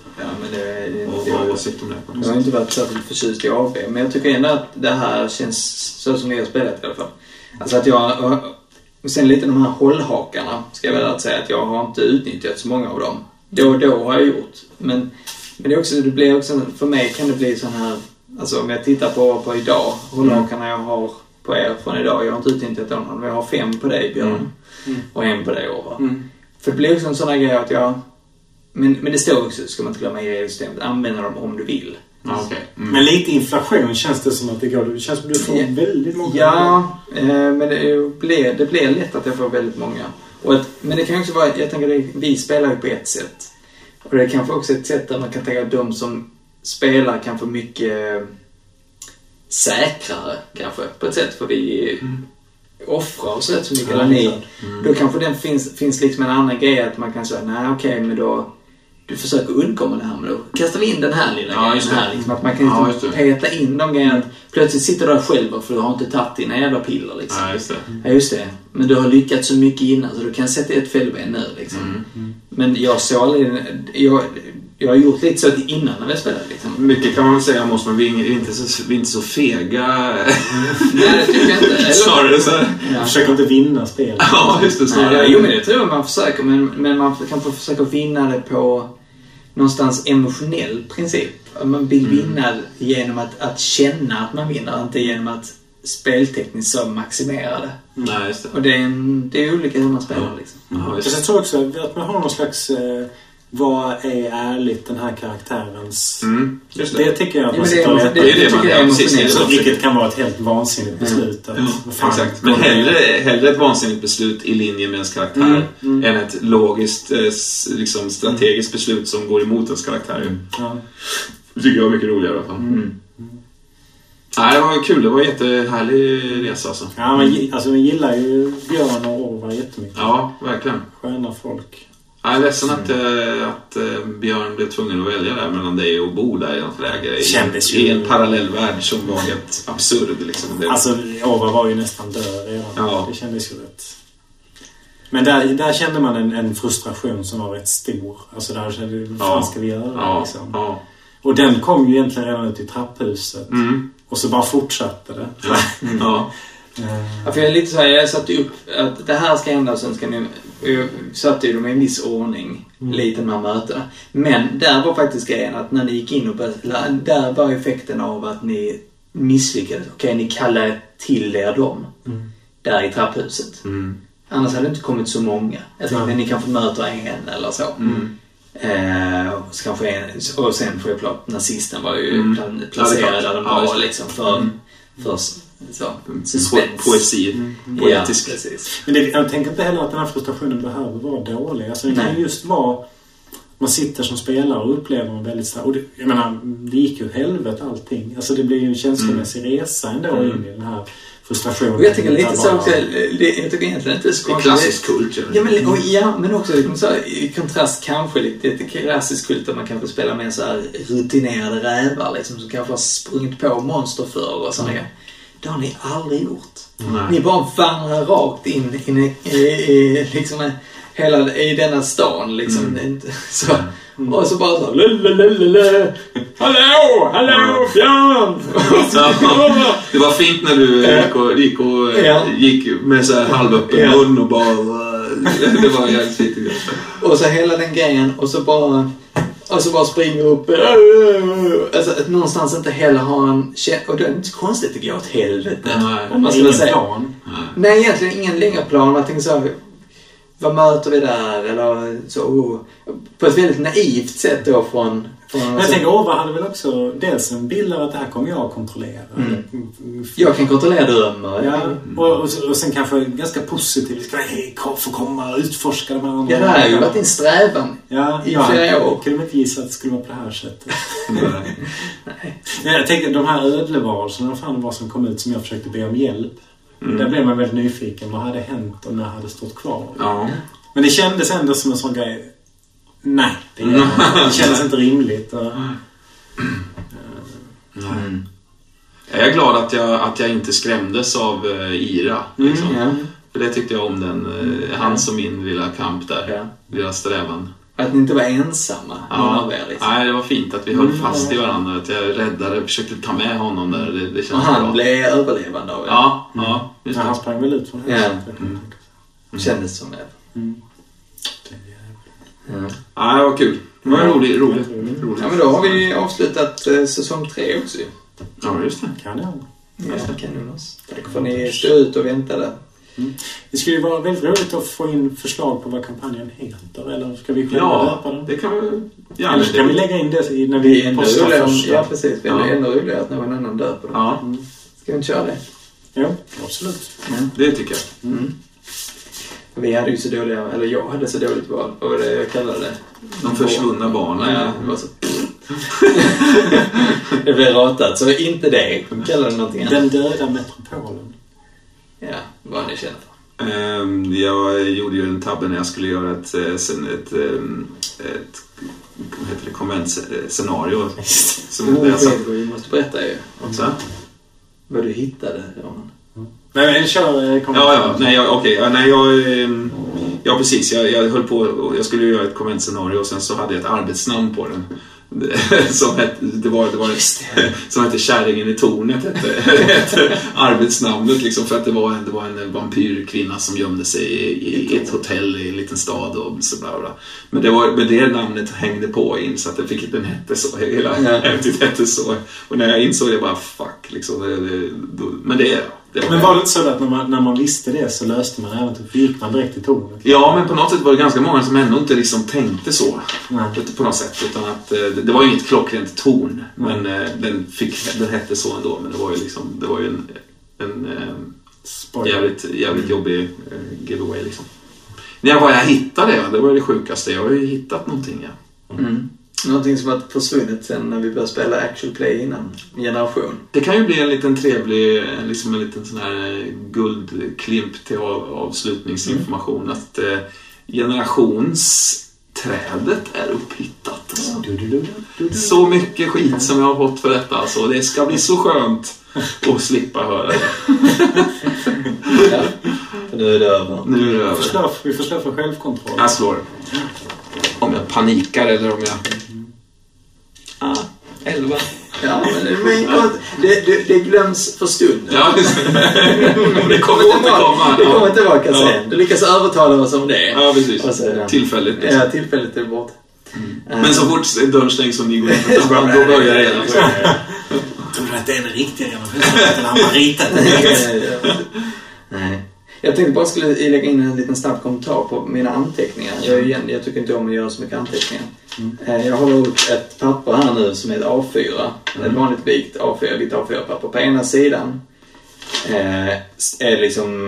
åsikt om det. Jag har inte varit särskilt förtjust i AV, men jag tycker ändå att det här känns så som ni har spelat i alla fall. Alltså att och sen lite de här hållhakarna ska jag väl säga att jag har inte utnyttjat så många av dem. Då har jag gjort. Men det blir också, för mig kan det bli sån här, alltså om jag tittar på idag, hållhakarna jag har på er från idag, jag har inte utnyttjat dem, men jag har 5 på dig, Björn, och 1 på dig, Ova. För det blir också en sån här grej att men det står också, ska man inte glömma i systemet, använda dem om du vill. Okay. Men lite inflation känns det som att det går. Det känns som att du får väldigt många. Ja, men det blir lätt att jag får väldigt många. Men det kan också vara, jag tänker att vi spelar ju på ett sätt. Och det är kanske också ett sätt där man kan tänka att de som spelar kan få mycket säkrare kanske på ett sätt, för vi offrar oss rätt så mycket eller ni. Då kanske den finns liksom en annan grej att man kan säga nej okej, men då du försöker undkomma det här, men då kastar vi in den här lilla grejen här liksom, att man kan liksom peta in de grejerna. Plötsligt sitter du där själv för du har inte tagit dina jävla piller liksom. Ja, just det. Men du har lyckats så mycket innan så du kan sätta ett fällben nu liksom. Men jag har gjort lite så innan när vi spelade liksom. Mycket kan man väl säga måste man, vi är inte så fega. Nej, det tycker jag inte. Snarare så här. Jag försöker inte vinna spel. Ja, just det. Snarare. Jo, men det tror jag man försöker. Men man kan få försöka vinna det på någonstans emotionell princip. Man vill vinna genom att känna att man vinner, inte genom att speltekniskt så maximera det. Nej, just det. Och det är olika hur man spelar liksom. Jag tror också att man har någon slags vad är ärligt den här karaktärens... Just det tycker jag att man vilket kan vara ett helt vansinnigt beslut. Exakt. Men hellre ett vansinnigt beslut i linje med ens karaktär än ett logiskt liksom, strategiskt beslut som går emot ens karaktär. Det tycker jag var mycket roligare i alla fall. Nej, det var kul. Det var en jättehärlig resa alltså. Ja, men man gillar ju Björn och Orvar jättemycket. Ja, verkligen. Sköna folk. Jag är ledsen att Björn blev tvungen att välja där mellan dig och Bo där i något läge i en parallell värld som var helt absurd liksom. Alltså, Orvar var ju nästan död redan. Ja. Det kändes ju rätt. Men där kände man en frustration som var rätt stor. Alltså där kände vad fan ska vi göra liksom. Ja. Och den kom ju egentligen redan ut i trapphuset. Och så bara fortsatte det. Ja, för jag är lite så här, jag satte upp att det här ska hända och sen ska ni... Jag satte ju dem i en viss ordning lite med mötena. Men där var faktiskt grejen att när ni gick in och började, där var effekten av att ni misslyckades. Okej, ni kallade till er dem där i trapphuset. Annars hade det inte kommit så många. Jag tänkte ni kan få möta en eller så. Så kanske och sen självklart nazisten var ju placerad där de var liksom för Poesi. Poetisk. Ja, precis. Men jag tänker inte heller att den här frustrationen behöver vara dålig. Alltså det kan just vara man sitter som spelare och upplever en väldigt stark... Jag menar, det gick ju helvete allting. Alltså det blir ju en känslomässig resa ändå in i den här frustrationen. Och jag tycker lite så också, jag tycker egentligen inte det är klassisk kult. Men också så här, i kontrast kanske lite klassisk kult där man kanske spelar med så här rutinerade rävar liksom, som kanske har sprungit på monster förr och sådana grejer. Det har ni aldrig gjort. Ni bara vandrar rakt in i liksom hela i denna stan liksom så. Och så bara så hallå Björn. Det var fint när du gick med så här halvöppen mun och bara det var jävligt fint. Och så hela den grejen och så bara springer upp alltså att någonstans inte heller har en och det är inte konstigt att gå åt helvete. Om man skulle säga plan. Nej, egentligen ingen längre plan. Jag tänker så här, vad möter vi där? Eller så, på ett väldigt naivt sätt då från men jag tänker, Ova hade väl också dels en bild av att det här kommer jag att kontrollera. Jag kan kontrollera drömmar. Ja, och sen kanske ganska positivt. Ska jag få komma och utforska de andra. Ja, det här har ju varit en strävan i flera år. Jag kunde inte gissa att det skulle vara på det här sättet. Nej. Jag tänkte, de här ödlevarelserna fan var som kom ut som jag försökte be om hjälp. Där blev man väldigt nyfiken. Vad hade hänt om jag hade stått kvar? Ja. Men det kändes ändå som en sån grej. Nej, det känns inte rimligt. Jag är glad att jag inte skrämdes av Ira. Liksom. För det tyckte jag om den. Hans och min lilla kamp där. Lilla strävan. Att ni inte var ensamma. Nej, det var fint att vi höll fast i varandra. Att jag räddade, försökte ta med honom där. Det känns och han bra. blev överlevande av det. Ja. Han sprang väl ut från det. Kändes som det. Ja, det var kul. Det var roligt. Ja, men då har vi avslutat säsong 3 också. Ja, just det. Kanon. Tack för att ni stod ut och väntade. Det skulle ju vara väldigt roligt att få in förslag på vad kampanjen heter. Eller ska vi själva döpa den? Det kan vi... Eller ska vi lägga in det när vi postar första? Ja, precis. Det är ändå roligare att någon annan döper den. Ja. Ska vi inte köra det? Ja, absolut. Det tycker jag. Vi hade ju så dåliga, eller jag hade så dåligt val. Vad var det jag kallade det? De försvunna barnen. Ja, det var så... det blev ratat, så inte det. De kallade det någonting annat. Den döda metropolen. Ja, vad ni känner för. Jag gjorde ju en tabbe när jag skulle göra ett konventscenario. Vi måste berätta ju. Så? Vad du hittade, Roman. Nej, kör Ja, precis. Jag höll på, jag skulle göra ett konventscenario och sen så hade jag ett arbetsnamn på den. Som hette Kärringen i tornet hette arbetsnamnet liksom, för att det var en vampyrkvinna som gömde sig i ett hotell i en liten stad och så bla. Men det namnet hängde på in så att den hette så, hela äventyret hette så, och när jag insåg det bara fuck liksom, men men var det inte så att när man visste det så löste man äventyret, gick man direkt i tornet? Ja, men på något sätt var det ganska många som ändå inte liksom tänkte så. På något sätt, utan att det var ju inget klockrent torn, men den hette så ändå, men det var ju en jävligt jobbig giveaway liksom. När jag hittade det var det sjukaste. Jag har ju hittat någonting, Någonting som har försvunnit sen när vi började spela actual play innan generation. Det kan ju bli en liten trevlig, liksom en liten sån här guldklimp till avslutningsinformation att generationsträdet är upphittat. Alltså. Så mycket skit som jag har fått för detta. Alltså. Det ska bli så skönt att slippa höra det. Nu är det över. Vi får slå för självkontroll. Jag slår. Om jag panikar eller om jag... 11. Ja, men det glöms för stunden. Ja, det kommer återkomma. Det kommer tillbaka sen. Du lyckas övertala oss om det. Ja, precis. Tillfälligt. Ja, tillfälligt är bort. Men så fort dörren stängs som ni går in, då börjar det redan. Tror du att det är den riktiga generationen? Han har ritat det. Nej. Jag tänkte bara skulle lägga in en liten snabb kommentar på mina anteckningar. Jag tycker inte om att göra så mycket anteckningar. Jag håller upp ett papper här nu som är ett A4. Ett vanligt vikt A4-papper. På ena sidan är liksom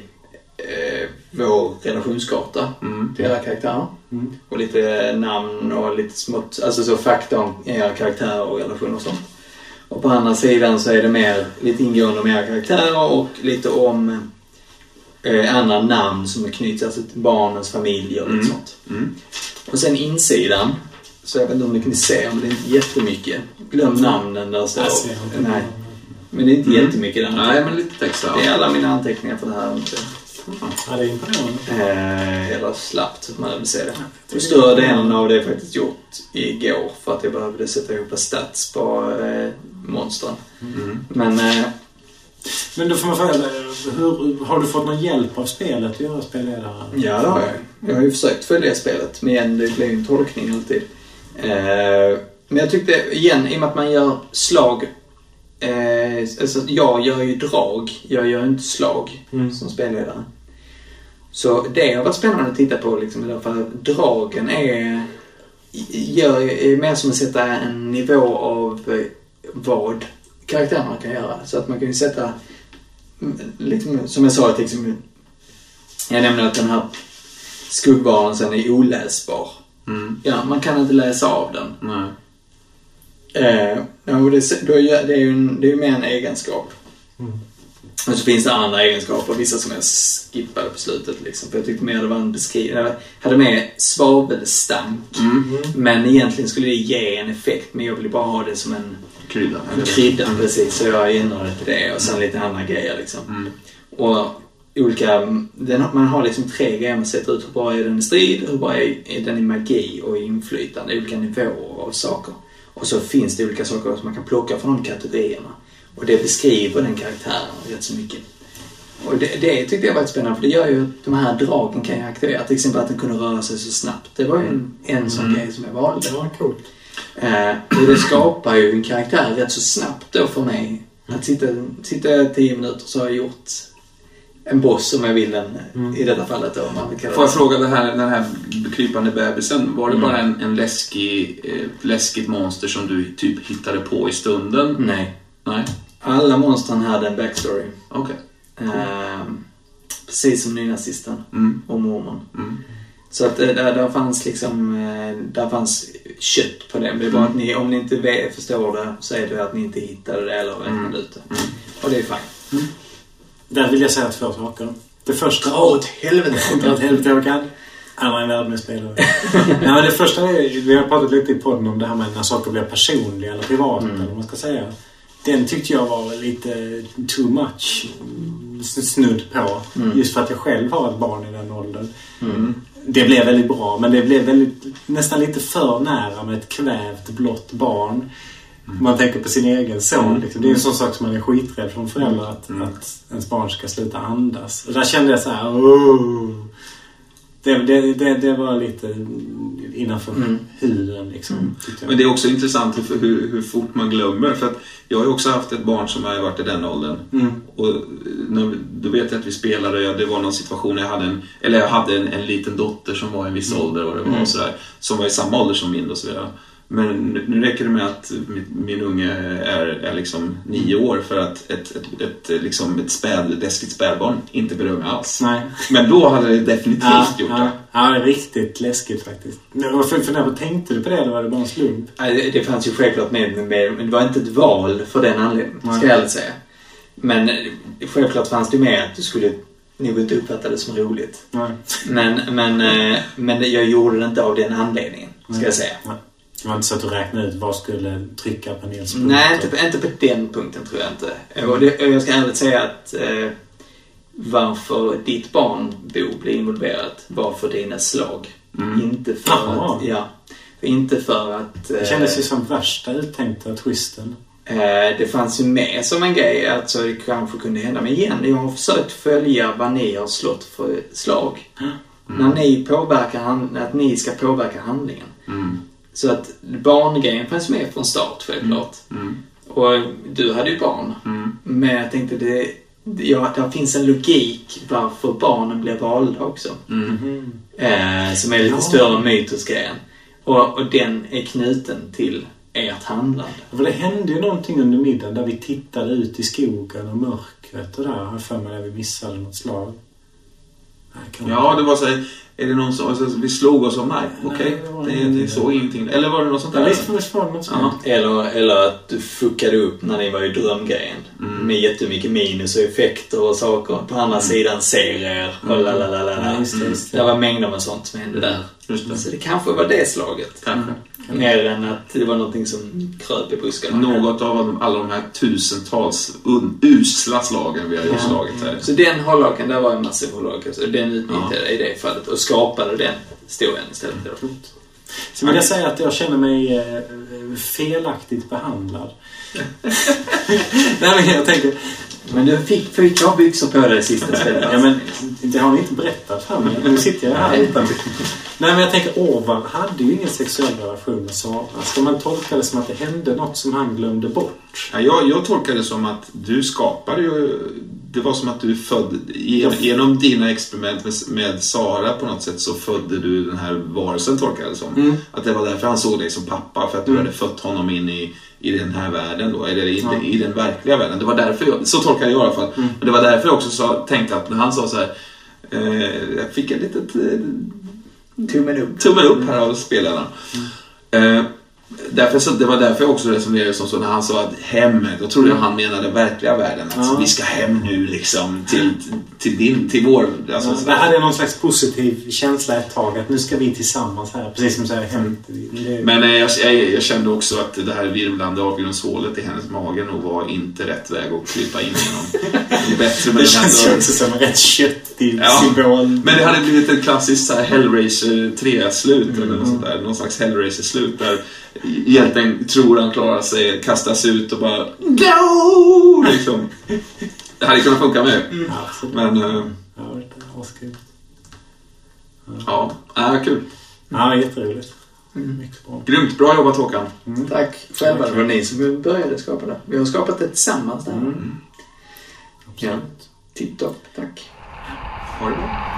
vår relationskarta till era karaktärer. Och lite namn och lite smått, alltså så fakta om era karaktärer och relationer och sånt. Och på andra sidan så är det mer lite ingående om era karaktärer och lite om andra namn som är knutna till barnens familjer och lite sånt. Och sen insidan, så jag vet inte om ni kan se, men det är inte jättemycket. Glöm namnen där står. Nej. Men det är inte jättemycket där. Nej, men lite text. Det är alla mina anteckningar för det här. Ja, det är imponerande. Eller slappt, så att man vill se det. Och större delen av det är faktiskt gjort igår för att jag behövde sätta ihop stats på monstren. Men då får man fråga, har du fått någon hjälp av spelet att göra spelledare? Ja, det har jag. Jag har ju försökt följa spelet, men det blir ju en tolkning alltid. Men jag tyckte, igen, i och med att man gör slag, alltså jag gör ju drag, jag gör inte slag som spelledare. Så det har varit spännande att titta på liksom, i alla fall. Dragen är mer som att sätta en nivå av vad karaktärerna kan göra. Så att man kan ju sätta, liksom, som jag sa till exempel, jag nämnde att den här skuggvarelsen är oläsbar. Ja, man kan inte läsa av den. Nej. Det är ju mer en egenskap. Och så finns det andra egenskaper, vissa som jag skippade på slutet liksom, för jag tyckte mer det var en beskrivning. Jag hade med svavelstank, men egentligen skulle det ge en effekt, men jag ville bara ha det som en krydda, precis, så jag ändrade till det och sen lite andra grejer liksom. Och man har liksom 3 grejer man sätter ut. Hur bra är den i strid, hur bra är den i magi och i inflytande, olika nivåer av saker. Och så finns det olika saker som man kan plocka från de kategorierna. Och det beskriver den karaktären rätt så mycket. Och det tyckte jag var spännande, för det gör ju att de här dragen kan jag aktivera. Till exempel att den kunde röra sig så snabbt. Det var ju en sån grej som jag valde. Det var coolt. Och det skapar ju en karaktär rätt så snabbt då för mig. Att sitta 10 minuter så har jag gjort en boss som jag vill i detta fallet då, man vill kalla det. Får jag fråga den här krypande bebisen, var det bara en läskigt monster som du typ hittade på i stunden? Nej. Nej. Alla monstren hade en backstory. Okej. Precis som nynazisten och mormon. Så att där fanns liksom, där fanns kött på det. Men det är bara att om ni inte förstår det, så är det att ni inte hittade det eller räknade ut det. Och det är fine. Där vill jag säga 2 saker. Det första... Åt helvete! Åt helvete jag kan. Andra i världen med spelare. Nej, men det första är, vi har pratat lite i podden om det här med när saker blir personliga eller privata, eller vad man ska säga. Den tyckte jag var lite too much snudd på. Just för att jag själv har ett barn i den åldern. Det blev väldigt bra, men det blev nästan lite för nära med ett kvävt blått barn. Man tänker på sin egen son. Liksom. Det är en sån sak som man är skiträdd från föräldrar, att ens barn ska sluta andas. Och där kände jag så här, det var lite innanför huden liksom, men det är också intressant hur fort man glömmer, för att jag har ju också haft ett barn som har varit i den åldern och då vet jag att vi spelade, det var någon situation jag hade en liten dotter som var i en viss ålder och det var sådär, som var i samma ålder som min och så vidare. Men nu räcker det med att min unge är liksom 9 år för att ett läskigt spädbarn inte berör alls. Nej. Men då hade det definitivt gjort det. Ja, det är riktigt läskigt faktiskt. För tänkte du på det, eller var det bara en slump? Det fanns ju självklart med, men det var inte ett val för den anledningen, ska jag ärligt säga. Men självklart fanns det med att du skulle nog inte uppfatta det som roligt. Nej. Men jag gjorde det inte av den anledningen, ska jag säga. Nej. Det var inte så att du räknade ut vad skulle trycka på Nils punkt? Nej, inte på den punkten tror jag inte. Och jag ska ärligt säga att varför ditt barn blir involverat var för dina slag. Inte för att... Det kändes ju som värsta uttänkta twisten. Det fanns ju med som en grej att så det kanske kunde hända. Men igen, jag har försökt följa vad ni har slått för slag. När ni påverkar att ni ska påverka handlingen. Så att barngrejen fanns med från start, självklart. Och du hade ju barn. Men jag tänkte, det finns en logik varför barnen blev valda också. Som är lite större mytisk grejen. Och den är knuten till ert handlande. För det hände ju någonting under middagen där vi tittade ut i skogen och mörkret. helkvätt där. Har för mig när vi missade något slag. Ja, det var så här, är det någon som alltså, vi slog oss om nej, okej, det såg ingenting. Eller var det något sånt där? Visst var det något sånt. Eller att du fuckade upp när ni var i drömgrejen. Med jättemycket minus och effekter och saker. På andra sidan serier och Det var mängder med sånt som hände där. Så det kanske var det slaget. Kanske. Mer än att det var någonting som kröp i buskarna. Något av alla de här tusentals usla slagen vi har ju slagit här. Så den hållaken, där var en massiv hållhake. Så den utnyttjade i det fallet och skapade den historien istället. Så vill jag säga att jag känner mig felaktigt behandlad. Nej, men jag tänker... Men du fick ha byxor på dig sista spelet. Ja, men det har ni inte berättat för mig. Nu sitter jag här utan. Nej, men jag tänker, Orvar hade ju ingen sexuell relation med Sara. Ska man tolka det som att det hände något som han glömde bort? Ja, jag tolkar det som att du skapade ju... Det var som att du födde... Genom dina experiment med Sara på något sätt så födde du den här varelsen, tolkar det som. Att det var därför han såg dig som pappa. För att du hade fött honom in i den här världen då. Eller i den verkliga världen. Det var därför så tolkar jag i alla fall. Men det var därför jag också tänkte att när han sa så här... jag fick en litet... tummen upp här av spelarna. Det var därför jag också resonerade som så när han sa att hemmet, då trodde jag han menade verkliga världen, att vi ska hem nu liksom till vår alltså, det hade någon slags positiv känsla ett tag att nu ska vi tillsammans här, precis som så här hem. Men jag kände också att det här virvlande avgrundshålet i hennes mage nog var inte rätt väg att klippa in genom. Det är bättre med det känns ju också som en rätt köttig symbol. Men det hade blivit ett klassiskt så här Hellraiser 3-slut eller något sånt där, någon slags Hellraiser-slut där hjälten tror han klarar sig, kastas ut och bara go! Liksom. Det hade kunnat funka med. Men kul. Ja, jätteroligt. Mycket bra. Grymt, bra jobbat Håkan. Tack själva, det var ni som började skapa det. Vi har skapat det tillsammans där. Absolut. Tipptopp, tack. Ha det bra.